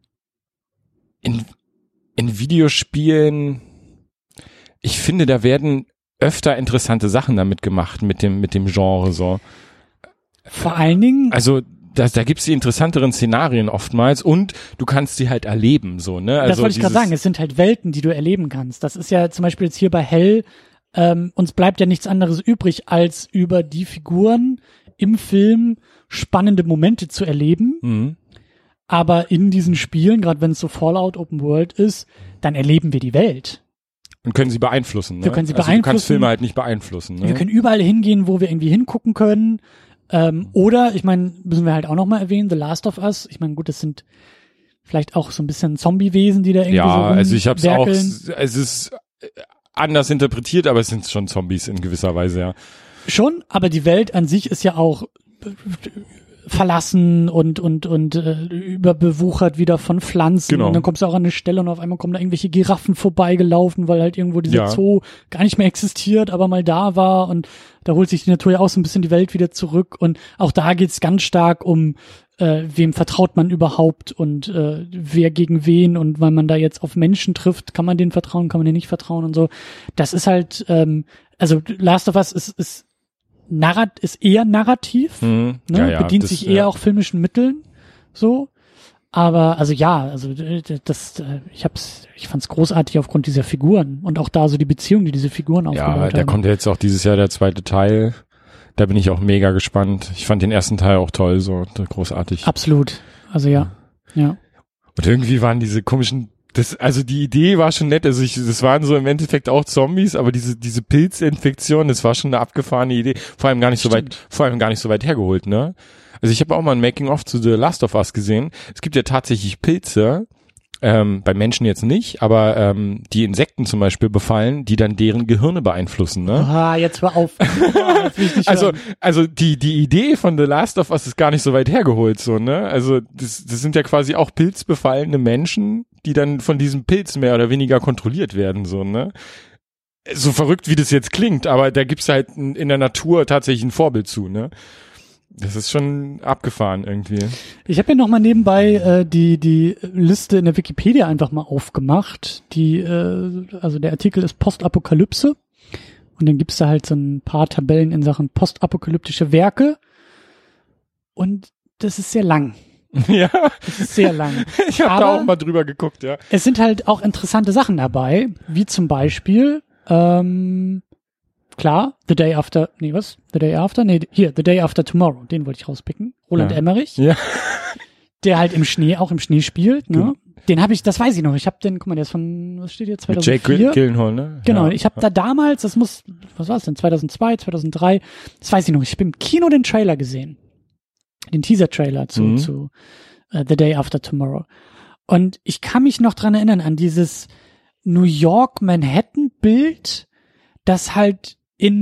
Speaker 2: In Videospielen, ich finde, da werden öfter interessante Sachen damit gemacht, mit dem Genre, so.
Speaker 1: Vor allen Dingen.
Speaker 2: Also, da gibt's die interessanteren Szenarien oftmals, und du kannst sie halt erleben, so, ne? Also
Speaker 1: das wollte ich gerade sagen, es sind halt Welten, die du erleben kannst. Das ist ja zum Beispiel jetzt hier bei Hell, uns bleibt ja nichts anderes übrig, als über die Figuren im Film spannende Momente zu erleben.
Speaker 2: Mhm.
Speaker 1: Aber in diesen Spielen, gerade wenn es so Fallout Open World ist, dann erleben wir die Welt.
Speaker 2: Und können sie beeinflussen, ne?
Speaker 1: Wir können sie beeinflussen.
Speaker 2: Du kannst Filme halt nicht beeinflussen, ne?
Speaker 1: Wir können überall hingehen, wo wir irgendwie hingucken können. Oder, ich meine, müssen wir halt auch nochmal erwähnen, The Last of Us. Ich meine, gut, das sind vielleicht auch so ein bisschen Zombie-Wesen, die da irgendwie so
Speaker 2: also ich hab's auch,
Speaker 1: werkeln.
Speaker 2: es ist anders interpretiert, aber es sind schon Zombies in gewisser Weise, ja.
Speaker 1: Schon, aber die Welt an sich ist ja auch verlassen und überbewuchert wieder von Pflanzen.
Speaker 2: Genau.
Speaker 1: Und dann kommst du auch an eine Stelle und auf einmal kommen da irgendwelche Giraffen vorbeigelaufen, weil halt irgendwo dieser Zoo gar nicht mehr existiert, aber mal da war, und da holt sich die Natur ja auch so ein bisschen die Welt wieder zurück, und auch da geht's ganz stark um wem vertraut man überhaupt und wer gegen wen, und weil man da jetzt auf Menschen trifft, kann man denen vertrauen, kann man denen nicht vertrauen und so. Das ist halt, also Last of Us ist eher narrativ, ne? Bedient sich eher auch filmischen Mitteln, so. Aber, also ich fand's großartig aufgrund dieser Figuren und auch da so die Beziehung, die diese Figuren aufgebaut haben.
Speaker 2: Ja, da kommt ja jetzt auch dieses Jahr der zweite Teil. Da bin ich auch mega gespannt. Ich fand den ersten Teil auch toll, so großartig.
Speaker 1: Absolut. Also ja.
Speaker 2: Und irgendwie waren diese komischen, also die Idee war schon nett, also das waren so im Endeffekt auch Zombies, aber diese Pilzinfektion, das war schon eine abgefahrene Idee, vor allem gar nicht so weit hergeholt, ne? Also ich habe auch mal ein Making-of zu The Last of Us gesehen. Es gibt ja tatsächlich Pilze, bei Menschen jetzt nicht, aber die Insekten zum Beispiel befallen, die dann deren Gehirne beeinflussen, ne?
Speaker 1: Ah, jetzt hör auf. Das will ich nicht hören.
Speaker 2: Also die Idee von The Last of Us ist gar nicht so weit hergeholt, so, ne? Also das sind ja quasi auch pilzbefallene Menschen, die dann von diesem Pilz mehr oder weniger kontrolliert werden, so, ne? So verrückt, wie das jetzt klingt, aber da gibt's halt in der Natur tatsächlich ein Vorbild zu, ne? Das ist schon abgefahren irgendwie.
Speaker 1: Ich habe ja noch mal nebenbei die Liste in der Wikipedia einfach mal aufgemacht. Also der Artikel ist Postapokalypse und dann gibt's da halt so ein paar Tabellen in Sachen postapokalyptische Werke und das ist sehr lang.
Speaker 2: Ja.
Speaker 1: Das ist sehr lang.
Speaker 2: Ich habe da auch mal drüber geguckt, ja.
Speaker 1: Es sind halt auch interessante Sachen dabei, wie zum Beispiel klar, The Day After Tomorrow, den wollte ich rauspicken. Roland Emmerich.
Speaker 2: Ja.
Speaker 1: Der halt auch im Schnee spielt, ne? Genau. Den habe ich, das weiß ich noch. Ich habe den, guck mal, der ist von, was steht hier, 2004?
Speaker 2: Jake Gyllenhaal, ne?
Speaker 1: Genau,
Speaker 2: ja.
Speaker 1: ich habe da damals, was war es denn, 2002, 2003, das weiß ich noch. Ich habe im Kino den Trailer gesehen. Den Teaser-Trailer zu The Day After Tomorrow. Und ich kann mich noch dran erinnern an dieses New York Manhattan-Bild, das halt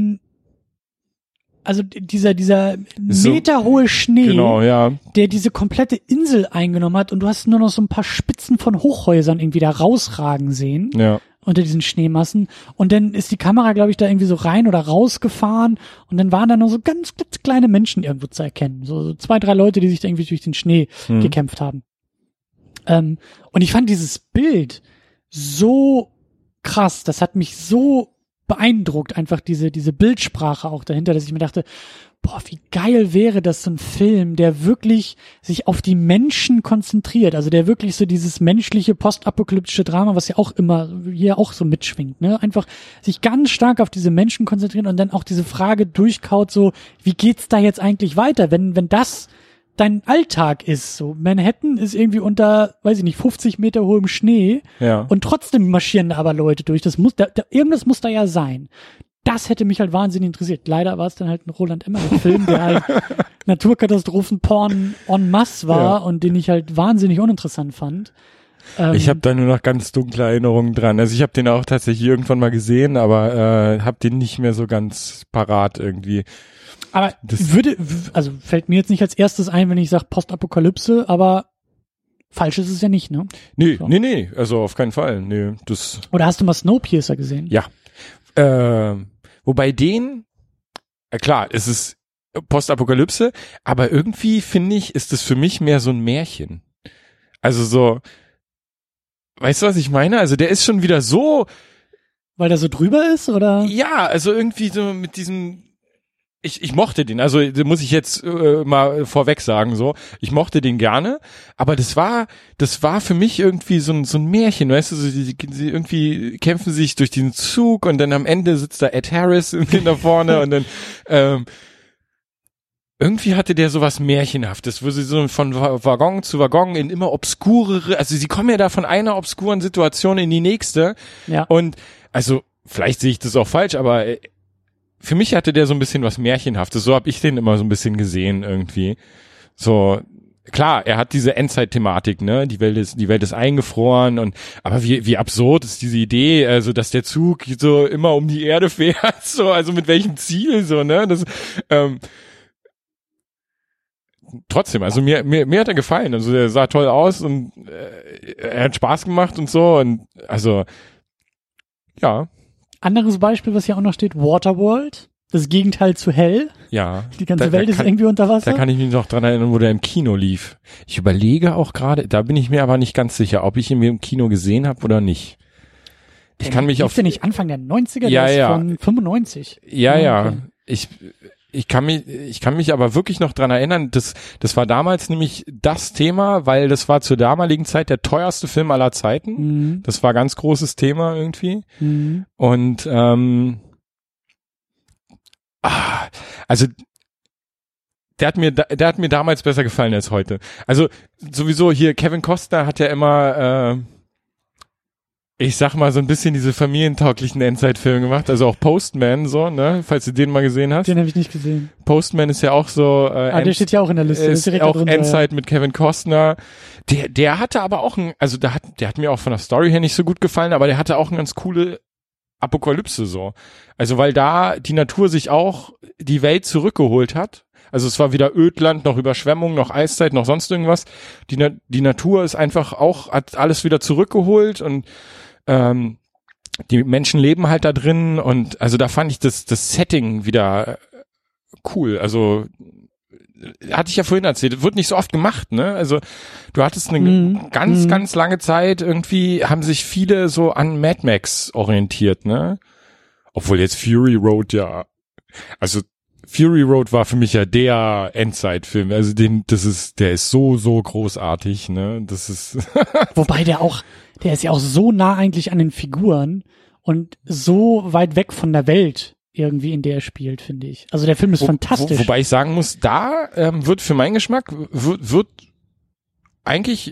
Speaker 1: dieser meterhohe Schnee,
Speaker 2: genau, ja,
Speaker 1: der diese komplette Insel eingenommen hat und du hast nur noch so ein paar Spitzen von Hochhäusern irgendwie da rausragen sehen,
Speaker 2: ja,
Speaker 1: unter diesen Schneemassen und dann ist die Kamera, glaube ich, da irgendwie so rein oder rausgefahren und dann waren da nur so ganz kleine Menschen irgendwo zu erkennen, so 2, 3 Leute, die sich da irgendwie durch den Schnee gekämpft haben. Und ich fand dieses Bild so krass, das hat mich so beeindruckt, einfach diese Bildsprache auch dahinter, dass ich mir dachte, boah, wie geil wäre das, so ein Film, der wirklich sich auf die Menschen konzentriert, also der wirklich so dieses menschliche, postapokalyptische Drama, was ja auch immer hier auch so mitschwingt, ne, einfach sich ganz stark auf diese Menschen konzentrieren und dann auch diese Frage durchkaut, so, wie geht's da jetzt eigentlich weiter, wenn das dein Alltag ist, so. Manhattan ist irgendwie unter, weiß ich nicht, 50 Meter hohem Schnee.
Speaker 2: Ja.
Speaker 1: Und trotzdem marschieren da aber Leute durch. Das muss, irgendwas muss da ja sein. Das hätte mich halt wahnsinnig interessiert. Leider war es dann halt ein Roland Emmerich-Film, der halt Naturkatastrophen-Porn en masse war und den ich halt wahnsinnig uninteressant fand.
Speaker 2: Ich habe da nur noch ganz dunkle Erinnerungen dran. Also ich habe den auch tatsächlich irgendwann mal gesehen, aber habe den nicht mehr so ganz parat irgendwie.
Speaker 1: Aber fällt mir jetzt nicht als erstes ein, wenn ich sage Postapokalypse, aber falsch ist es ja nicht, ne?
Speaker 2: Nee,
Speaker 1: so.
Speaker 2: nee, also auf keinen Fall. Nee, das.
Speaker 1: Oder hast du mal Snowpiercer gesehen?
Speaker 2: Ja. Wobei klar, es ist Postapokalypse, aber irgendwie finde ich, ist es für mich mehr so ein Märchen. Also so, weißt du, was ich meine? Also der ist schon wieder so.
Speaker 1: Weil der so drüber ist, oder?
Speaker 2: Ja, also irgendwie so mit diesem. Ich mochte den, also muss ich jetzt mal vorweg sagen, so, ich mochte den gerne, aber das war für mich irgendwie so ein Märchen, weißt du, so, sie irgendwie kämpfen sich durch den Zug und dann am Ende sitzt da Ed Harris da vorne und dann irgendwie hatte der sowas Märchenhaftes, wo sie so von Waggon zu Waggon in immer obskurere, also sie kommen ja da von einer obskuren Situation in die nächste.
Speaker 1: Ja.
Speaker 2: Und also vielleicht sehe ich das auch falsch, aber für mich hatte der so ein bisschen was Märchenhaftes. So habe ich den immer so ein bisschen gesehen irgendwie. So, klar, er hat diese Endzeit-Thematik, ne? Die Welt ist eingefroren aber wie absurd ist diese Idee, also dass der Zug so immer um die Erde fährt, so, also mit welchem Ziel, so, ne? Das, trotzdem, also mir hat er gefallen. Also er sah toll aus und er hat Spaß gemacht und so und also ja.
Speaker 1: Anderes Beispiel, was hier auch noch steht, Waterworld, das Gegenteil zu Hell.
Speaker 2: Ja.
Speaker 1: Die ganze Welt ist irgendwie unter Wasser.
Speaker 2: Da kann ich mich noch dran erinnern, wo der im Kino lief. Ich überlege auch gerade, da bin ich mir aber nicht ganz sicher, ob ich ihn im Kino gesehen habe oder nicht. Ich kann mich auf.
Speaker 1: Lief der nicht Anfang der 90er?
Speaker 2: Ja,
Speaker 1: der ist
Speaker 2: ja.
Speaker 1: Von 95.
Speaker 2: Ja.
Speaker 1: Okay.
Speaker 2: Ich kann mich aber wirklich noch dran erinnern, das war damals nämlich das Thema, weil das war zur damaligen Zeit der teuerste Film aller Zeiten.
Speaker 1: Mhm.
Speaker 2: Das war ganz großes Thema irgendwie.
Speaker 1: Mhm.
Speaker 2: Und also der hat mir damals besser gefallen als heute. Also sowieso hier Kevin Costner hat ja immer ich sag mal, so ein bisschen diese familientauglichen Endzeitfilme gemacht, also auch Postman so, ne, falls du den mal gesehen hast.
Speaker 1: Den habe ich nicht gesehen.
Speaker 2: Postman ist ja auch so,
Speaker 1: Der steht ja auch in der Liste.
Speaker 2: ist
Speaker 1: direkt
Speaker 2: auch
Speaker 1: darunter,
Speaker 2: Endzeit mit Kevin Costner. Der hatte aber auch der hat mir auch von der Story her nicht so gut gefallen, aber der hatte auch eine ganz coole Apokalypse so. Also weil da die Natur sich auch die Welt zurückgeholt hat. Also es war wieder Ödland, noch Überschwemmung, noch Eiszeit, noch sonst irgendwas. Die Natur ist einfach auch, hat alles wieder zurückgeholt und die Menschen leben halt da drin und also da fand ich das Setting wieder cool. Also hatte ich ja vorhin erzählt, wird nicht so oft gemacht, ne? Also du hattest eine ganz lange Zeit irgendwie, haben sich viele so an Mad Max orientiert, ne? Obwohl jetzt Fury Road also Fury Road war für mich ja der Endzeitfilm. Also der ist so großartig, ne? Das ist
Speaker 1: Wobei der ist ja auch so nah eigentlich an den Figuren und so weit weg von der Welt irgendwie, in der er spielt, finde ich. Also der Film ist fantastisch.
Speaker 2: Wobei ich sagen muss, da wird für meinen Geschmack wird eigentlich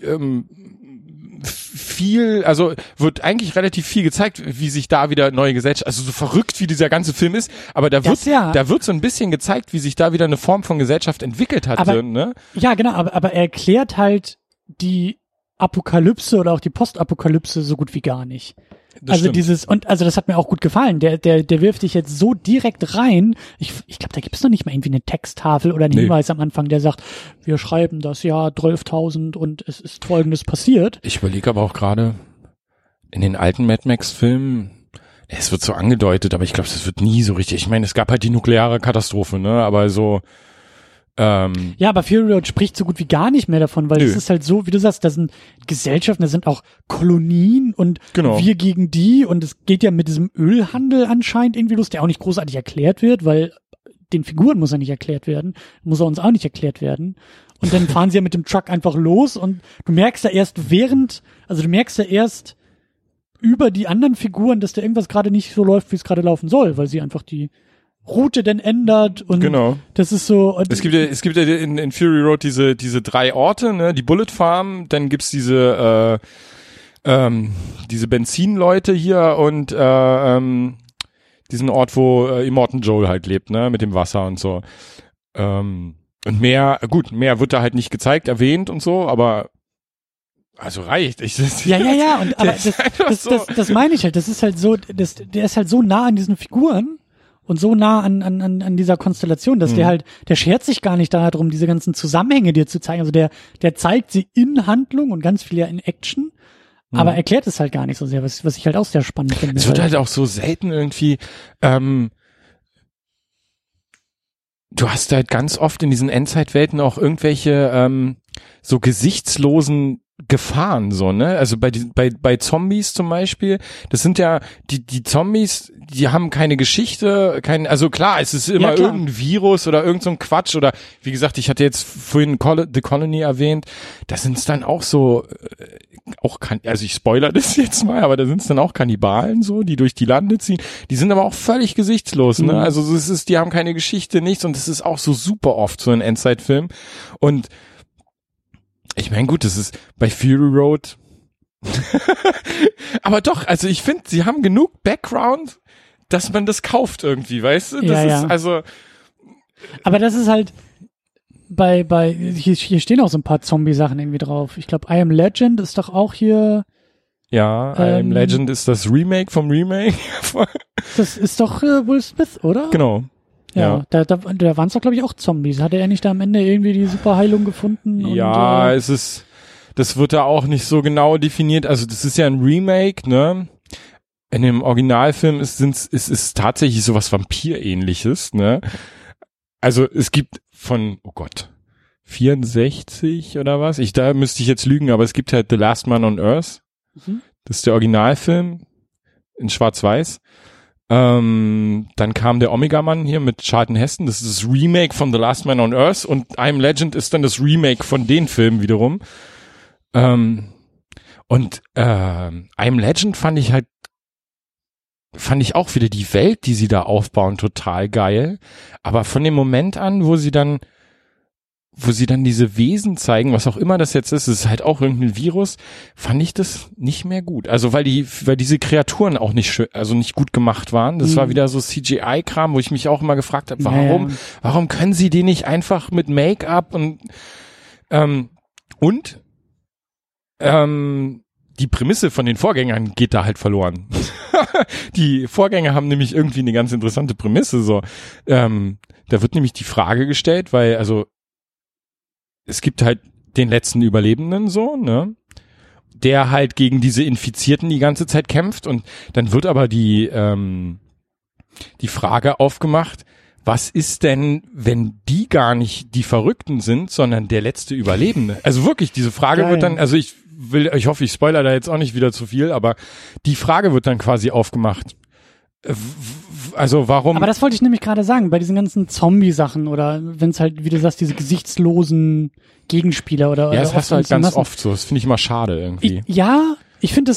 Speaker 2: wird eigentlich relativ viel gezeigt, wie sich da wieder neue Gesellschaft, also so verrückt wie dieser ganze Film ist, aber da wird so ein bisschen gezeigt, wie sich da wieder eine Form von Gesellschaft entwickelt hat.
Speaker 1: Aber,
Speaker 2: ne?
Speaker 1: Ja, genau, aber er erklärt halt die Apokalypse oder auch die Postapokalypse so gut wie gar nicht.
Speaker 2: Das stimmt.
Speaker 1: Das hat mir auch gut gefallen. Der wirft dich jetzt so direkt rein. Ich glaube, da gibt's noch nicht mal irgendwie eine Texttafel oder einen Hinweis am Anfang, der sagt, wir schreiben das Jahr 12.000 und es ist Folgendes passiert.
Speaker 2: Ich überlege aber auch gerade, in den alten Mad Max-Filmen, es wird so angedeutet, aber ich glaube, das wird nie so richtig. Ich meine, es gab halt die nukleare Katastrophe, ne? Aber so
Speaker 1: ja, aber Fury Road spricht so gut wie gar nicht mehr davon, weil es ist halt so, wie du sagst, da sind Gesellschaften, da sind auch Kolonien und wir gegen die und es geht ja mit diesem Ölhandel anscheinend irgendwie los, der auch nicht großartig erklärt wird, weil den Figuren muss er nicht erklärt werden, muss er uns auch nicht erklärt werden. Und dann fahren sie ja mit dem Truck einfach los und du merkst ja erst über die anderen Figuren, dass da irgendwas gerade nicht so läuft, wie es gerade laufen soll, weil sie einfach die Route denn ändert und das ist so.
Speaker 2: Es gibt ja in Fury Road diese 3 Orte, ne, die Bullet Farm, dann gibt's diese Benzinleute hier und diesen Ort, wo Immortan Joel halt lebt, ne, mit dem Wasser und so. Und mehr wird da halt nicht gezeigt, erwähnt und so, aber also reicht.
Speaker 1: Ja, und aber das meine ich halt, das ist halt so, der ist halt so nah an diesen Figuren. Und so nah an dieser Konstellation, dass der schert sich gar nicht darum, diese ganzen Zusammenhänge dir zu zeigen. Also der zeigt sie in Handlung und ganz viel ja in Action, aber erklärt es halt gar nicht so sehr, was ich halt auch sehr spannend finde.
Speaker 2: Es wird halt auch so selten irgendwie, du hast halt ganz oft in diesen Endzeitwelten auch irgendwelche so gesichtslosen Gefahren, so, ne? Also bei Zombies zum Beispiel, das sind ja, die Zombies, die haben keine Geschichte, also klar, es ist immer irgendein Virus oder irgend so ein Quatsch oder, wie gesagt, ich hatte jetzt vorhin The Colony erwähnt, da sind es dann auch so, also ich spoiler das jetzt mal, aber da sind es dann auch Kannibalen so, die durch die Lande ziehen, die sind aber auch völlig gesichtslos, ne? Also die haben keine Geschichte, nichts und das ist auch so super oft so ein Endzeitfilm und ich meine, gut, das ist bei Fury Road. Aber doch, also ich finde, sie haben genug Background, dass man das kauft irgendwie, weißt du? Das ist also.
Speaker 1: Aber das ist halt hier stehen auch so ein paar Zombie-Sachen irgendwie drauf. Ich glaube, I Am Legend ist doch auch hier.
Speaker 2: Ja, I Am Legend ist das Remake vom Remake.
Speaker 1: Das ist doch Will Smith, oder?
Speaker 2: Genau.
Speaker 1: Ja, da waren es doch, glaube ich, auch Zombies. Hatte er nicht da am Ende irgendwie die Superheilung gefunden?
Speaker 2: Ja, das wird da auch nicht so genau definiert. Also das ist ja ein Remake, ne? In dem Originalfilm ist tatsächlich sowas Vampirähnliches, ne? Also es gibt von, 64 oder was? Da müsste ich jetzt lügen, aber es gibt halt The Last Man on Earth. Das ist der Originalfilm in Schwarz-Weiß. Dann kam der Omega-Mann hier mit Charlton Heston, das ist das Remake von The Last Man on Earth und I Am Legend ist dann das Remake von den Filmen wiederum. I Am Legend fand ich auch wieder die Welt, die sie da aufbauen, total geil. Aber von dem Moment an, wo wo sie dann diese Wesen zeigen, was auch immer das jetzt ist, es ist halt auch irgendein Virus, fand ich das nicht mehr gut. Also weil diese Kreaturen auch nicht schön, also nicht gut gemacht waren. Das war wieder so CGI-Kram, wo ich mich auch immer gefragt habe, warum können sie die nicht einfach mit Make-up und die Prämisse von den Vorgängern geht da halt verloren. Die Vorgänger haben nämlich irgendwie eine ganz interessante Prämisse, so. Da wird nämlich die Frage gestellt, weil, also, es gibt halt den letzten Überlebenden, so, ne? Der halt gegen diese Infizierten die ganze Zeit kämpft und dann wird aber die Frage aufgemacht, was ist denn, wenn die gar nicht die Verrückten sind, sondern der letzte Überlebende? Also wirklich, diese Frage wird dann, also ich hoffe, ich spoilere da jetzt auch nicht wieder zu viel, aber die Frage wird dann quasi aufgemacht. Also warum?
Speaker 1: Aber das wollte ich nämlich gerade sagen, bei diesen ganzen Zombie-Sachen oder wenn es halt, wie du sagst, diese gesichtslosen Gegenspieler oder
Speaker 2: ja, das hast du halt ganz
Speaker 1: Massen.
Speaker 2: oft so. Das finde ich immer schade irgendwie.
Speaker 1: Ich finde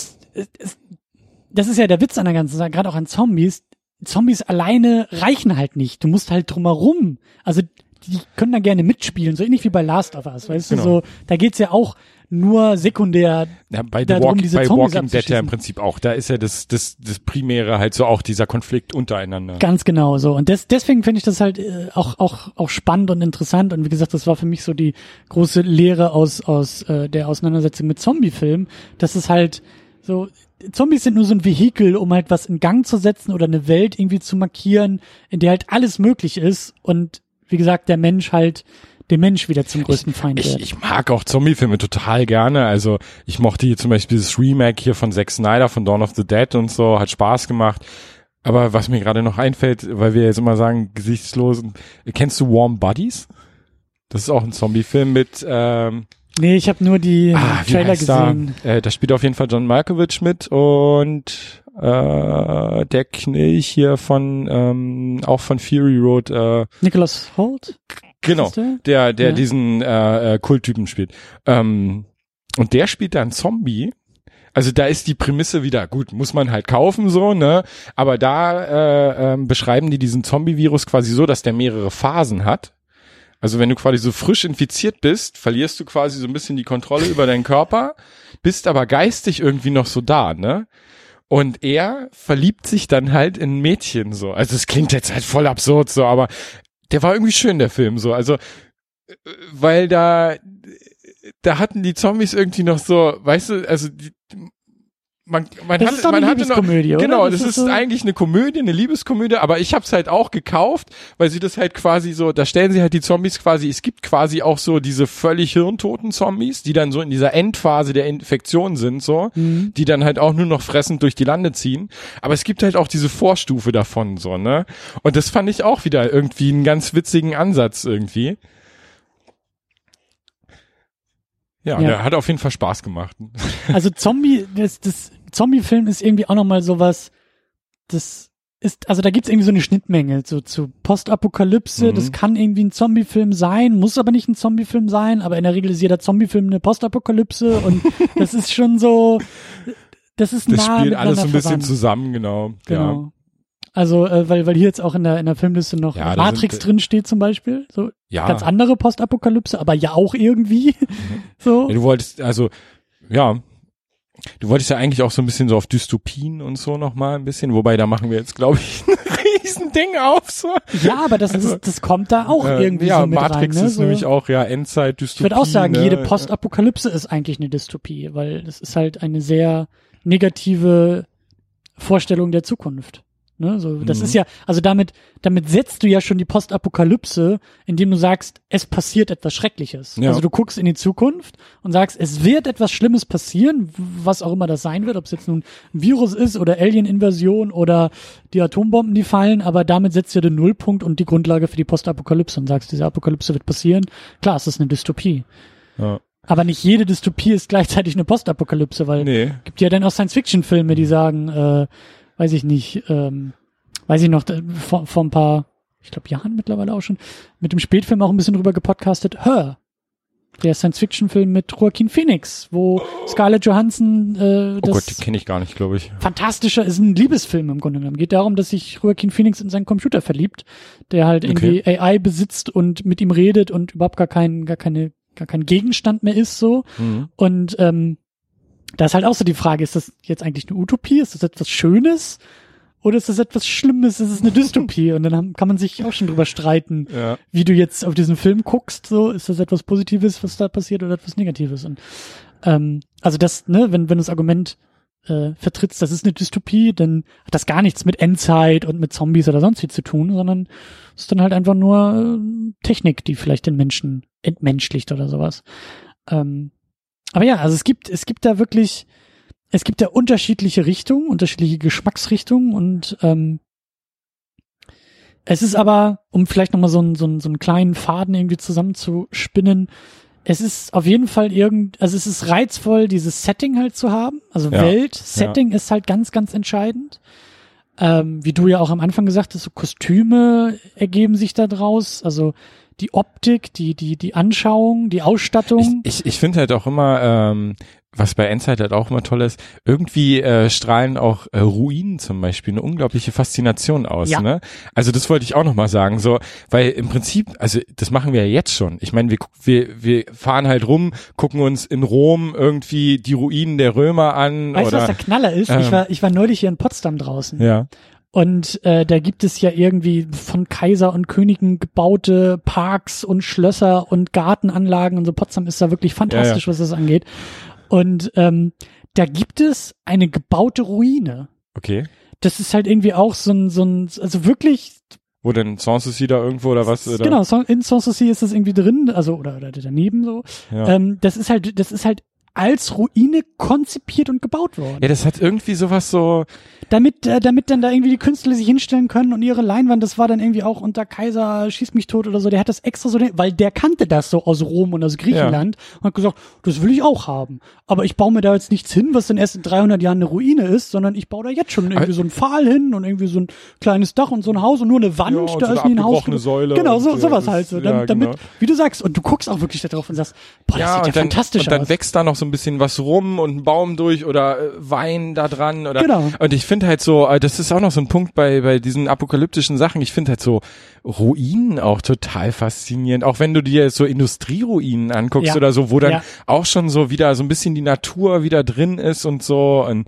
Speaker 1: das ist ja der Witz an der ganzen Sache, gerade auch an Zombies. Zombies alleine reichen halt nicht. Du musst halt drumherum. Also die können da gerne mitspielen, so ähnlich wie bei Last of Us, weißt du, so, da geht's ja auch nur sekundär
Speaker 2: bei
Speaker 1: darum, diese
Speaker 2: bei
Speaker 1: Zombies
Speaker 2: Walking Dead ja im Prinzip auch. Da ist ja das Primäre halt so auch dieser Konflikt untereinander.
Speaker 1: Ganz genau so. Und deswegen finde ich das halt auch spannend und interessant. Und wie gesagt, das war für mich so die große Lehre aus der Auseinandersetzung mit Zombie-Filmen, dass es halt so, Zombies sind nur so ein Vehikel, um halt was in Gang zu setzen oder eine Welt irgendwie zu markieren, in der halt alles möglich ist und wie gesagt, der Mensch wieder zum größten Feind wird.
Speaker 2: Ich mag auch Zombie-Filme total gerne. Also ich mochte hier zum Beispiel das Remake hier von Zack Snyder von Dawn of the Dead und so, hat Spaß gemacht. Aber was mir gerade noch einfällt, weil wir jetzt immer sagen, gesichtslosen, kennst du Warm Bodies? Das ist auch ein Zombie-Film mit
Speaker 1: nee, ich habe nur die Trailer gesehen.
Speaker 2: Da spielt auf jeden Fall John Malkovich mit und der Knilch hier von auch von Fury Road.
Speaker 1: Nicholas Hoult?
Speaker 2: Genau, der diesen Kulttypen spielt. Und der spielt da einen Zombie. Also da ist die Prämisse wieder, gut, muss man halt kaufen so, ne? Aber da beschreiben die diesen Zombie-Virus quasi so, dass der mehrere Phasen hat. Also wenn du quasi so frisch infiziert bist, verlierst du quasi so ein bisschen die Kontrolle über deinen Körper, bist aber geistig irgendwie noch so da, ne? Und er verliebt sich dann halt in ein Mädchen so. Also es klingt jetzt halt voll absurd so, aber der war irgendwie schön, der Film so. Also weil da hatten die Zombies irgendwie noch so, weißt du, also man hatte noch,
Speaker 1: Komödie,
Speaker 2: genau,
Speaker 1: oder?
Speaker 2: das ist so eigentlich eine Komödie, eine Liebeskomödie, aber ich hab's halt auch gekauft, weil sie das halt quasi so, da stellen sie halt die Zombies quasi, es gibt quasi auch so diese völlig hirntoten Zombies, die dann so in dieser Endphase der Infektion sind, so, die dann halt auch nur noch fressend durch die Lande ziehen, aber es gibt halt auch diese Vorstufe davon, so, ne, und das fand ich auch wieder irgendwie einen ganz witzigen Ansatz irgendwie. Ja, der hat auf jeden Fall Spaß gemacht.
Speaker 1: Also das Zombie-Film ist irgendwie auch nochmal sowas, das ist, also da gibt's irgendwie so eine Schnittmenge so zu Postapokalypse, das kann irgendwie ein Zombie-Film sein, muss aber nicht ein Zombie-Film sein, aber in der Regel ist jeder Zombie-Film eine Postapokalypse und das ist schon so, das ist
Speaker 2: das
Speaker 1: nah
Speaker 2: spielt alles so ein bisschen
Speaker 1: verwandt.
Speaker 2: zusammen, genau. Ja.
Speaker 1: Also, weil hier jetzt auch in der Filmliste noch Matrix drin steht zum Beispiel, so ganz andere Postapokalypse, aber ja auch irgendwie, so.
Speaker 2: Ja, du wolltest ja eigentlich auch so ein bisschen so auf Dystopien und so nochmal ein bisschen, wobei da machen wir jetzt, glaube ich, ein Riesending auf, so.
Speaker 1: Ja, aber das kommt da auch irgendwie so mit
Speaker 2: Matrix
Speaker 1: rein, ne?
Speaker 2: ist nämlich auch, Endzeit-Dystopie.
Speaker 1: Ich würde auch sagen,
Speaker 2: ne?
Speaker 1: jede Postapokalypse ist eigentlich eine Dystopie, weil das ist halt eine sehr negative Vorstellung der Zukunft. Ne, so, das ist ja, also damit setzt du ja schon die Postapokalypse, indem du sagst, es passiert etwas Schreckliches.
Speaker 2: Ja.
Speaker 1: Also du guckst in die Zukunft und sagst, es wird etwas Schlimmes passieren, was auch immer das sein wird, ob es jetzt nun ein Virus ist oder Alien-Invasion oder die Atombomben, die fallen, aber damit setzt du den Nullpunkt und die Grundlage für die Postapokalypse und sagst, diese Apokalypse wird passieren. Klar, es ist eine Dystopie.
Speaker 2: Ja.
Speaker 1: Aber nicht jede Dystopie ist gleichzeitig eine Postapokalypse, weil gibt ja dann auch Science-Fiction-Filme, die sagen, weiß ich nicht, weiß ich noch, vor ein paar, ich glaube Jahren mittlerweile auch schon, mit dem Spätfilm auch ein bisschen drüber gepodcastet, Her. Der Science-Fiction-Film mit Joaquin Phoenix, wo Scarlett Johansson
Speaker 2: Oh Gott, die kenne ich gar nicht, glaube ich.
Speaker 1: fantastischer ist ein Liebesfilm im Grunde genommen. Geht darum, dass sich Joaquin Phoenix in seinen Computer verliebt, der halt irgendwie AI besitzt und mit ihm redet und überhaupt gar kein Gegenstand mehr ist so. Und da ist halt auch so die Frage, ist das jetzt eigentlich eine Utopie? Ist das etwas Schönes? Oder ist das etwas Schlimmes? Ist es eine Dystopie? Und dann kann man sich auch schon drüber streiten, wie du jetzt auf diesen Film guckst. So, ist das etwas Positives, was da passiert, oder etwas Negatives? Und also das, ne, wenn du das Argument vertrittst, das ist eine Dystopie, dann hat das gar nichts mit Endzeit und mit Zombies oder sonst wie zu tun, sondern es ist dann halt einfach nur Technik, die vielleicht den Menschen entmenschlicht oder sowas. Aber ja, also es gibt da wirklich, es gibt da unterschiedliche Richtungen, unterschiedliche Geschmacksrichtungen und es ist aber, um vielleicht nochmal so einen kleinen Faden irgendwie zusammenzuspinnen, es ist auf jeden Fall also es ist reizvoll, dieses Setting halt zu haben. Also Setting ist halt ganz, ganz entscheidend. Wie du ja auch am Anfang gesagt hast, so Kostüme ergeben sich da draus, also die Optik, die Anschauung, die Ausstattung.
Speaker 2: Ich finde halt auch immer, was bei Endzeit halt auch immer toll ist, irgendwie strahlen auch Ruinen zum Beispiel eine unglaubliche Faszination aus.
Speaker 1: Ja.
Speaker 2: Ne? Also das wollte ich auch nochmal sagen, so, weil im Prinzip, also das machen wir ja jetzt schon. Ich meine, wir fahren halt rum, gucken uns in Rom irgendwie die Ruinen der Römer an.
Speaker 1: Weißt du, was der Knaller ist? Ich war neulich hier in Potsdam draußen.
Speaker 2: Ja.
Speaker 1: Und da gibt es ja irgendwie von Kaiser und Königen gebaute Parks und Schlösser und Gartenanlagen und so. Potsdam ist da wirklich fantastisch, was das angeht. Und da gibt es eine gebaute Ruine.
Speaker 2: Okay.
Speaker 1: Das ist halt irgendwie auch so ein also wirklich.
Speaker 2: Wo denn Sanssouci da irgendwo oder was? Oder?
Speaker 1: Genau, in Sanssouci ist das irgendwie drin, also oder daneben so.
Speaker 2: Ja.
Speaker 1: Das ist halt als Ruine konzipiert und gebaut worden.
Speaker 2: Ja, das hat irgendwie sowas so.
Speaker 1: Damit dann da irgendwie die Künstler sich hinstellen können und ihre Leinwand, das war dann irgendwie auch unter Kaiser schieß mich tot oder so, der hat das extra so, weil der kannte das so aus Rom und aus Griechenland und hat gesagt, das will ich auch haben. Aber ich baue mir da jetzt nichts hin, was dann erst in 300 Jahren eine Ruine ist, sondern ich baue da jetzt schon irgendwie so einen Pfahl hin und irgendwie so ein kleines Dach und so ein Haus und nur eine Wand,
Speaker 2: ja,
Speaker 1: da
Speaker 2: so
Speaker 1: ist nie ein Haus.
Speaker 2: Säule
Speaker 1: genau,
Speaker 2: und
Speaker 1: sowas halt so. Damit,
Speaker 2: genau.
Speaker 1: wie du sagst, und du guckst auch wirklich da drauf und sagst, boah, das sieht ja fantastisch aus.
Speaker 2: Und dann wächst da noch so ein bisschen was rum und ein Baum durch oder Wein da dran oder.
Speaker 1: Genau.
Speaker 2: Und ich finde halt so, das ist auch noch so ein Punkt bei diesen apokalyptischen Sachen. Ich finde halt so Ruinen auch total faszinierend. Auch wenn du dir so Industrieruinen anguckst oder so, wo dann auch schon so wieder so ein bisschen die Natur wieder drin ist und so. Und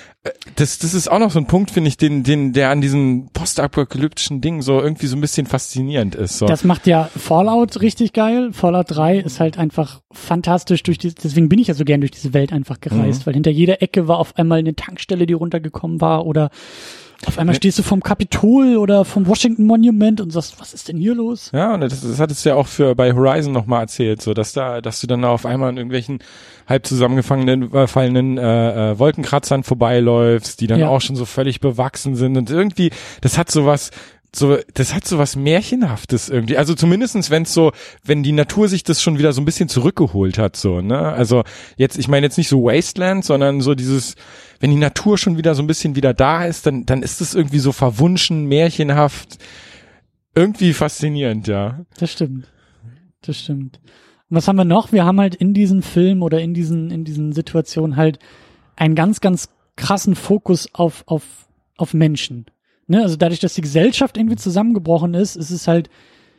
Speaker 2: das ist auch noch so ein Punkt, finde ich, der an diesen postapokalyptischen Dingen so irgendwie so ein bisschen faszinierend ist. So.
Speaker 1: Das macht ja Fallout richtig geil. Fallout 3 ist halt einfach fantastisch deswegen bin ich ja so gern durch diese Welt einfach gereist, weil hinter jeder Ecke war auf einmal eine Tankstelle, die runtergekommen war oder auf einmal stehst du vom Kapitol oder vom Washington Monument und sagst, was ist denn hier los?
Speaker 2: Ja, und das hat es ja auch bei Horizon nochmal erzählt, so dass du dann auf einmal in irgendwelchen halb zusammengefallenen Wolkenkratzern vorbeiläufst, die dann auch schon so völlig bewachsen sind und irgendwie, das hat so was Märchenhaftes irgendwie. Also zumindestens, wenn die Natur sich das schon wieder so ein bisschen zurückgeholt hat, so, ne? Also ich meine jetzt nicht so Wasteland, sondern so dieses, wenn die Natur schon wieder so ein bisschen wieder da ist, dann ist es irgendwie so verwunschen, märchenhaft, irgendwie faszinierend, ja.
Speaker 1: Das stimmt. Und was haben wir noch? Wir haben halt in diesem Film oder in diesen Situationen halt einen ganz, ganz krassen Fokus auf Menschen. Ne, also dadurch, dass die Gesellschaft irgendwie zusammengebrochen ist, ist es halt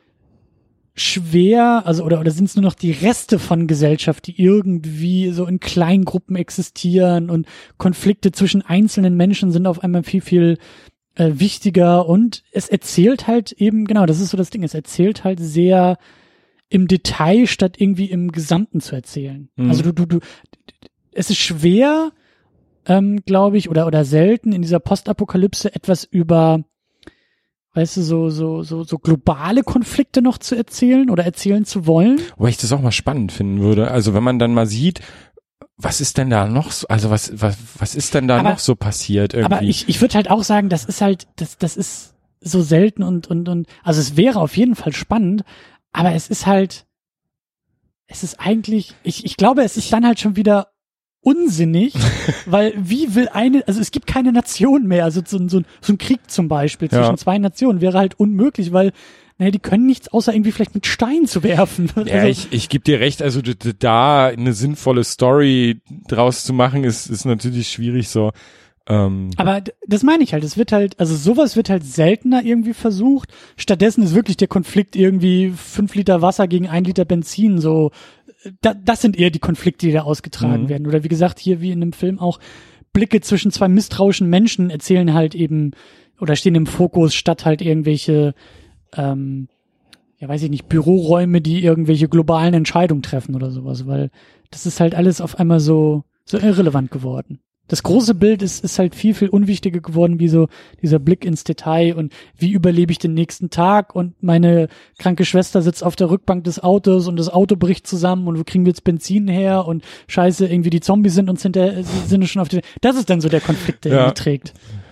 Speaker 1: schwer, also oder sind es nur noch die Reste von Gesellschaft, die irgendwie so in Kleingruppen existieren und Konflikte zwischen einzelnen Menschen sind auf einmal viel, viel wichtiger und es erzählt halt eben, genau, das ist so das Ding, es erzählt halt sehr im Detail, statt irgendwie im Gesamten zu erzählen. Also es ist schwer, glaube ich, oder selten in dieser Postapokalypse etwas über, weißt du, so globale Konflikte noch zu erzählen oder erzählen zu wollen.
Speaker 2: Wobei ich das auch mal spannend finden würde. Also wenn man dann mal sieht, was ist denn da noch so, also was ist denn da noch so passiert irgendwie?
Speaker 1: Aber ich würde halt auch sagen, das ist halt, das ist so selten und, also es wäre auf jeden Fall spannend, aber es ist eigentlich, ich glaube, es ist dann halt schon wieder unsinnig, weil also es gibt keine Nation mehr, also so ein Krieg zum Beispiel zwischen zwei Nationen wäre halt unmöglich, weil naja, die können nichts außer irgendwie vielleicht mit Stein zu werfen.
Speaker 2: Ja, ich gebe dir recht, also da eine sinnvolle Story draus zu machen, ist natürlich schwierig so.
Speaker 1: Aber das meine ich halt, es wird halt, also sowas wird halt seltener irgendwie versucht. Stattdessen ist wirklich der Konflikt irgendwie 5 Liter Wasser gegen 1 Liter Benzin, so. Das sind eher die Konflikte, die da ausgetragen werden. Oder wie gesagt, hier wie in einem Film auch, Blicke zwischen zwei misstrauischen Menschen erzählen halt eben, oder stehen im Fokus, statt halt irgendwelche, ja weiß ich nicht, Büroräume, die irgendwelche globalen Entscheidungen treffen oder sowas, weil das ist halt alles auf einmal so irrelevant geworden. Das große Bild ist halt viel, viel unwichtiger geworden, wie so dieser Blick ins Detail und wie überlebe ich den nächsten Tag und meine kranke Schwester sitzt auf der Rückbank des Autos und das Auto bricht zusammen und wo kriegen wir jetzt Benzin her und scheiße, irgendwie die Zombies sind uns sind schon auf die, das ist dann so der Konflikt, der irgendwie trägt.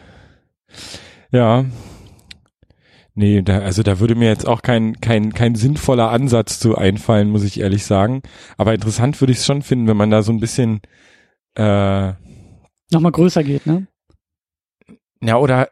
Speaker 2: Ja. Nee, da würde mir jetzt auch kein sinnvoller Ansatz zu einfallen, muss ich ehrlich sagen. Aber interessant würde ich es schon finden, wenn man da so ein bisschen,
Speaker 1: nochmal größer geht, ne?
Speaker 2: Ja, oder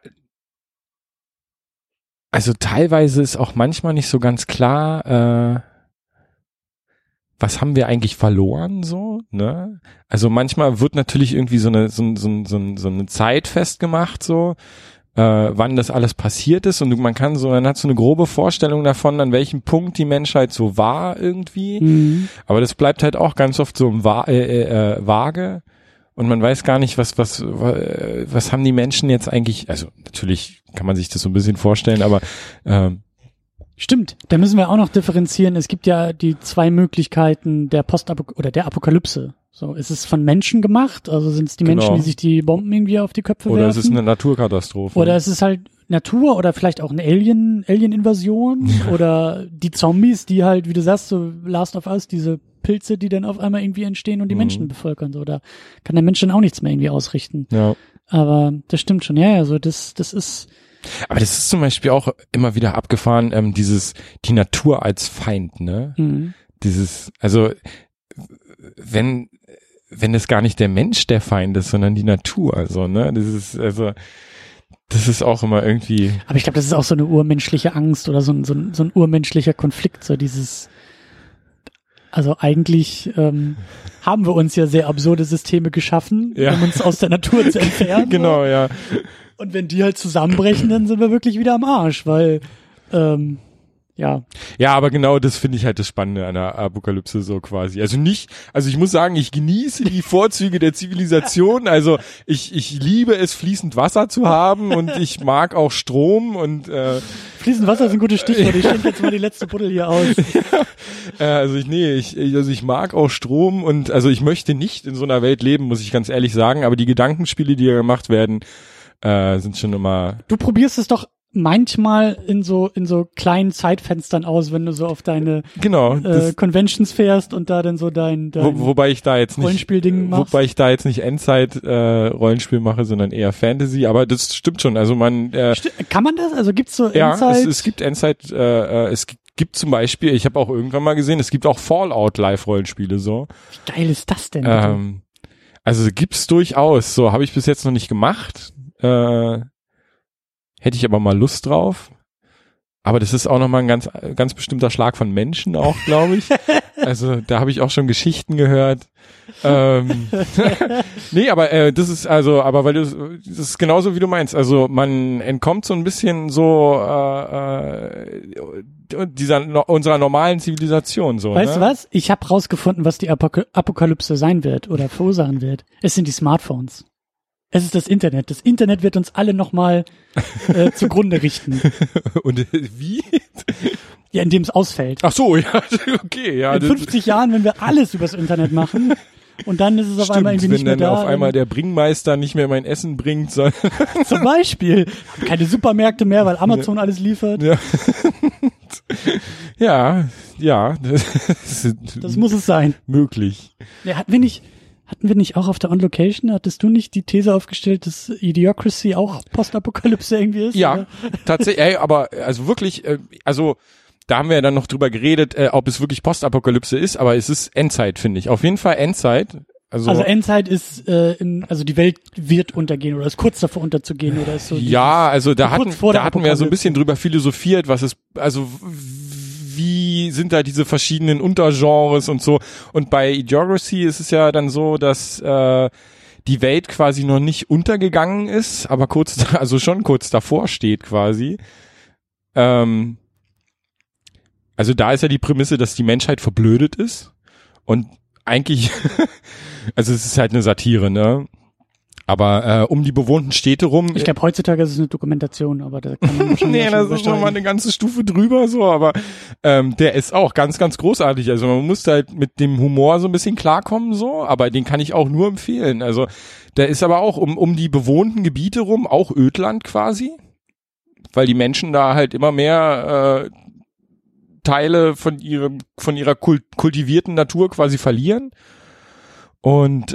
Speaker 2: also teilweise ist auch manchmal nicht so ganz klar, was haben wir eigentlich verloren so, ne? Also manchmal wird natürlich irgendwie so eine Zeit festgemacht so, wann das alles passiert ist und man hat so eine grobe Vorstellung davon, an welchem Punkt die Menschheit so war irgendwie. Aber das bleibt halt auch ganz oft so vage. Und man weiß gar nicht, was haben die Menschen jetzt eigentlich, also natürlich kann man sich das so ein bisschen vorstellen, aber
Speaker 1: Stimmt, da müssen wir auch noch differenzieren. Es gibt ja die 2 Möglichkeiten der der Apokalypse. So, ist es von Menschen gemacht? Also sind es die Menschen, die sich die Bomben irgendwie auf die Köpfe werfen?
Speaker 2: Oder ist es eine Naturkatastrophe?
Speaker 1: Oder ist es halt Natur oder vielleicht auch eine Alien-Invasion oder die Zombies, die halt, wie du sagst, so Last of Us, diese Pilze, die dann auf einmal irgendwie entstehen und die Menschen bevölkern. So, da kann der Mensch dann auch nichts mehr irgendwie ausrichten.
Speaker 2: Ja.
Speaker 1: Aber das stimmt schon, ja, also das ist.
Speaker 2: Aber das ist zum Beispiel auch immer wieder abgefahren, die Natur als Feind, ne? Also wenn es gar nicht der Mensch der Feind ist, sondern die Natur, also, ne? Das ist auch immer irgendwie.
Speaker 1: Aber ich glaube, das ist auch so eine urmenschliche Angst oder so ein urmenschlicher Konflikt, so dieses. Also eigentlich haben wir uns ja sehr absurde Systeme geschaffen, um uns aus der Natur zu entfernen.
Speaker 2: Genau, ja.
Speaker 1: Und wenn die halt zusammenbrechen, dann sind wir wirklich wieder am Arsch, weil ja.
Speaker 2: Ja, aber genau das finde ich halt das Spannende an der Apokalypse so quasi. Also ich muss sagen, ich genieße die Vorzüge der Zivilisation. Also ich liebe es, fließend Wasser zu haben und ich mag auch Strom und
Speaker 1: fließend Wasser ist ein gutes Stichwort. Ich schenke jetzt mal die letzte Buddel hier aus.
Speaker 2: Ich mag auch Strom und also ich möchte nicht in so einer Welt leben, muss ich ganz ehrlich sagen, aber die Gedankenspiele, die da gemacht werden, sind schon immer.
Speaker 1: Du probierst es doch manchmal in so kleinen Zeitfenstern aus, wenn du so auf deine Conventions fährst und da dann so dein
Speaker 2: wobei ich da jetzt nicht
Speaker 1: Rollenspielding machst.
Speaker 2: Wobei ich da jetzt nicht Endzeit Rollenspiel mache, sondern eher Fantasy, aber das stimmt schon. Also man
Speaker 1: kann man das? Also gibt's so
Speaker 2: Endzeit? Ja, es gibt Endzeit, es gibt zum Beispiel, ich habe auch irgendwann mal gesehen, es gibt auch Fallout Live-Rollenspiele so.
Speaker 1: Wie geil ist das denn?
Speaker 2: Also gibt's durchaus, so habe ich bis jetzt noch nicht gemacht. Hätte ich aber mal Lust drauf. Aber das ist auch nochmal ein ganz, ganz bestimmter Schlag von Menschen auch, glaube ich. Also da habe ich auch schon Geschichten gehört. Nee, aber das ist weil das ist genauso wie du meinst. Also man entkommt so ein bisschen so unserer normalen Zivilisation so.
Speaker 1: Weißt du was? Ich habe rausgefunden, was die Apokalypse sein wird oder verursachen wird. Es sind die Smartphones. Es ist das Internet. Das Internet wird uns alle nochmal zugrunde richten.
Speaker 2: Und wie?
Speaker 1: Ja, indem es ausfällt.
Speaker 2: Ach so, ja, okay, ja.
Speaker 1: In 50 Jahren, wenn wir alles übers Internet machen und dann ist es auf einmal irgendwie nicht mehr da.
Speaker 2: Wenn dann auf einmal der Bringmeister nicht mehr mein Essen bringt, sondern
Speaker 1: zum Beispiel. Keine Supermärkte mehr, weil Amazon alles liefert.
Speaker 2: Ja. Ja.
Speaker 1: Das muss es sein.
Speaker 2: Möglich.
Speaker 1: Ja, hatten wir nicht auch auf der On Location, hattest du nicht die These aufgestellt, dass Idiocracy auch Postapokalypse irgendwie ist?
Speaker 2: Ja,
Speaker 1: oder?
Speaker 2: Tatsächlich, aber also wirklich, da haben wir ja dann noch drüber geredet, ob es wirklich Postapokalypse ist, aber es ist Endzeit, finde ich. Auf jeden Fall Endzeit.
Speaker 1: Also Endzeit ist, also die Welt wird untergehen oder ist kurz davor unterzugehen oder ist so.
Speaker 2: Ja, also da hatten wir so ein bisschen drüber philosophiert, wie sind da diese verschiedenen Untergenres und so. Und bei Idiocracy ist es ja dann so, dass die Welt quasi noch nicht untergegangen ist, aber schon kurz davor steht quasi. Also da ist ja die Prämisse, dass die Menschheit verblödet ist und eigentlich, also es ist halt eine Satire, ne? Aber um die bewohnten Städte rum.
Speaker 1: Ich glaube, heutzutage ist es eine Dokumentation, aber da kann man wahrscheinlich
Speaker 2: nee, das ist schon mal eine ganze Stufe drüber, so, aber der ist auch ganz, ganz großartig. Also man muss halt mit dem Humor so ein bisschen klarkommen, so, aber den kann ich auch nur empfehlen. Also der ist aber auch um die bewohnten Gebiete rum, auch Ödland quasi, weil die Menschen da halt immer mehr Teile von ihrer kultivierten Natur quasi verlieren und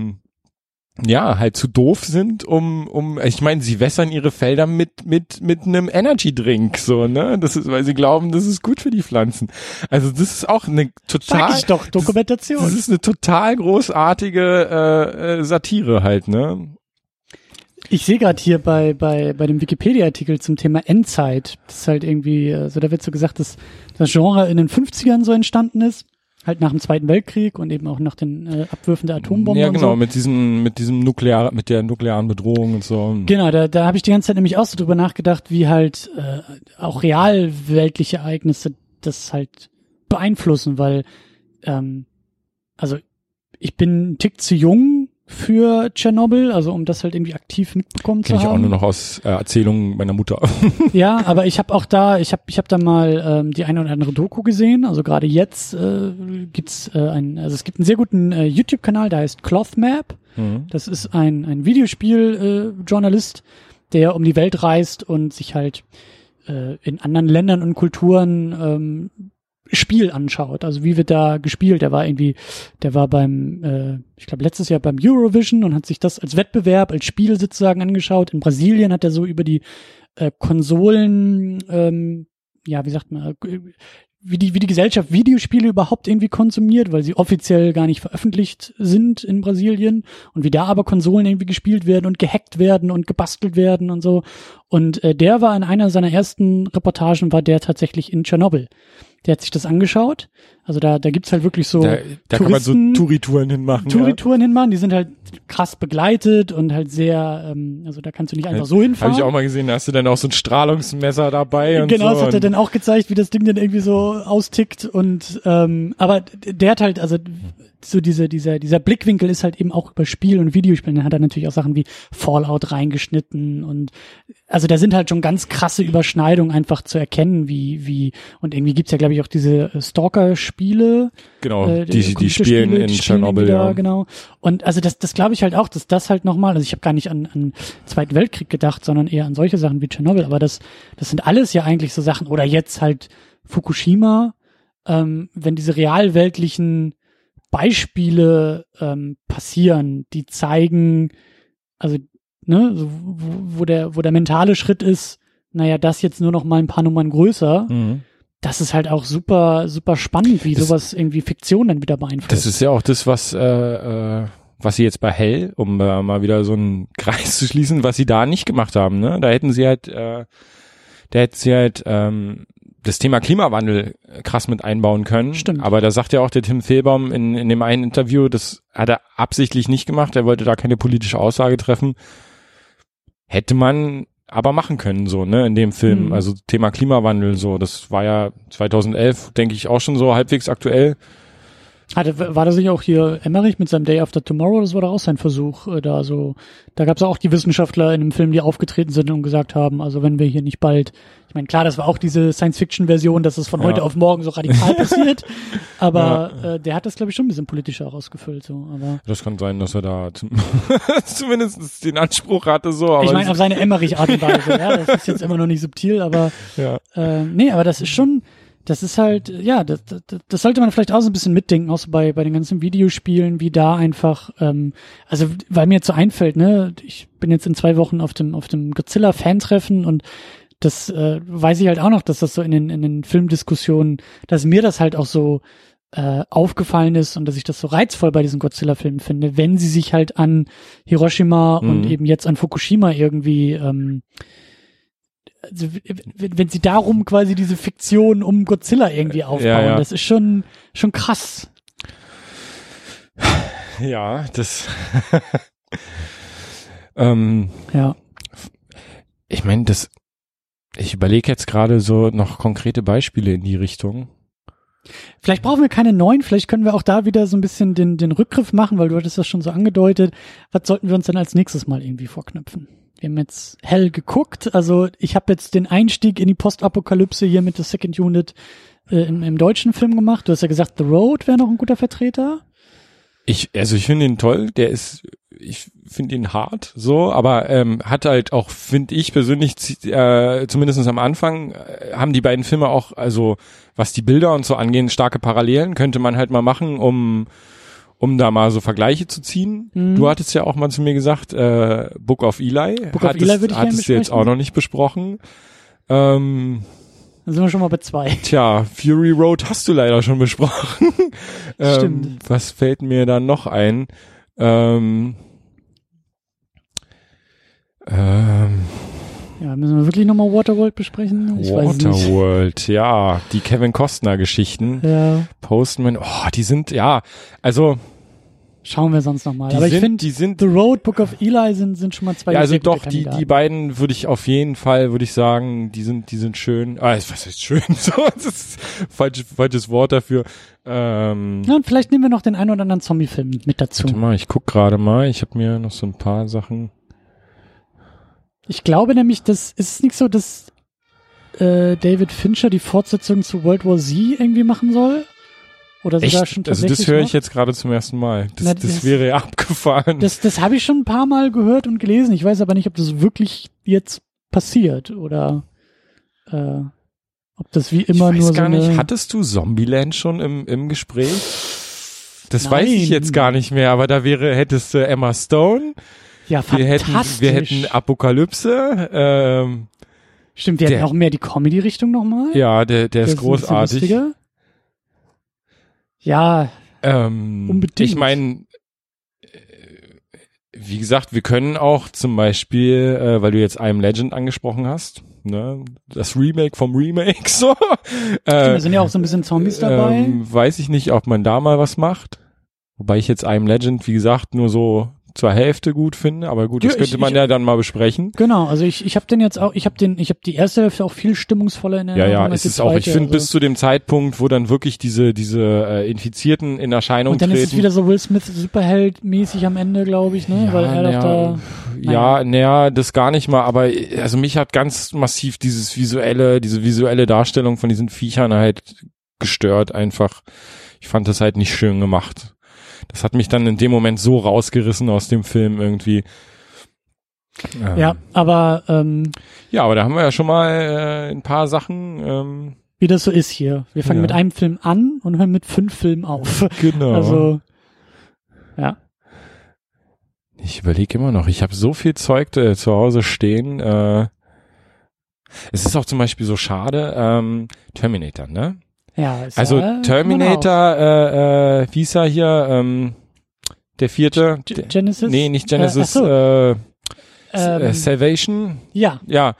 Speaker 2: ja, halt zu doof sind, ich meine, sie wässern ihre Felder mit einem Energy-Drink, so, ne? Das ist, weil sie glauben, das ist gut für die Pflanzen. Also, das ist auch eine total.
Speaker 1: Sag ich doch, Dokumentation.
Speaker 2: Das ist eine total großartige Satire halt, ne?
Speaker 1: Ich sehe gerade hier bei dem Wikipedia-Artikel zum Thema Endzeit, das ist halt irgendwie, also da wird so gesagt, dass das Genre in den 50ern so entstanden ist. Halt nach dem Zweiten Weltkrieg und eben auch nach den Abwürfen der Atombombe.
Speaker 2: Ja, genau,
Speaker 1: und so.
Speaker 2: mit der nuklearen Bedrohung und so.
Speaker 1: Genau, da habe ich die ganze Zeit nämlich auch so drüber nachgedacht, wie halt auch real weltliche Ereignisse das halt beeinflussen, weil also ich bin einen Tick zu jung für Tschernobyl, also um das halt irgendwie aktiv mitbekommen zu haben.
Speaker 2: Kenn ich auch nur noch aus Erzählungen meiner Mutter.
Speaker 1: Ja, aber ich habe auch da, ich hab da mal die eine oder andere Doku gesehen. Also gerade jetzt gibt's es gibt einen sehr guten YouTube-Kanal, der heißt Cloth Map. Mhm. Das ist ein Videospiel-Journalist, der um die Welt reist und sich halt in anderen Ländern und Kulturen Spiel anschaut, also wie wird da gespielt. Der war beim, ich glaube letztes Jahr beim Eurovision und hat sich das als Wettbewerb, als Spiel sozusagen angeschaut. In Brasilien hat er so über die Konsolen, wie sagt man, wie die Gesellschaft Videospiele überhaupt irgendwie konsumiert, weil sie offiziell gar nicht veröffentlicht sind in Brasilien und wie da aber Konsolen irgendwie gespielt werden und gehackt werden und gebastelt werden und so. Und der war in einer seiner ersten Reportagen, war der tatsächlich in Tschernobyl. Der hat sich das angeschaut. Also da gibt's halt wirklich so
Speaker 2: da kann man so Touritouren hinmachen.
Speaker 1: Hinmachen, die sind halt krass begleitet und halt sehr, also da kannst du nicht einfach so hinfahren.
Speaker 2: Habe ich auch mal gesehen, da hast du dann auch so ein Strahlungsmesser dabei und
Speaker 1: genau,
Speaker 2: so.
Speaker 1: das hat er dann auch gezeigt, wie das Ding dann irgendwie so austickt und aber der hat halt, also so dieser Blickwinkel ist halt eben auch über Spiel und Videospielen. Dann hat er natürlich auch Sachen wie Fallout reingeschnitten und also da sind halt schon ganz krasse Überschneidungen einfach zu erkennen, wie und irgendwie gibt's ja, glaube ich, auch diese Stalker-Spiele.
Speaker 2: Genau, die spielen in Tschernobyl,
Speaker 1: ja. Genau. Und also das glaube ich halt auch, dass das halt nochmal, also ich habe gar nicht an Zweiten Weltkrieg gedacht, sondern eher an solche Sachen wie Tschernobyl, aber das sind alles ja eigentlich so Sachen, oder jetzt halt Fukushima, wenn diese realweltlichen Beispiele passieren, die zeigen, also ne, so, wo der mentale Schritt ist, naja, das jetzt nur noch mal ein paar Nummern größer. Mhm. Das ist halt auch super, super spannend, wie sowas irgendwie Fiktion dann wieder beeinflusst.
Speaker 2: Das ist ja auch das, was sie jetzt bei Hell, um mal wieder so einen Kreis zu schließen, was sie da nicht gemacht haben, ne? Da hätten sie halt das Thema Klimawandel krass mit einbauen können.
Speaker 1: Stimmt.
Speaker 2: Aber da sagt ja auch der Tim Fehlbaum in dem einen Interview, das hat er absichtlich nicht gemacht, er wollte da keine politische Aussage treffen. Hätte man aber machen können, so, ne, in dem Film. Also Thema Klimawandel, so, das war ja 2011, denke ich, auch schon so halbwegs aktuell.
Speaker 1: War das nicht auch hier Emmerich mit seinem Day After Tomorrow? Das war doch auch sein Versuch, da gab es auch die Wissenschaftler in dem Film, die aufgetreten sind und gesagt haben, also wenn wir hier nicht bald, ich meine, klar, das war auch diese Science-Fiction-Version, dass es von heute auf morgen so radikal passiert, aber der hat das, glaube ich, schon ein bisschen politischer ausgefüllt. So. Aber
Speaker 2: das kann sein, dass er da zumindest den Anspruch hatte, so. Aber
Speaker 1: ich meine, auf seine Emmerich-Art und Weise, ja, das ist jetzt immer noch nicht subtil, aber nee, aber das ist schon, das ist halt, ja, das sollte man vielleicht auch so ein bisschen mitdenken, auch so bei den ganzen Videospielen, wie da einfach, also weil mir jetzt so einfällt, ne, ich bin jetzt in 2 Wochen auf dem Godzilla-Fan-Treffen und das weiß ich halt auch noch, dass das so in den Filmdiskussionen, dass mir das halt auch so aufgefallen ist und dass ich das so reizvoll bei diesen Godzilla-Filmen finde, wenn sie sich halt an Hiroshima und eben jetzt an Fukushima irgendwie also wenn sie darum quasi diese Fiktion um Godzilla irgendwie aufbauen, das ist schon krass.
Speaker 2: Ja, das
Speaker 1: ja.
Speaker 2: Ich meine, ich überlege jetzt gerade so noch konkrete Beispiele in die Richtung.
Speaker 1: Vielleicht brauchen wir keine neuen, vielleicht können wir auch da wieder so ein bisschen den Rückgriff machen, weil du hattest das schon so angedeutet. Was sollten wir uns denn als nächstes mal irgendwie vorknüpfen? Wir haben jetzt Hell geguckt, also ich habe jetzt den Einstieg in die Postapokalypse hier mit The Second Unit im deutschen Film gemacht. Du hast ja gesagt, The Road wäre noch ein guter Vertreter.
Speaker 2: Ich finde ihn toll, ich finde ihn hart, so, aber hat halt auch, finde ich persönlich, zumindest am Anfang, haben die beiden Filme auch, also was die Bilder und so angehen, starke Parallelen, könnte man halt mal machen, um da mal so Vergleiche zu ziehen. Mhm. Du hattest ja auch mal zu mir gesagt, Book of Eli. Hattest du jetzt auch noch nicht besprochen.
Speaker 1: Dann sind wir schon mal bei 2.
Speaker 2: Tja, Fury Road hast du leider schon besprochen.
Speaker 1: Stimmt.
Speaker 2: Was fällt mir da noch ein?
Speaker 1: Ja, müssen wir wirklich nochmal Waterworld besprechen? Ich weiß nicht.
Speaker 2: Waterworld, ja, die Kevin Costner Geschichten.
Speaker 1: Ja.
Speaker 2: Postman, die sind, ja, also.
Speaker 1: Schauen wir sonst nochmal. Aber ich finde, The Road, Book of Eli sind schon mal 2.
Speaker 2: Ja, also doch, die beiden würde ich auf jeden Fall, würde ich sagen, die sind schön. Was heißt schön? So, das ist falsches Wort dafür.
Speaker 1: Ja, und vielleicht nehmen wir noch den einen oder anderen Zombie-Film mit dazu.
Speaker 2: Warte mal, ich guck gerade mal. Ich habe mir noch so ein paar Sachen.
Speaker 1: Ich glaube nämlich, das ist nicht so, dass David Fincher die Fortsetzung zu World War Z irgendwie machen soll. Oder sogar
Speaker 2: echt?
Speaker 1: Schon tatsächlich.
Speaker 2: Also das höre ich jetzt gerade zum ersten Mal. Das wäre ja abgefahren.
Speaker 1: Das habe ich schon ein paar Mal gehört und gelesen. Ich weiß aber nicht, ob das wirklich jetzt passiert oder ob das wie immer nur so. Ich weiß gar nicht,
Speaker 2: hattest du Zombieland schon im Gespräch? Das weiß ich jetzt gar nicht mehr, aber da hättest du Emma Stone.
Speaker 1: Ja, fantastisch.
Speaker 2: Wir hätten Apokalypse.
Speaker 1: Stimmt, wir hätten auch mehr die Comedy-Richtung nochmal.
Speaker 2: Ja, der ist großartig.
Speaker 1: Ja, unbedingt.
Speaker 2: Ich meine, wie gesagt, wir können auch zum Beispiel, weil du jetzt I Am Legend angesprochen hast, ne, das Remake vom Remake, so.
Speaker 1: Da sind ja auch so ein bisschen Zombies dabei.
Speaker 2: Weiß ich nicht, ob man da mal was macht. Wobei ich jetzt I Am Legend, wie gesagt, nur so zur Hälfte gut finde, aber gut, das könnte man ja dann mal besprechen.
Speaker 1: Genau, also ich habe den jetzt auch, ich habe die erste Hälfte auch viel stimmungsvoller in Erinnerung.
Speaker 2: Ja, es ist auch, ich finde bis zu dem Zeitpunkt, wo dann wirklich diese Infizierten in Erscheinung treten.
Speaker 1: Und dann ist es wieder so Will Smith Superheld-mäßig am Ende, glaube ich, ne?
Speaker 2: Ja,
Speaker 1: weil er doch da.
Speaker 2: Ja, das gar nicht mal, aber also mich hat ganz massiv diese visuelle Darstellung von diesen Viechern halt gestört einfach. Ich fand das halt nicht schön gemacht. Das hat mich dann in dem Moment so rausgerissen aus dem Film irgendwie.
Speaker 1: Ja, aber
Speaker 2: aber da haben wir ja schon mal ein paar Sachen.
Speaker 1: Wie das so ist hier. Wir fangen mit einem Film an und hören mit 5 Filmen auf.
Speaker 2: Genau.
Speaker 1: Also, ja.
Speaker 2: Ich überlege immer noch, ich habe so viel Zeug zu Hause stehen. Es ist auch zum Beispiel so schade, Terminator, ne?
Speaker 1: Ja,
Speaker 2: also Terminator, wie hieß er hier, der 4.
Speaker 1: Genesis?
Speaker 2: Nee, nicht Genesis, Salvation.
Speaker 1: Ja.
Speaker 2: Ja.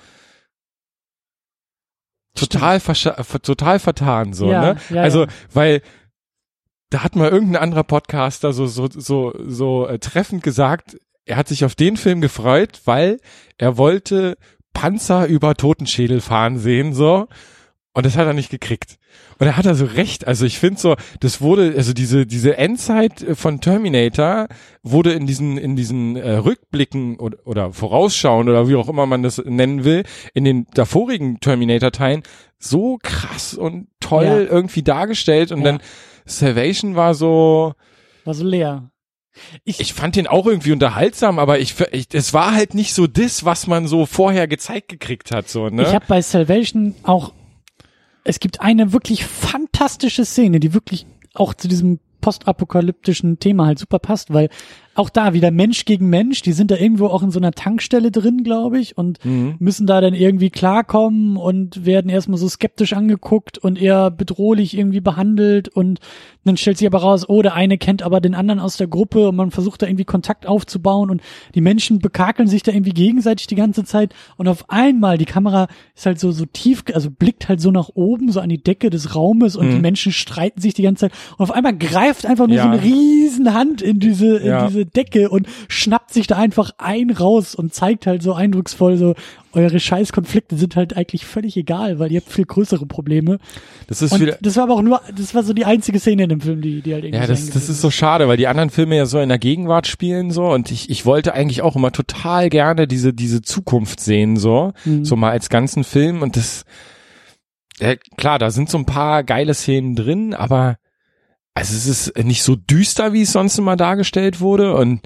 Speaker 2: Total vertan, so, ne?
Speaker 1: Ja,
Speaker 2: also, weil da hat mal irgendein anderer Podcaster so treffend gesagt, er hat sich auf den Film gefreut, weil er wollte Panzer über Totenschädel fahren sehen, so. Und das hat er nicht gekriegt. Und da hat er so recht. Also ich finde so, das wurde, also diese Endzeit von Terminator wurde in diesen Rückblicken oder Vorausschauen oder wie auch immer man das nennen will, in den davorigen Terminator-Teilen so krass und toll irgendwie dargestellt. Und dann Salvation war so
Speaker 1: leer.
Speaker 2: Ich fand den auch irgendwie unterhaltsam, aber es war halt nicht so das, was man so vorher gezeigt gekriegt hat, so, ne?
Speaker 1: Ich habe bei Salvation auch, es gibt eine wirklich fantastische Szene, die wirklich auch zu diesem postapokalyptischen Thema halt super passt, weil auch da wieder Mensch gegen Mensch. Die sind da irgendwo auch in so einer Tankstelle drin, glaube ich, und müssen da dann irgendwie klarkommen und werden erstmal so skeptisch angeguckt und eher bedrohlich irgendwie behandelt und dann stellt sich aber raus, oh, der eine kennt aber den anderen aus der Gruppe und man versucht da irgendwie Kontakt aufzubauen und die Menschen bekakeln sich da irgendwie gegenseitig die ganze Zeit und auf einmal, die Kamera ist halt so tief, also blickt halt so nach oben, so an die Decke des Raumes und die Menschen streiten sich die ganze Zeit und auf einmal greift einfach nur so eine riesen Hand in diese Decke und schnappt sich da einfach ein raus und zeigt halt so eindrucksvoll so, eure scheiß Konflikte sind halt eigentlich völlig egal, weil ihr habt viel größere Probleme. Das war aber auch das war so die einzige Szene in dem Film, die halt irgendwie.
Speaker 2: Ja, das ist so schade, weil die anderen Filme ja so in der Gegenwart spielen so und ich wollte eigentlich auch immer total gerne diese Zukunft sehen so mal als ganzen Film und das, klar, da sind so ein paar geile Szenen drin, aber also es ist nicht so düster, wie es sonst immer dargestellt wurde und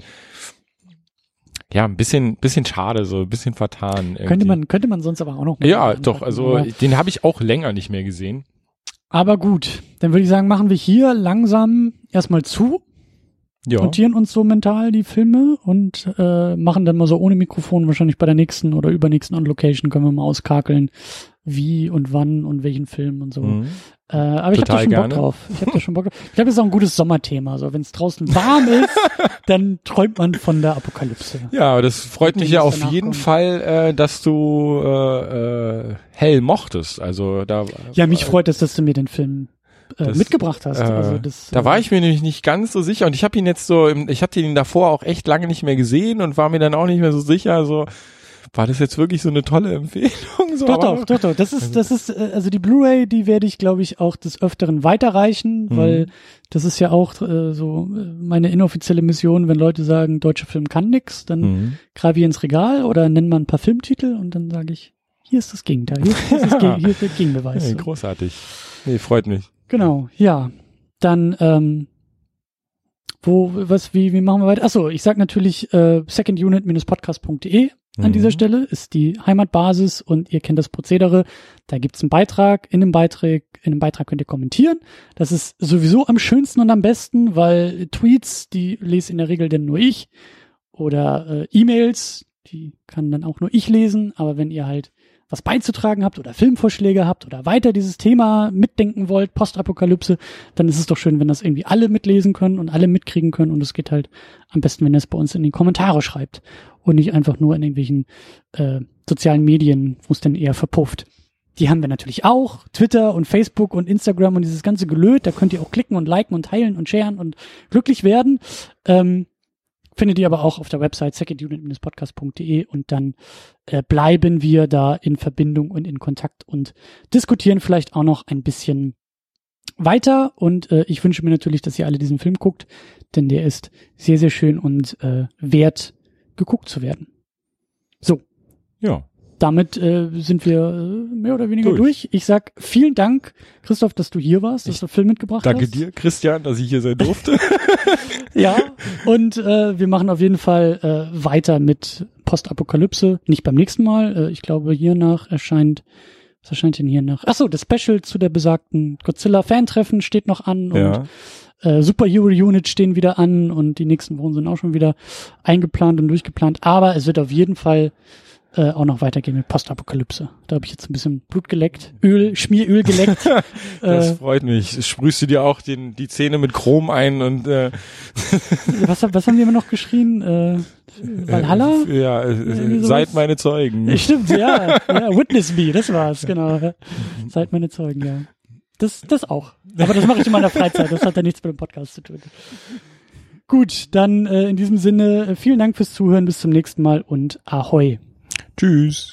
Speaker 2: ja, ein bisschen schade, so ein bisschen vertan.
Speaker 1: Irgendwie. Könnte man sonst aber auch noch mal.
Speaker 2: Ja, doch, also den habe ich auch länger nicht mehr gesehen.
Speaker 1: Aber gut, dann würde ich sagen, machen wir hier langsam erstmal zu. Ja. Notieren uns so mental die Filme und machen dann mal so ohne Mikrofon wahrscheinlich bei der nächsten oder übernächsten On-Location können wir mal auskakeln, wie und wann und welchen Film und so. Aber ich habe da schon Bock drauf. Ich glaube, das ist auch ein gutes Sommerthema. So, wenn es draußen warm ist, dann träumt man von der Apokalypse.
Speaker 2: Ja, das freut mich ja auf jeden Fall, dass du Hell mochtest. Also da.
Speaker 1: Ja, mich freut es, dass du mir den Film mitgebracht hast.
Speaker 2: Da war ich mir nämlich nicht ganz so sicher und ich habe ihn jetzt ich hatte ihn davor auch echt lange nicht mehr gesehen und war mir dann auch nicht mehr so sicher, so war das jetzt wirklich so eine tolle Empfehlung? So,
Speaker 1: doch. Das ist, also die Blu-ray, die werde ich, glaube ich, auch des Öfteren weiterreichen, weil das ist ja auch so meine inoffizielle Mission, wenn Leute sagen, deutscher Film kann nix, dann greife ich ins Regal oder nenne mal ein paar Filmtitel und dann sage ich, hier ist das Gegenteil, hier ist der Gegenbeweis.
Speaker 2: Hey, großartig. Nee, freut mich.
Speaker 1: Genau, ja. Dann, wie machen wir weiter? Achso, ich sag natürlich secondunit-podcast.de an dieser Stelle ist die Heimatbasis und ihr kennt das Prozedere. Da gibt's einen Beitrag. In dem Beitrag könnt ihr kommentieren. Das ist sowieso am schönsten und am besten, weil Tweets, die lese in der Regel denn nur ich oder E-Mails, die kann dann auch nur ich lesen. Aber wenn ihr halt was beizutragen habt oder Filmvorschläge habt oder weiter dieses Thema mitdenken wollt, Postapokalypse, dann ist es doch schön, wenn das irgendwie alle mitlesen können und alle mitkriegen können und es geht halt am besten, wenn ihr es bei uns in die Kommentare schreibt und nicht einfach nur in irgendwelchen sozialen Medien, wo es dann eher verpufft. Die haben wir natürlich auch, Twitter und Facebook und Instagram und dieses ganze Gelöt, da könnt ihr auch klicken und liken und teilen und sharen und glücklich werden. Findet ihr aber auch auf der Website secondunit-podcast.de und dann bleiben wir da in Verbindung und in Kontakt und diskutieren vielleicht auch noch ein bisschen weiter und ich wünsche mir natürlich, dass ihr alle diesen Film guckt, denn der ist sehr, sehr schön und wert, geguckt zu werden. So.
Speaker 2: Ja.
Speaker 1: Damit sind wir mehr oder weniger durch. Ich sag vielen Dank, Christoph, dass du hier warst, dass du Film mitgebracht hast.
Speaker 2: Danke dir, Christian, dass ich hier sein durfte.
Speaker 1: Ja, und wir machen auf jeden Fall weiter mit Postapokalypse. Nicht beim nächsten Mal. Ich glaube, was erscheint denn hier nach? Achso, das Special zu der besagten Godzilla-Fan-Treffen steht noch an und Superhero Unit stehen wieder an und die nächsten Wochen sind auch schon wieder eingeplant und durchgeplant. Aber es wird auf jeden Fall auch noch weitergehen mit Postapokalypse. Da habe ich jetzt ein bisschen Blut geleckt, Schmieröl geleckt.
Speaker 2: Das freut mich. Sprühst du dir auch die Zähne mit Chrom ein und
Speaker 1: was haben wir immer noch geschrien? Valhalla?
Speaker 2: Ja, seid meine Zeugen.
Speaker 1: Stimmt, ja. Witness me, das war's, genau. Seid meine Zeugen, ja. Das auch. Aber das mache ich in meiner Freizeit, das hat ja nichts mit dem Podcast zu tun. Gut, dann in diesem Sinne, vielen Dank fürs Zuhören, bis zum nächsten Mal und Ahoi.
Speaker 2: Tschüss.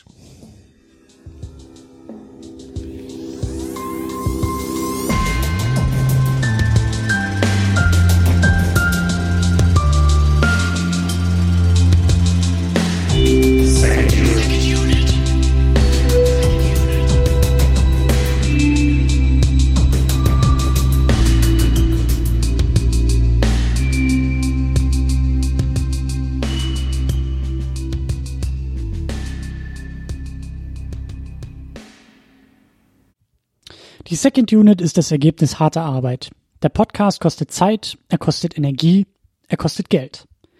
Speaker 1: Die Second Unit ist das Ergebnis harter Arbeit. Der Podcast kostet Zeit, er kostet Energie, er kostet Geld.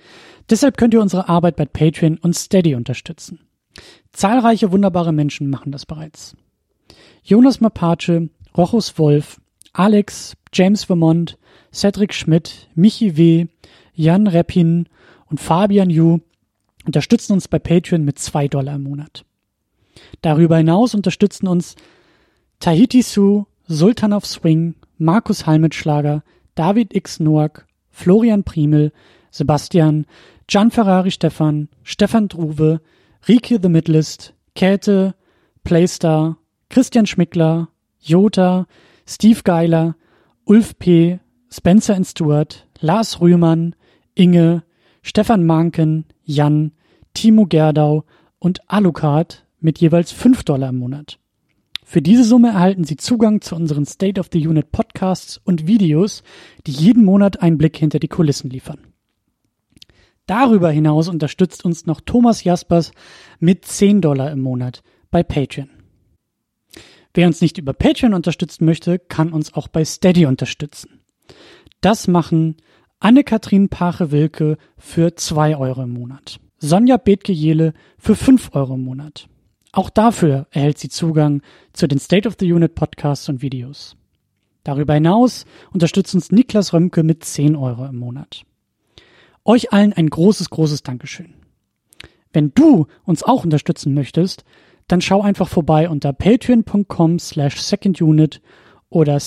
Speaker 1: Deshalb könnt ihr unsere Arbeit bei Patreon und Steady unterstützen. Zahlreiche wunderbare Menschen machen das bereits. Jonas Mapace, Rochus Wolf, Alex, James Vermont, Cedric Schmidt, Michi W., Jan Reppin und Fabian Yu unterstützen uns bei Patreon mit $2 im Monat. Darüber hinaus unterstützen uns Tahiti Su, Sultan of Swing, Markus Halmitschlager, David X. Noack, Florian Primel, Sebastian, Gian Ferrari Stefan, Stefan Druwe, Rike The Midlist, Käthe, Playstar, Christian Schmickler, Jota, Steve Geiler, Ulf P., Spencer Stewart, Lars Rühmann, Inge, Stefan Manken, Jan, Timo Gerdau und Alucard mit jeweils $5 im Monat. Für diese Summe erhalten Sie Zugang zu unseren State of the Unit Podcasts und Videos, die jeden Monat einen Blick hinter die Kulissen liefern. Darüber hinaus unterstützt uns noch Thomas Jaspers mit $10 im Monat bei Patreon. Wer uns nicht über Patreon unterstützen möchte, kann uns auch bei Steady unterstützen. Das machen Anne-Kathrin Pache-Wilke für €2 im Monat, Sonja Bethke-Jehle für €5 im Monat. Auch dafür erhält sie Zugang zu den State of the Unit Podcasts und Videos. Darüber hinaus unterstützt uns Niklas Römke mit €10 im Monat. Euch allen ein großes, großes Dankeschön. Wenn du uns auch unterstützen möchtest, dann schau einfach vorbei unter patreon.com/secondunit oder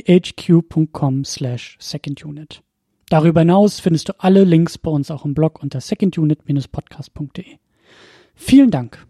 Speaker 1: steadyhq.com/secondunit. Darüber hinaus findest du alle Links bei uns auch im Blog unter secondunit-podcast.de. Vielen Dank.